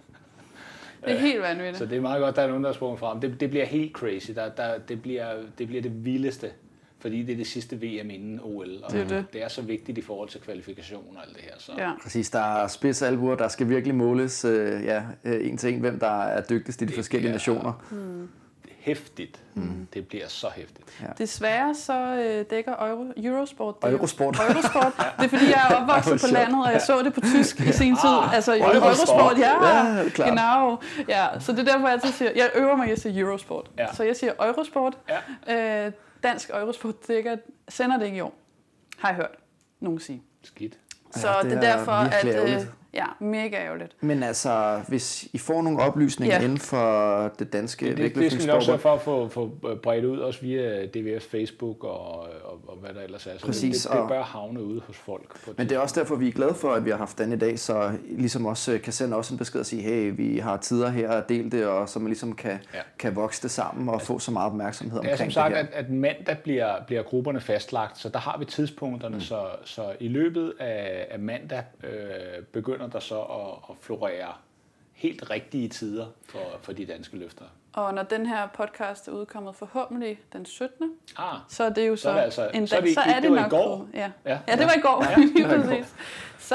S2: Det er helt vanvittigt.
S3: Så det er meget godt, der er nogen, der er sprunget frem. Det bliver helt crazy. Det bliver det vildeste, fordi det er det sidste VM inden OL. Og det er så vigtigt i forhold til kvalifikation og alt det her. Så.
S2: Ja.
S1: Præcis, der er spidsalbuer, der skal virkelig måles en til en, hvem der er dygtigst i de forskellige nationer.
S3: Hæftigt. Det bliver så hæftigt.
S2: Ja. Desværre så dækker Eurosport.
S1: Eurosport.
S2: Det er fordi, jeg er opvokset på landet, og jeg så det på tysk i sin tid. Altså Eurosport, genau. Ja, så det er derfor, jeg altid siger, jeg øver mig at sige Eurosport. Ja. Så jeg siger Eurosport. Ja. Dansk Eurosport sender det ikke i år. Har jeg hørt nogen sige.
S3: Skidt.
S2: Så det er derfor, at mega ærgerligt.
S1: Men altså, hvis I får nogle oplysninger inden for det danske vægtløftningsforbund...
S3: Det skal vi nok sørge for at få bredt ud, også via DVF Facebook og hvad der ellers er. Så
S1: præcis,
S3: det bør havne ude hos folk.
S1: Men det er også derfor, vi er glade for, at vi har haft den i dag, så ligesom også kan sende også en besked og sige, hey, vi har tider her og del det, og så man ligesom kan vokse det sammen og få så meget opmærksomhed omkring det her.
S3: Det er som sagt, at mandag bliver grupperne fastlagt, så der har vi tidspunkterne, så i løbet af mandag begynder der så at florere helt rigtige tider for de danske løftere.
S2: Og når den her podcast er udkommet forhåbentlig den 17. Så er det jo så en dag. Så er det nok i går. Det var i går. Præcis. Så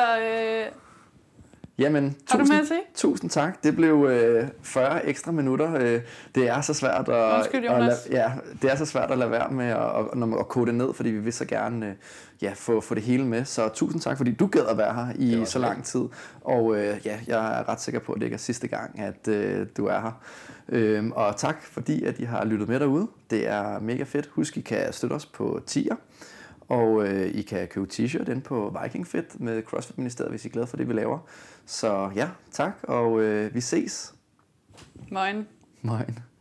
S1: jamen,
S2: har du med at sige?
S1: Tusind tak. Det blev 40 ekstra minutter. Det er så svært det er så svært at lade være med at kode det ned, fordi vi vil så gerne få det hele med. Så tusind tak, fordi du gad at være her i så lang tid. Og jeg er ret sikker på, at det ikke er sidste gang, at du er her. Og tak, fordi at I har lyttet med derude. Det er mega fedt. Husk, I kan støtte os på Tier. Og I kan købe t-shirt ind på Viking Fit med CrossFit Ministeriet, hvis I er glade for det, vi laver. Så ja, tak, og vi ses.
S2: Moin.
S1: Moin.